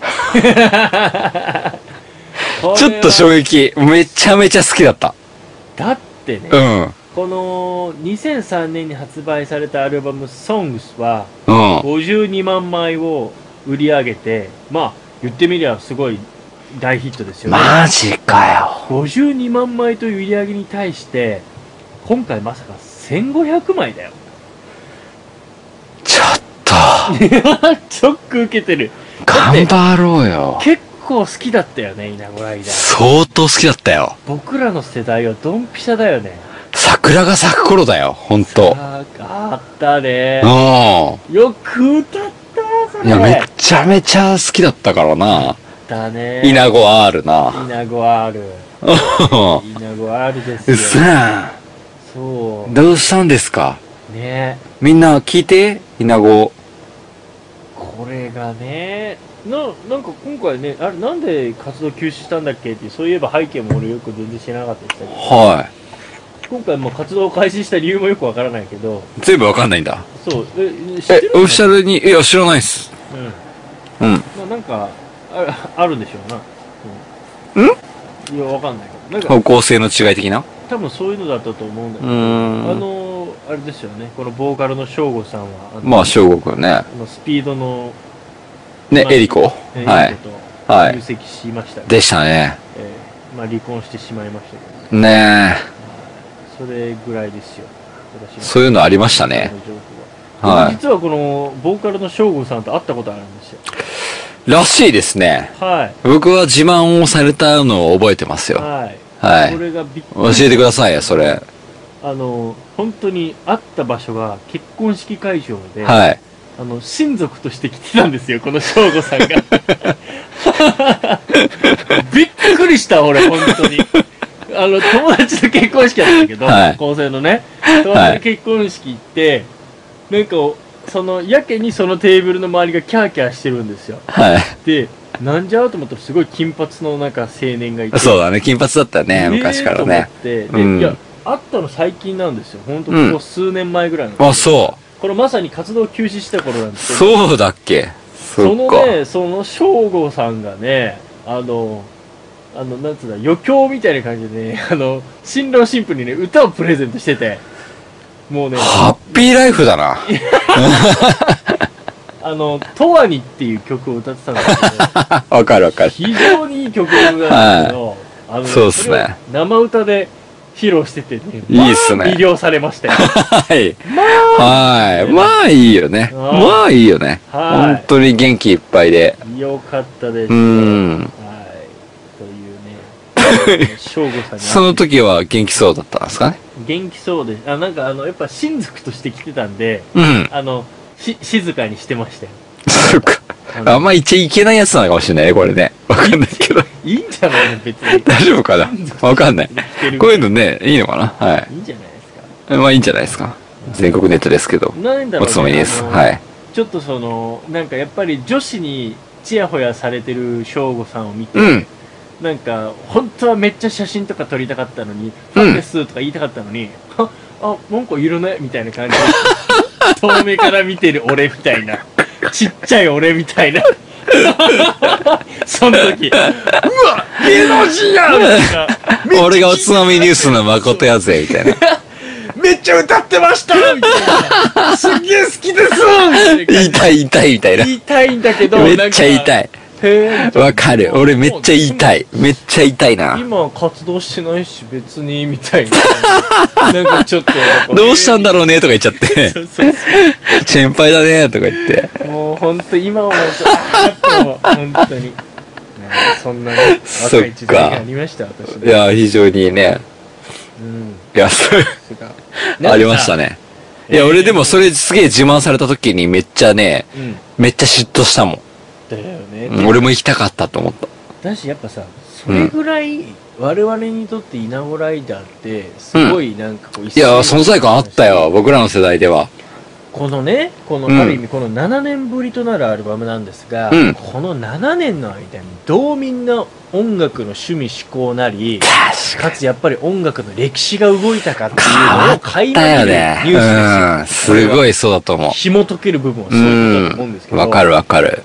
[SPEAKER 1] ちょっと衝撃。めちゃめちゃ好きだった。
[SPEAKER 3] だってね、
[SPEAKER 1] うん。
[SPEAKER 3] このにせんさんねんに発売されたアルバム Songs は
[SPEAKER 1] うん。
[SPEAKER 3] ごじゅうにまんまいを売り上げてまあ言ってみりゃすごい大ヒットですよね
[SPEAKER 1] マジかよ。
[SPEAKER 3] ごじゅうにまんまいという売り上げに対して今回まさかせんごひゃくまいだよ
[SPEAKER 1] ちょっと、
[SPEAKER 3] ショック受けてる
[SPEAKER 1] 頑張ろうよ。
[SPEAKER 3] 結構好きだったよねイナゴライダー
[SPEAKER 1] 相当好きだったよ。
[SPEAKER 3] 僕らの世代はドンピシャだよね
[SPEAKER 1] 桜が咲く頃だよ、ほんと。
[SPEAKER 3] ああったね
[SPEAKER 1] う
[SPEAKER 3] よく歌ったそ
[SPEAKER 1] ん。
[SPEAKER 3] れ
[SPEAKER 1] いや、めちゃめちゃ好きだったからな。
[SPEAKER 3] だね
[SPEAKER 1] イナゴ R な。
[SPEAKER 3] イナゴ R
[SPEAKER 1] う
[SPEAKER 3] イナゴ R ですよ
[SPEAKER 1] さ
[SPEAKER 3] そ
[SPEAKER 1] ん。どうしたんですか
[SPEAKER 3] うね
[SPEAKER 1] みんな聞いて、イナゴ。
[SPEAKER 3] これがねななんか今回ねあれなんで活動休止したんだっけっていうそういえば背景も俺よく全然知らなかったですけど
[SPEAKER 1] は
[SPEAKER 3] 今回も活動を開始した理由もよくわからないけど
[SPEAKER 1] い。全部わかんないんだ。
[SPEAKER 3] そうえ知ってる、
[SPEAKER 1] えオフィシャルに、いや、知らないっす。
[SPEAKER 3] うん
[SPEAKER 1] うん。
[SPEAKER 3] まあ、なんかああるんでしょうな、うん、いやわかんないけどなんか
[SPEAKER 1] 方向性の違い的な
[SPEAKER 3] 多分そういうのだったと思うんだけ
[SPEAKER 1] う
[SPEAKER 3] ど、
[SPEAKER 1] ーん。
[SPEAKER 3] あのあれですよねこのボーカルの翔吾さんはあの
[SPEAKER 1] まあ、翔吾くんね。
[SPEAKER 3] あのスピードの
[SPEAKER 1] ね、
[SPEAKER 3] まあ
[SPEAKER 1] エリコ。
[SPEAKER 3] え
[SPEAKER 1] はい
[SPEAKER 3] エリコと
[SPEAKER 1] はい
[SPEAKER 3] 入籍しましたけど、
[SPEAKER 1] でしたね。
[SPEAKER 3] えーまあ、離婚してしまいましたけど、
[SPEAKER 1] ね
[SPEAKER 3] それぐらいですよ私
[SPEAKER 1] え。
[SPEAKER 3] の
[SPEAKER 1] そういうのありましたね。
[SPEAKER 3] 情報は、
[SPEAKER 1] はい
[SPEAKER 3] 実はこのボーカルの翔吾さんと会ったことあるんですよ
[SPEAKER 1] らしいですね。
[SPEAKER 3] はい
[SPEAKER 1] 僕は自慢をされたのを覚えてますよ。
[SPEAKER 3] はい
[SPEAKER 1] はい。
[SPEAKER 3] これがびっく
[SPEAKER 1] 教
[SPEAKER 3] り
[SPEAKER 1] えてくださいよ、それ。
[SPEAKER 3] あの本当に会った場所が結婚式会場で、
[SPEAKER 1] はい。
[SPEAKER 3] あの親族として来てたんですよ、この省吾さんが。びっくりした俺本当に。あの友達の結婚式だったんだけど、
[SPEAKER 1] はい
[SPEAKER 3] 高校生のね友達の結婚式行って、なんかそのやけにそのテーブルの周りがキャーキャーしてるんですよ。
[SPEAKER 1] はい。
[SPEAKER 3] でなんじゃと思ったらすごい金髪のなんか青年がいて、
[SPEAKER 1] そうだね、金髪だったね、昔からね。
[SPEAKER 3] えーと思ってで、
[SPEAKER 1] うん
[SPEAKER 3] いや会ったの最近なんですよ、本当ここ数年前ぐらいなんですよ。
[SPEAKER 1] あ、そ
[SPEAKER 3] これまさに活動休止した頃なん
[SPEAKER 1] う。
[SPEAKER 3] ですけど、
[SPEAKER 1] そうだっけ。
[SPEAKER 3] その
[SPEAKER 1] そっか。
[SPEAKER 3] ね、その省吾さんがね、あの、あの、なんつうんだ、余興みたいな感じでね、あの、新郎新婦にね、歌をプレゼントしてて、もうね、
[SPEAKER 1] ハッピーライフだな。
[SPEAKER 3] あの、とわにっていう曲を歌ってたんですけど、
[SPEAKER 1] わかるわかる。
[SPEAKER 3] 非常にいい曲なんですけど、あの
[SPEAKER 1] そうっすね
[SPEAKER 3] それを生歌で披露しててね、
[SPEAKER 1] いいっすね
[SPEAKER 3] まあ魅了されましたよ。
[SPEAKER 1] はい。はい。まあいいよね。
[SPEAKER 3] あー
[SPEAKER 1] まあいいよね。
[SPEAKER 3] はい
[SPEAKER 1] 本当に元気いっぱいで。
[SPEAKER 3] よかったです。
[SPEAKER 1] うーん。
[SPEAKER 3] はい。というね、省吾さんに会って
[SPEAKER 1] その時は元気そうだったんですかね。
[SPEAKER 3] 元気そうで、あ、なんかあの、やっぱ親族として来てたんで、
[SPEAKER 1] うん。
[SPEAKER 3] あの、し、静かにしてましたよ。
[SPEAKER 1] そっか。あんま言っちゃいけないやつなのかもしれないね、これね。わかんないけど。
[SPEAKER 3] いいんじゃないの別に。
[SPEAKER 1] 大丈夫かなわかんない。こういうのね、いいのかなはい
[SPEAKER 3] いんじゃないですか。
[SPEAKER 1] い。まあいいんじゃないですか。全国ネットですけど。
[SPEAKER 3] なんだろう、ね、
[SPEAKER 1] おつまみです。
[SPEAKER 3] あの
[SPEAKER 1] はい。
[SPEAKER 3] ちょっとその、なんかやっぱり女子にチヤホヤされてる省吾さんを見て、
[SPEAKER 1] うん。
[SPEAKER 3] なんか、本当はめっちゃ写真とか撮りたかったのに、ファンですとか言いたかったのに、あ、あ、なんかいるね、みたいな感じで、遠目から見てる俺みたいな、ちっちゃい俺みたいな。その時、うわ芸能人やみたいな。
[SPEAKER 1] 俺がおつまみニュースの誠やぜ、みたいな。
[SPEAKER 3] めっちゃ歌ってましたみたいな。すっげえ好きですみたいな
[SPEAKER 1] 言いたい言いたいみたいな。
[SPEAKER 3] 言いたいんだけど、
[SPEAKER 1] めっちゃ言いた
[SPEAKER 3] い。
[SPEAKER 1] い。
[SPEAKER 3] へー
[SPEAKER 1] わかる。俺めっちゃ言いたい。めっちゃ言いたいな。
[SPEAKER 3] 今活動してないし別にみたいな。なんかちょっとなんか。
[SPEAKER 1] どうしたんだろうねとか言っちゃって
[SPEAKER 3] そ。うそう
[SPEAKER 1] 先輩だねとか言って。
[SPEAKER 3] そう。もうほんと今思うと、あもう本当に。ねそんなね、
[SPEAKER 1] そっか
[SPEAKER 3] 若い時代がありました、私
[SPEAKER 1] いや、非常にね。
[SPEAKER 3] うん。
[SPEAKER 1] いや、それ、
[SPEAKER 3] それが
[SPEAKER 1] ありました。ね。いや、俺でもそれすげえ自慢された時にめっちゃね、
[SPEAKER 3] うん。
[SPEAKER 1] めっちゃ嫉妬したもん。
[SPEAKER 3] だよね。
[SPEAKER 1] うん俺も行きたかったと思った。
[SPEAKER 3] だしやっぱさ、それぐらい我々にとって稲子ライダーってすごいなんかこう、
[SPEAKER 1] いや、存在感あったよ。僕らの世代では。
[SPEAKER 3] このね、この、
[SPEAKER 1] うん
[SPEAKER 3] ある意味このななねんぶりとなるアルバムなんですが、
[SPEAKER 1] うん
[SPEAKER 3] このななねんの間にどうみんな音楽の趣味嗜好なり、かつやっぱり音楽の歴史が動いたかっていうのを垣間見るニュースですよ。
[SPEAKER 1] うん。すごいそうだと思う。
[SPEAKER 3] 紐解ける部分はそう
[SPEAKER 1] う
[SPEAKER 3] いうことだと思うんですけ
[SPEAKER 1] ん。
[SPEAKER 3] ど、
[SPEAKER 1] わかるわかる。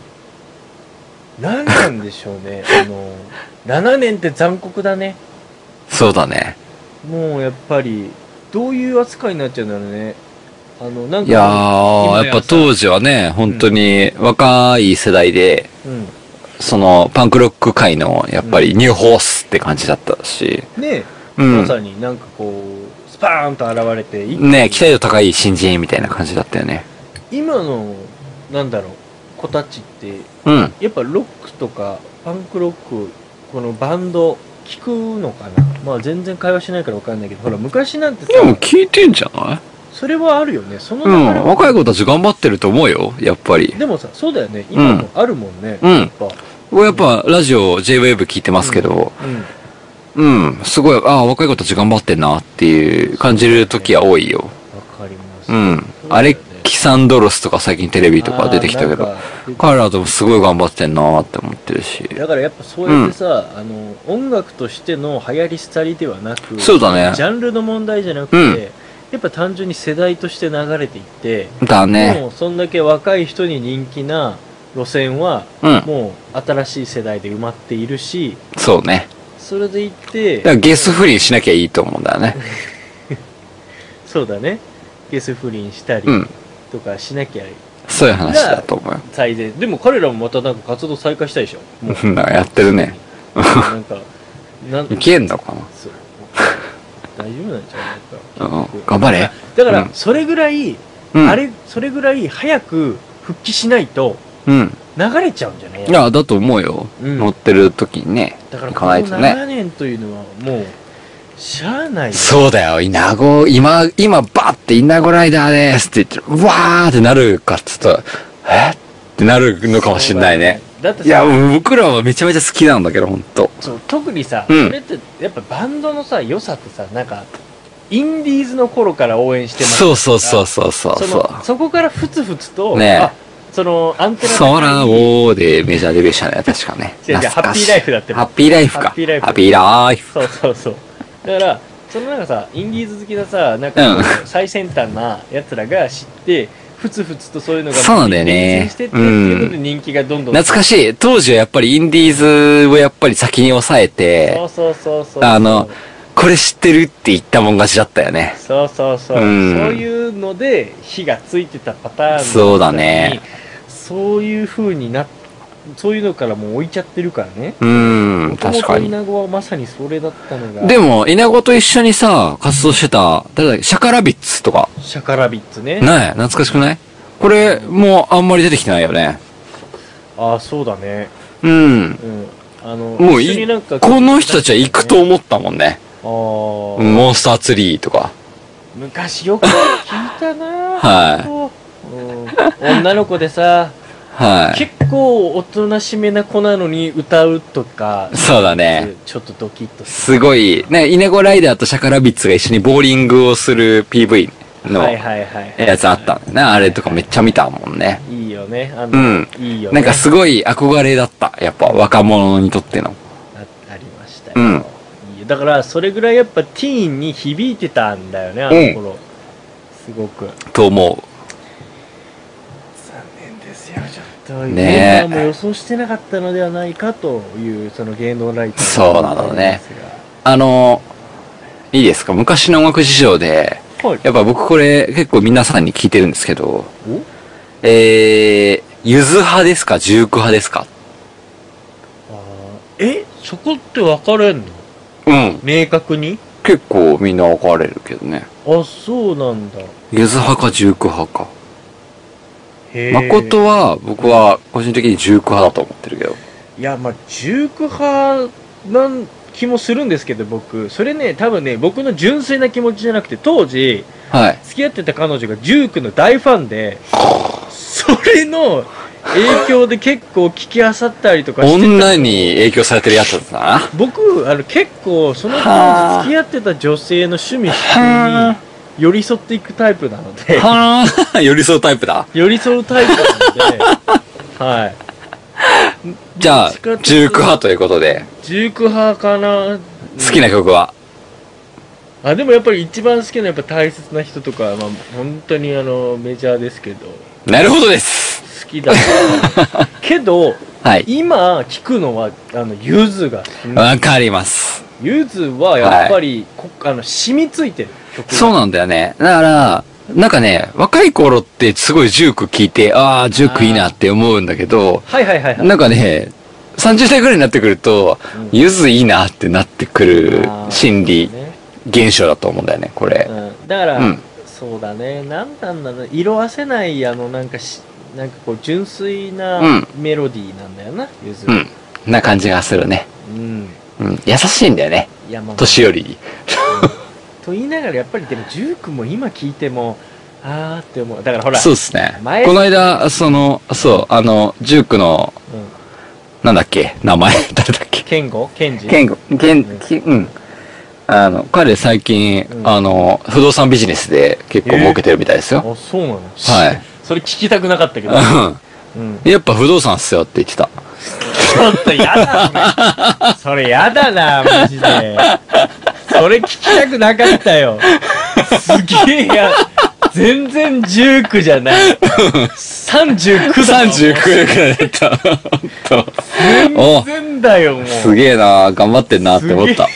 [SPEAKER 3] なんなんでしょうね。あの、ななねんって残酷だね。
[SPEAKER 1] そうだね。
[SPEAKER 3] もうやっぱり、どういう扱いになっちゃうんだろうね。あの、なんか、
[SPEAKER 1] いやー、やっぱ当時はね、本当に若い世代で、
[SPEAKER 3] うん。
[SPEAKER 1] そのパンクロック界のやっぱりニューホースって感じだったし、
[SPEAKER 3] ねえ、
[SPEAKER 1] うん
[SPEAKER 3] まさになんかこう、スパーンと現れて、一気に
[SPEAKER 1] ね期待度高い新人みたいな感じだったよね。
[SPEAKER 3] 今の、なんだろう、子たちって、
[SPEAKER 1] うん。
[SPEAKER 3] やっぱロックとかパンクロック、このバンド、聞くのかな。まあ全然会話しないからわかんないけど、ほら昔なんてさ
[SPEAKER 1] で、も聞いてんじゃない？
[SPEAKER 3] それはあるよね。その
[SPEAKER 1] う
[SPEAKER 3] 流れは
[SPEAKER 1] ん。若い子たち頑張ってると思うよ、やっぱり。
[SPEAKER 3] でもさ、そうだよね。今もあるもんね。
[SPEAKER 1] うん
[SPEAKER 3] やっぱ。
[SPEAKER 1] 僕やっぱラジオ ジェイウェーブ 聞いてますけど、
[SPEAKER 3] うん。
[SPEAKER 1] うん、すごい、ああ、若い子たち頑張ってんなっていう感じる時は多いよ。
[SPEAKER 3] わかります。
[SPEAKER 1] うん。
[SPEAKER 3] そうだよね
[SPEAKER 1] アレキサンドロスとか最近テレビとか出てきたけど、
[SPEAKER 3] あーなんか
[SPEAKER 1] 彼らともすごい頑張ってんなって思ってるし。
[SPEAKER 3] だからやっぱそうやってさ、あの音楽としての流行り廃りではなく、
[SPEAKER 1] そうだね
[SPEAKER 3] ジャンルの問題じゃなくて、
[SPEAKER 1] うん
[SPEAKER 3] やっぱ単純に世代として流れていって、
[SPEAKER 1] だね。
[SPEAKER 3] もうそんだけ若い人に人気な路線は、
[SPEAKER 1] うん。
[SPEAKER 3] もう新しい世代で埋まっているし、
[SPEAKER 1] そうね。
[SPEAKER 3] それでいって
[SPEAKER 1] だからゲス不倫しなきゃいいと思うんだよね。
[SPEAKER 3] そうだね、ゲス不倫したり
[SPEAKER 1] うん。
[SPEAKER 3] とかしなきゃ
[SPEAKER 1] そういう話だと思うよ。
[SPEAKER 3] 最善。でも彼らもまたなんか活動再開したいでしょ。もう
[SPEAKER 1] なんかやってるね。
[SPEAKER 3] なんかなん
[SPEAKER 1] いけんのか
[SPEAKER 3] そう大丈夫なんじゃないか。
[SPEAKER 1] な。うん。頑張れ。
[SPEAKER 3] だから、
[SPEAKER 1] うん
[SPEAKER 3] それぐらい、
[SPEAKER 1] うん。
[SPEAKER 3] あれ、それぐらい早く復帰しないと、
[SPEAKER 1] うん。
[SPEAKER 3] 流れちゃうんじゃない？
[SPEAKER 1] いや、だと思うよ。
[SPEAKER 3] うん
[SPEAKER 1] 乗ってる時にね。
[SPEAKER 3] だから
[SPEAKER 1] 行かないと
[SPEAKER 3] この
[SPEAKER 1] ね。
[SPEAKER 3] ななねんというのはもうしゃあないよ。
[SPEAKER 1] そうだよ、イナゴ、今、今、バーってイナゴライダーですって言ってる、うわーってなるかっつったら、えってなるのかもしんないね。
[SPEAKER 3] だってさ、
[SPEAKER 1] いや、僕らはめちゃめちゃ好きなんだけど、ほんと。
[SPEAKER 3] そう特にさ、
[SPEAKER 1] うん
[SPEAKER 3] それってやっぱバンドのさ良さってさ、なんかインディーズの頃から応援してます
[SPEAKER 1] そうそうそうそうそう
[SPEAKER 3] そ
[SPEAKER 1] そ
[SPEAKER 3] のそこからふつふつと、
[SPEAKER 1] ねえ
[SPEAKER 3] あそのアンテ
[SPEAKER 1] う。
[SPEAKER 3] ナ
[SPEAKER 1] 空をでメジャーデビューしたね、確かね。
[SPEAKER 3] 違う違う
[SPEAKER 1] 懐かしい
[SPEAKER 3] ハッピーライフだって
[SPEAKER 1] ハッピーライフか。
[SPEAKER 3] ハッピーライフ
[SPEAKER 1] ハッピーライフ。
[SPEAKER 3] そうそうそうだからそのなんかさインディーズ好きなさなんかこう、
[SPEAKER 1] うん
[SPEAKER 3] 最先端なやつらが知ってふつふつとそういうのが
[SPEAKER 1] そうなんだよね
[SPEAKER 3] 伝染してってっていうので人気がどんどん、
[SPEAKER 1] 懐かしい。当時はやっぱりインディーズをやっぱり先に抑えて
[SPEAKER 3] そ、うそうそうそう
[SPEAKER 1] あの、これ知ってるって言ったもん勝ちだったよね。
[SPEAKER 3] そうそうそう、
[SPEAKER 1] うん
[SPEAKER 3] そういうので火がついてたパターンの
[SPEAKER 1] そうだね
[SPEAKER 3] そういう風になそういうのからもう置いちゃってるからね。
[SPEAKER 1] うーん、確か
[SPEAKER 3] イ
[SPEAKER 1] に。
[SPEAKER 3] ナゴはまさにそれだったのが
[SPEAKER 1] でも、イナゴと一緒にさ、活動してた、誰だっけ、シャカラビッツとか。
[SPEAKER 3] シャカラビッツね。
[SPEAKER 1] ねえ、懐かしくない？これ、もうあんまり出てきてないよね。
[SPEAKER 3] ああそうだね。
[SPEAKER 1] うん。
[SPEAKER 3] うんあの
[SPEAKER 1] もうい、
[SPEAKER 3] 一緒になんか
[SPEAKER 1] この人たちは行くと思ったもんね。
[SPEAKER 3] ああ、
[SPEAKER 1] モンスターツリーとか。
[SPEAKER 3] 昔よく聞いたな
[SPEAKER 1] はい
[SPEAKER 3] うん女の子でさ、
[SPEAKER 1] はい。
[SPEAKER 3] 結構おとなしめな子なのに歌うとか
[SPEAKER 1] そうだね。
[SPEAKER 3] ちょっとドキッとす
[SPEAKER 1] すごい、ね、イナゴライダーとシャカラビッツが一緒にボーリングをする ピーブイ の
[SPEAKER 3] るはいはいはい
[SPEAKER 1] やつあったんだよね。あれとかめっちゃ見たもんね。
[SPEAKER 3] いいよねあの、
[SPEAKER 1] うん
[SPEAKER 3] いいよね
[SPEAKER 1] なんかすごい憧れだった。やっぱ若者にとっての。
[SPEAKER 3] あありましたよ、
[SPEAKER 1] うん
[SPEAKER 3] いいよだからそれぐらいやっぱティーンに響いてたんだよねあの頃、すごく
[SPEAKER 1] と思う。
[SPEAKER 3] 残念ですよちょっと
[SPEAKER 1] ねえ
[SPEAKER 3] メンバーも予想してなかったのではないかというその芸能ライター
[SPEAKER 1] そうなのねあの、いいですか？昔の音楽事情で、
[SPEAKER 3] はい
[SPEAKER 1] やっぱ僕これ結構皆さんに聞いてるんですけど、
[SPEAKER 3] お
[SPEAKER 1] えー、ゆず派ですか？ジューク派ですか？
[SPEAKER 3] あーえそこって分かれんの
[SPEAKER 1] うん。
[SPEAKER 3] 明確に
[SPEAKER 1] 結構みんな分かれるけどね。
[SPEAKER 3] あそうなんだ
[SPEAKER 1] ゆず派かジューク派か。
[SPEAKER 3] へえ
[SPEAKER 1] 誠は僕は個人的にジューク派だと思ってるけど。
[SPEAKER 3] いやまあジューク派なん気もするんですけど僕それね多分ね僕の純粋な気持ちじゃなくて当時
[SPEAKER 1] はい。
[SPEAKER 3] 付き合ってた彼女がジュークの大ファンでそれの影響で結構聞きあさったりとかしてた
[SPEAKER 1] 女に影響されてるやつだな。
[SPEAKER 3] 僕あの結構その当
[SPEAKER 1] はあ
[SPEAKER 3] 時付き合ってた女性の趣味に寄り添っていくタイプなので
[SPEAKER 1] はぁ、寄り添うタイプだ。
[SPEAKER 3] 寄り添うタイプなのではい
[SPEAKER 1] じゃあ、ジ
[SPEAKER 3] どっちかっていうと
[SPEAKER 1] ューク派ということで、
[SPEAKER 3] ジューク派かな
[SPEAKER 1] 好きな曲は、
[SPEAKER 3] あでもやっぱり一番好きなやっぱ大切な人とか、まあ、本当にあのメジャーですけど
[SPEAKER 1] なるほどです。
[SPEAKER 3] 好きだなけど
[SPEAKER 1] はい。
[SPEAKER 3] 今聞くのはあのゆずが
[SPEAKER 1] わかります。
[SPEAKER 3] ゆずはやっぱり、こあの染みついてる曲が
[SPEAKER 1] そうなんだよね。だから、なんかね、若い頃ってすごいジューク聞いて、ああ、ジュークいいなって思うんだけど、
[SPEAKER 3] はいはいはいはい
[SPEAKER 1] なんかね、さんじゅう代ぐらいになってくると、
[SPEAKER 3] うん
[SPEAKER 1] ゆずいいなってなってくる
[SPEAKER 3] あー
[SPEAKER 1] 心理
[SPEAKER 3] ね
[SPEAKER 1] 現象だと思うんだよね、これ。
[SPEAKER 3] うん、だから、
[SPEAKER 1] うん
[SPEAKER 3] そうだねなんなんだろう色あせないあのなんかしなんかこう純粋な
[SPEAKER 1] うん
[SPEAKER 3] メロディーなんだよな、ゆず
[SPEAKER 1] うん。な感じがするね。
[SPEAKER 3] うん
[SPEAKER 1] うん。優しいんだよね。
[SPEAKER 3] いやまあ
[SPEAKER 1] 年寄りに。
[SPEAKER 3] と言いながらやっぱりでもジュークも今聞いてもあーって思うだからほら
[SPEAKER 1] そうですね。
[SPEAKER 3] 前
[SPEAKER 1] この間、その、そう、あの、ジュークの、
[SPEAKER 3] うん、
[SPEAKER 1] なんだっけ名前誰だっけ
[SPEAKER 3] ケンゴケンジ
[SPEAKER 1] ケンゴ、ケン、きうん。あの、彼最近、
[SPEAKER 3] うん
[SPEAKER 1] あの、不動産ビジネスで結構儲けてるみたいですよ。
[SPEAKER 3] あそうなの
[SPEAKER 1] はい
[SPEAKER 3] それ聞きたくなかったけど、うん、
[SPEAKER 1] やっぱ不動産っすよって言ってた。
[SPEAKER 3] ちょっとやだそれそれやだなマジでそれ聞きたくなかったよすげえや全然じゅうきゅうじゃないさんじゅうきゅうだ
[SPEAKER 1] さんじゅうきゅうくらいだった。ほんと。お
[SPEAKER 3] 全然だよもう
[SPEAKER 1] すげえな頑張ってんなって思った。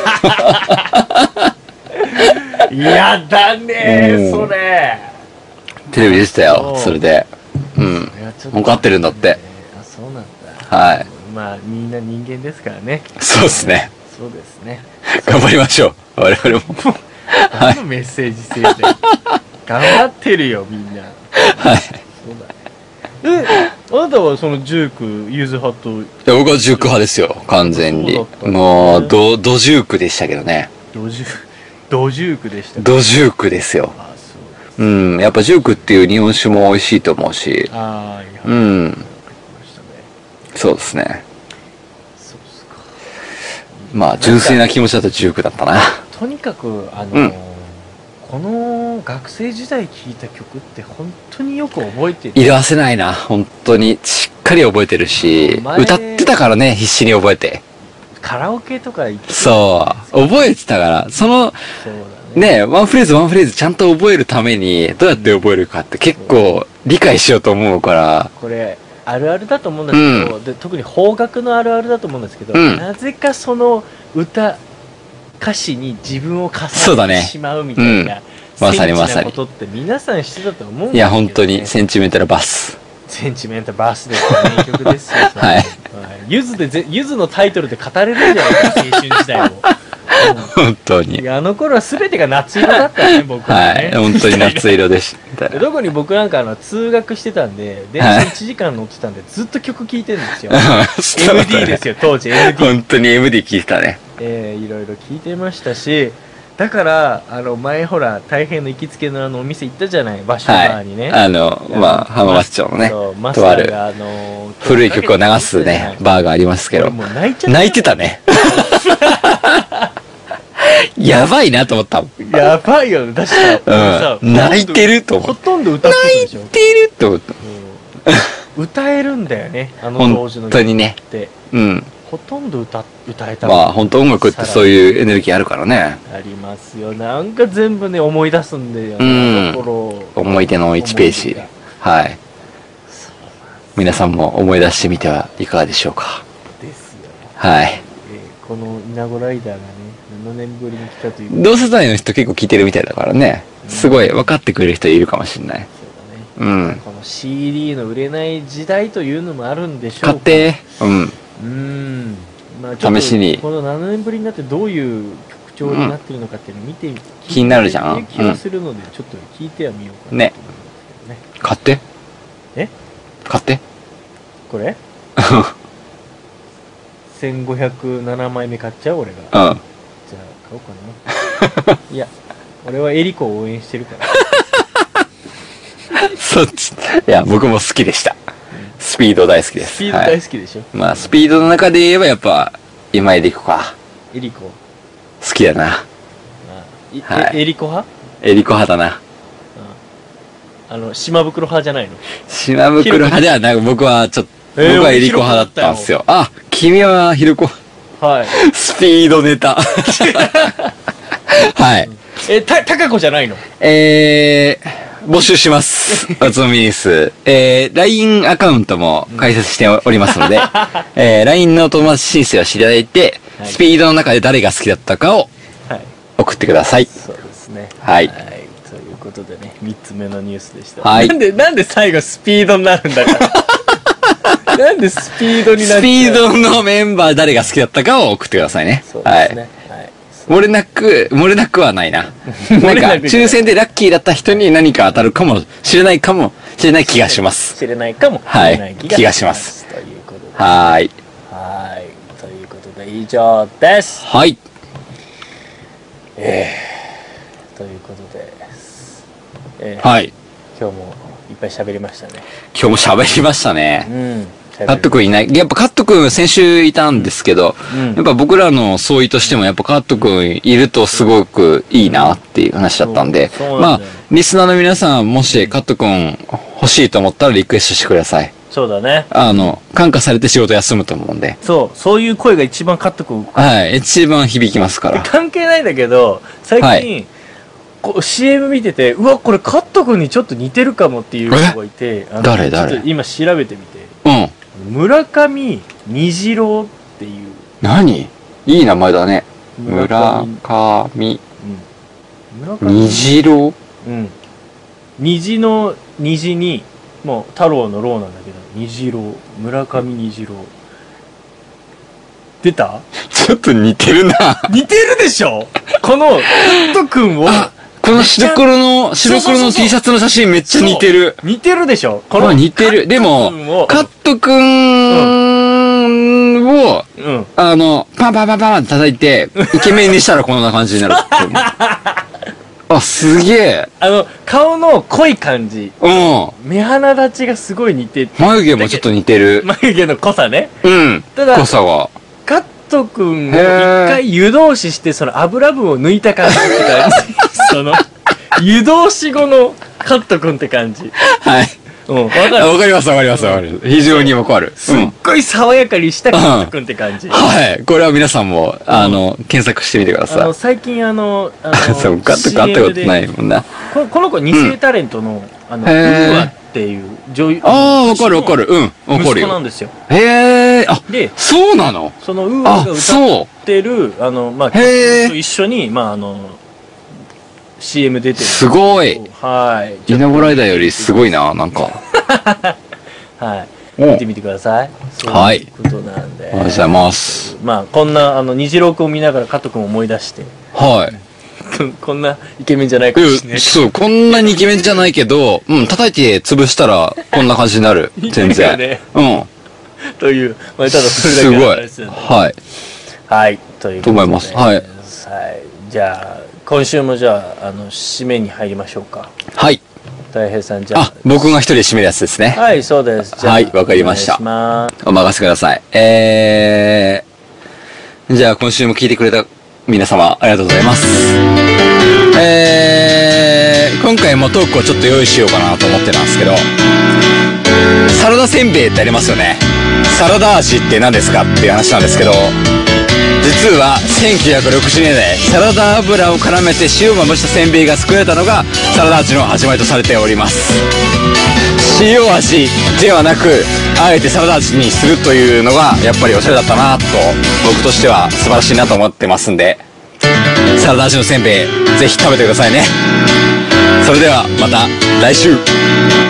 [SPEAKER 3] やだね
[SPEAKER 1] うん
[SPEAKER 3] それ
[SPEAKER 1] テレビでしたよ、
[SPEAKER 3] そう
[SPEAKER 1] それで。うん。
[SPEAKER 3] いやちょっと
[SPEAKER 1] 儲かってるんだって。
[SPEAKER 3] あそうなんだ
[SPEAKER 1] はい。
[SPEAKER 3] まあみんな人間ですからね
[SPEAKER 1] そうですね。
[SPEAKER 3] そうですね
[SPEAKER 1] 頑張りましょう。我々も。
[SPEAKER 3] 何のメッセージ性で頑張ってるよみんな
[SPEAKER 1] はい。
[SPEAKER 3] そうだねあなたはそのジュークユーズ派と。い
[SPEAKER 1] や僕はジューク派ですよ、完全に。
[SPEAKER 3] そうだったね
[SPEAKER 1] もう、ド、ドジュークでしたけどね。
[SPEAKER 3] ドジュドジュークでした
[SPEAKER 1] ドジュークですよ。
[SPEAKER 3] あそう
[SPEAKER 1] うん。やっぱジュークっていう日本酒も美味しいと思うし。
[SPEAKER 3] あーいや
[SPEAKER 1] うん。
[SPEAKER 3] わかりましたね。
[SPEAKER 1] そうですね。
[SPEAKER 3] そうっすか。
[SPEAKER 1] まあ、純粋な気持ちだとジュークだったな。
[SPEAKER 3] とにかくあのー
[SPEAKER 1] うん
[SPEAKER 3] この学生時代聴いた曲って本当によく覚えてる。
[SPEAKER 1] 色褪せないな、本当に。しっかり覚えてるし、
[SPEAKER 3] 前
[SPEAKER 1] 歌ってたからね、必死に覚えて。
[SPEAKER 3] カラオケとか行って
[SPEAKER 1] そう。覚えてたから、その、
[SPEAKER 3] そうだね。
[SPEAKER 1] ね、ワンフレーズワンフレーズちゃんと覚えるために、どうやって覚えるかって結構理解しようと思うから。
[SPEAKER 3] これあるあるだと思うんだけど、で特に邦楽のあるあるだと思うんですけど、
[SPEAKER 1] うん
[SPEAKER 3] なぜかその歌歌詞に自分を
[SPEAKER 1] そうだね
[SPEAKER 3] 重ねてしまうみたいな、
[SPEAKER 1] うんまさにまさに
[SPEAKER 3] センチなことって皆さんしてたと思うんですけど、ね、
[SPEAKER 1] いや、本当にセンチメンタルバス。
[SPEAKER 3] センチメンタルバースデーって名曲ですよ。
[SPEAKER 1] はい
[SPEAKER 3] ゆずでぜゆずのタイトルで語れるんじゃないか、青春時代を。
[SPEAKER 1] 本当
[SPEAKER 3] い
[SPEAKER 1] に。
[SPEAKER 3] やあの頃は全てが夏色だったね、僕は
[SPEAKER 1] は
[SPEAKER 3] ね。
[SPEAKER 1] い。本当に夏色でした。
[SPEAKER 3] どこに僕なんかあの通学してたんで、電車いちじかん乗ってたんで、ずっと曲聴いてるんですよ。エムディー ですよ、当時 エムディー。
[SPEAKER 1] 本当に エムディー 聞いてたね。
[SPEAKER 3] えー、いろいろ聞いてましたし、だからあの前ほら大変の行きつけのあのお店行ったじゃない、場所
[SPEAKER 1] はい。
[SPEAKER 3] 側にね。
[SPEAKER 1] あの、まあ、浜松町のね、
[SPEAKER 3] そうマス
[SPEAKER 1] とある
[SPEAKER 3] ターがあの
[SPEAKER 1] 古い曲を流すね、バーがありますけど
[SPEAKER 3] 俺。もう泣いちゃった。
[SPEAKER 1] 泣いてたね。やばいなと思ったもん。
[SPEAKER 3] やばいよね。だってさ、俺さ
[SPEAKER 1] うん泣いてると思
[SPEAKER 3] ほ
[SPEAKER 1] う。
[SPEAKER 3] とんど歌ってたでしょ。
[SPEAKER 1] 泣いてると思った。
[SPEAKER 3] うん歌えるんだよね、あの当時の
[SPEAKER 1] 本当にね
[SPEAKER 3] 曲って。
[SPEAKER 1] うん。
[SPEAKER 3] ほとんど歌歌えた
[SPEAKER 1] まあ、本当音楽ってそう
[SPEAKER 3] う
[SPEAKER 1] いうエネルギーあるからね。
[SPEAKER 3] ありますよ。なんか全部ね思い出すんだよ
[SPEAKER 1] う
[SPEAKER 3] ね、
[SPEAKER 1] ん
[SPEAKER 3] あの頃。
[SPEAKER 1] 思い出のいちページ
[SPEAKER 3] 思い出が。
[SPEAKER 1] はい。皆さんも思い出してみてはいかがでしょうか。
[SPEAKER 3] ですよ。
[SPEAKER 1] はい。
[SPEAKER 3] えーこのイナゴライダーがね、ななねんぶりに来たということで。
[SPEAKER 1] 同世代の人結構聞いてるみたいだからね。すごい分かってくれる人いるかもしれない。
[SPEAKER 3] そうだね。
[SPEAKER 1] うん。
[SPEAKER 3] この シーディー の売れない時代というのもあるんでしょうか。
[SPEAKER 1] 買って。うん。
[SPEAKER 3] うーん。まあちょっと
[SPEAKER 1] 試しに
[SPEAKER 3] このななねんぶりになってどういう曲調になってるのかっていうのを見て、
[SPEAKER 1] 気になるじゃん
[SPEAKER 3] 聞いてみる気がするので、ちょっと聞いてはみようかな
[SPEAKER 1] ね
[SPEAKER 3] と思うんですけどね。
[SPEAKER 1] 買って。
[SPEAKER 3] え
[SPEAKER 1] 買って。
[SPEAKER 3] これせんごひゃくななまいめ買っちゃう俺が。
[SPEAKER 1] うん。
[SPEAKER 3] じゃあ買おうかな。いや、俺はエリコを応援してるから。
[SPEAKER 1] そっち。いや、僕も好きでした。スピード大好きです。
[SPEAKER 3] スピード
[SPEAKER 1] はい
[SPEAKER 3] 大好きでしょ。
[SPEAKER 1] まあ、スピードの中で言えばやっぱ、今井でいくか。
[SPEAKER 3] エリコ。
[SPEAKER 1] 好きだな。
[SPEAKER 3] あい
[SPEAKER 1] はい
[SPEAKER 3] えエリコ派
[SPEAKER 1] エリコ派だな。
[SPEAKER 3] あの、島袋派じゃないの。
[SPEAKER 1] 島袋派ではなく、僕はちょっと、
[SPEAKER 3] えー
[SPEAKER 1] 僕はエリコ派だったんですよ。あ、君はヒルコ。
[SPEAKER 3] はい。
[SPEAKER 1] スピードネタ。はい。
[SPEAKER 3] え、た、タカ子じゃないの。
[SPEAKER 1] えー、募集します。おつみニュース。えー、ライン アカウントも開設しておりますので、えー、ライン の友達申請をしていただいて、
[SPEAKER 3] はい
[SPEAKER 1] スピードの中で誰が好きだったかを
[SPEAKER 3] はい。
[SPEAKER 1] 送ってください。
[SPEAKER 3] そうですね。
[SPEAKER 1] はい
[SPEAKER 3] ということでね、三つ目のニュースでした。
[SPEAKER 1] はい
[SPEAKER 3] なんで、なんで最後スピードになるんだから。なんでスピードになっちゃう
[SPEAKER 1] スピードのメンバー誰が好きだったかを送ってくださいね。
[SPEAKER 3] そうで
[SPEAKER 1] はい。
[SPEAKER 3] すね。はい。
[SPEAKER 1] 漏れなく、漏れなくはないな。なんか、
[SPEAKER 3] 漏れなく
[SPEAKER 1] 抽選でラッキーだった人に何か当たるかもしれないかもしれない気がします。
[SPEAKER 3] 知れないかもし
[SPEAKER 1] はい
[SPEAKER 3] れない
[SPEAKER 1] 気がします。
[SPEAKER 3] ということで。
[SPEAKER 1] はーい。
[SPEAKER 3] はい。ということで、以上です。
[SPEAKER 1] はい。
[SPEAKER 3] ということで、えー
[SPEAKER 1] はい。
[SPEAKER 3] 今日もいっぱい喋りましたね。
[SPEAKER 1] 今日も喋りましたね。
[SPEAKER 3] うん。
[SPEAKER 1] カット君いない。やっぱカット君先週いたんですけど、
[SPEAKER 3] うん
[SPEAKER 1] やっぱ僕らの相違としてもやっぱカット君いるとすごくいいなっていう話だったんで、
[SPEAKER 3] そうそうなん
[SPEAKER 1] まあ
[SPEAKER 3] だよ、
[SPEAKER 1] リスナーの皆さんもしカット君欲しいと思ったらリクエストしてください。
[SPEAKER 3] そうだね。
[SPEAKER 1] あの、感化されて仕事休むと思うんで。
[SPEAKER 3] そう、そういう声が一番カットくん。
[SPEAKER 1] はい。一番響きますから。
[SPEAKER 3] 関係ないんだけど、最近、
[SPEAKER 1] はい
[SPEAKER 3] こう シーエム 見てて、うわ、これカットくんにちょっと似てるかもっていう人がいて、あの
[SPEAKER 1] 誰誰
[SPEAKER 3] ちょっと今調べてみて、
[SPEAKER 1] うん。
[SPEAKER 3] 村上虹郎っていう。
[SPEAKER 1] 何いい名前だね。村
[SPEAKER 3] 村
[SPEAKER 1] 上
[SPEAKER 3] うん。村上
[SPEAKER 1] 虹郎。
[SPEAKER 3] うん。虹の虹に、もう太郎の郎なんだけど、虹郎。村上虹郎。出た
[SPEAKER 1] ちょっと似てるな。
[SPEAKER 3] 似てるでしょこのカットくんを、こ
[SPEAKER 1] この白黒の、白黒の T シャツの写真めっちゃ似てる。
[SPEAKER 3] 似てるでしょこ
[SPEAKER 1] の似てる。でも、カットくんを、うん、あの、パンパンパンパンって叩いて、イケメンにしたらこんな感じになるって思う。あ、すげえ。
[SPEAKER 3] あの、顔の濃い感じ。うん。目鼻立ちがすごい似てて。
[SPEAKER 1] 眉毛もちょっと似てる。
[SPEAKER 3] 眉毛の濃さね。
[SPEAKER 1] うん。ただ、濃さは。
[SPEAKER 3] カットくんを一回湯通しして、その油分を抜いた感じって感じ。その、湯通し後のカットくんって感じ。
[SPEAKER 1] はい。うん、わかる。わかりますわかりますわかる。非常にわかる。
[SPEAKER 3] すっごい爽やかにしたカットくんって感じ。うん、
[SPEAKER 1] はい。これは皆さんも、あの、うん、検索してみてください。あの、
[SPEAKER 3] 最近あの、あの、
[SPEAKER 1] そう、カットくん会ったことないもんな。
[SPEAKER 3] ここの子、二世タレントの、あの、ウーアっていう女優。
[SPEAKER 1] ああ、わかるわかる。うん。わかるよ。
[SPEAKER 3] 息子なんですよ。
[SPEAKER 1] へえ。あ、で、そうなの？
[SPEAKER 3] そのウーアが歌ってる、あの、まあ、と一緒に、まあ、あの、シーエム 出てる。
[SPEAKER 1] すごい。
[SPEAKER 3] はい。
[SPEAKER 1] イナゴライダーよりすごいな、なんか。
[SPEAKER 3] はい。見てみてください。
[SPEAKER 1] はい。
[SPEAKER 3] そういうことなんで。
[SPEAKER 1] ありがとうございます。
[SPEAKER 3] まあ、こんな、あの、虹郎くんを見ながら加藤くんを思い出して。
[SPEAKER 1] はい。
[SPEAKER 3] こんなイケメンじゃないかもしれない。
[SPEAKER 1] そう、こんなにイケメンじゃないけど、うん、叩いて潰したら、こんな感じになる。全然。ね、うん。
[SPEAKER 3] という、まあ、ただそれだけの話です
[SPEAKER 1] ごい。はい。
[SPEAKER 3] はい。ということで。と
[SPEAKER 1] 思います。はい。はい。
[SPEAKER 3] じゃあ、今週もじゃあ、あの、締めに入りましょうか。
[SPEAKER 1] はい。
[SPEAKER 3] 大平さん、じゃあ。
[SPEAKER 1] あ、僕が一人で締めるやつですね。
[SPEAKER 3] はい、そうです。
[SPEAKER 1] じゃあはい、わかりました。お任せください。えー、じゃあ今週も聞いてくれた皆様、ありがとうございます。えー、今回もトークをちょっと用意しようかなと思ってたんですけど、サラダせんべいってありますよね。サラダ味って何ですかっていう話なんですけど、実はせんきゅうひゃくろくじゅうねんだい、サラダ油を絡めて塩をまぶしたせんべいが作られたのがサラダ味の始まりとされております。塩味ではなく、あえてサラダ味にするというのがやっぱりおしゃれだったなと、僕としては素晴らしいなと思ってますんで、サラダ味のせんべいぜひ食べてくださいね。それではまた来週。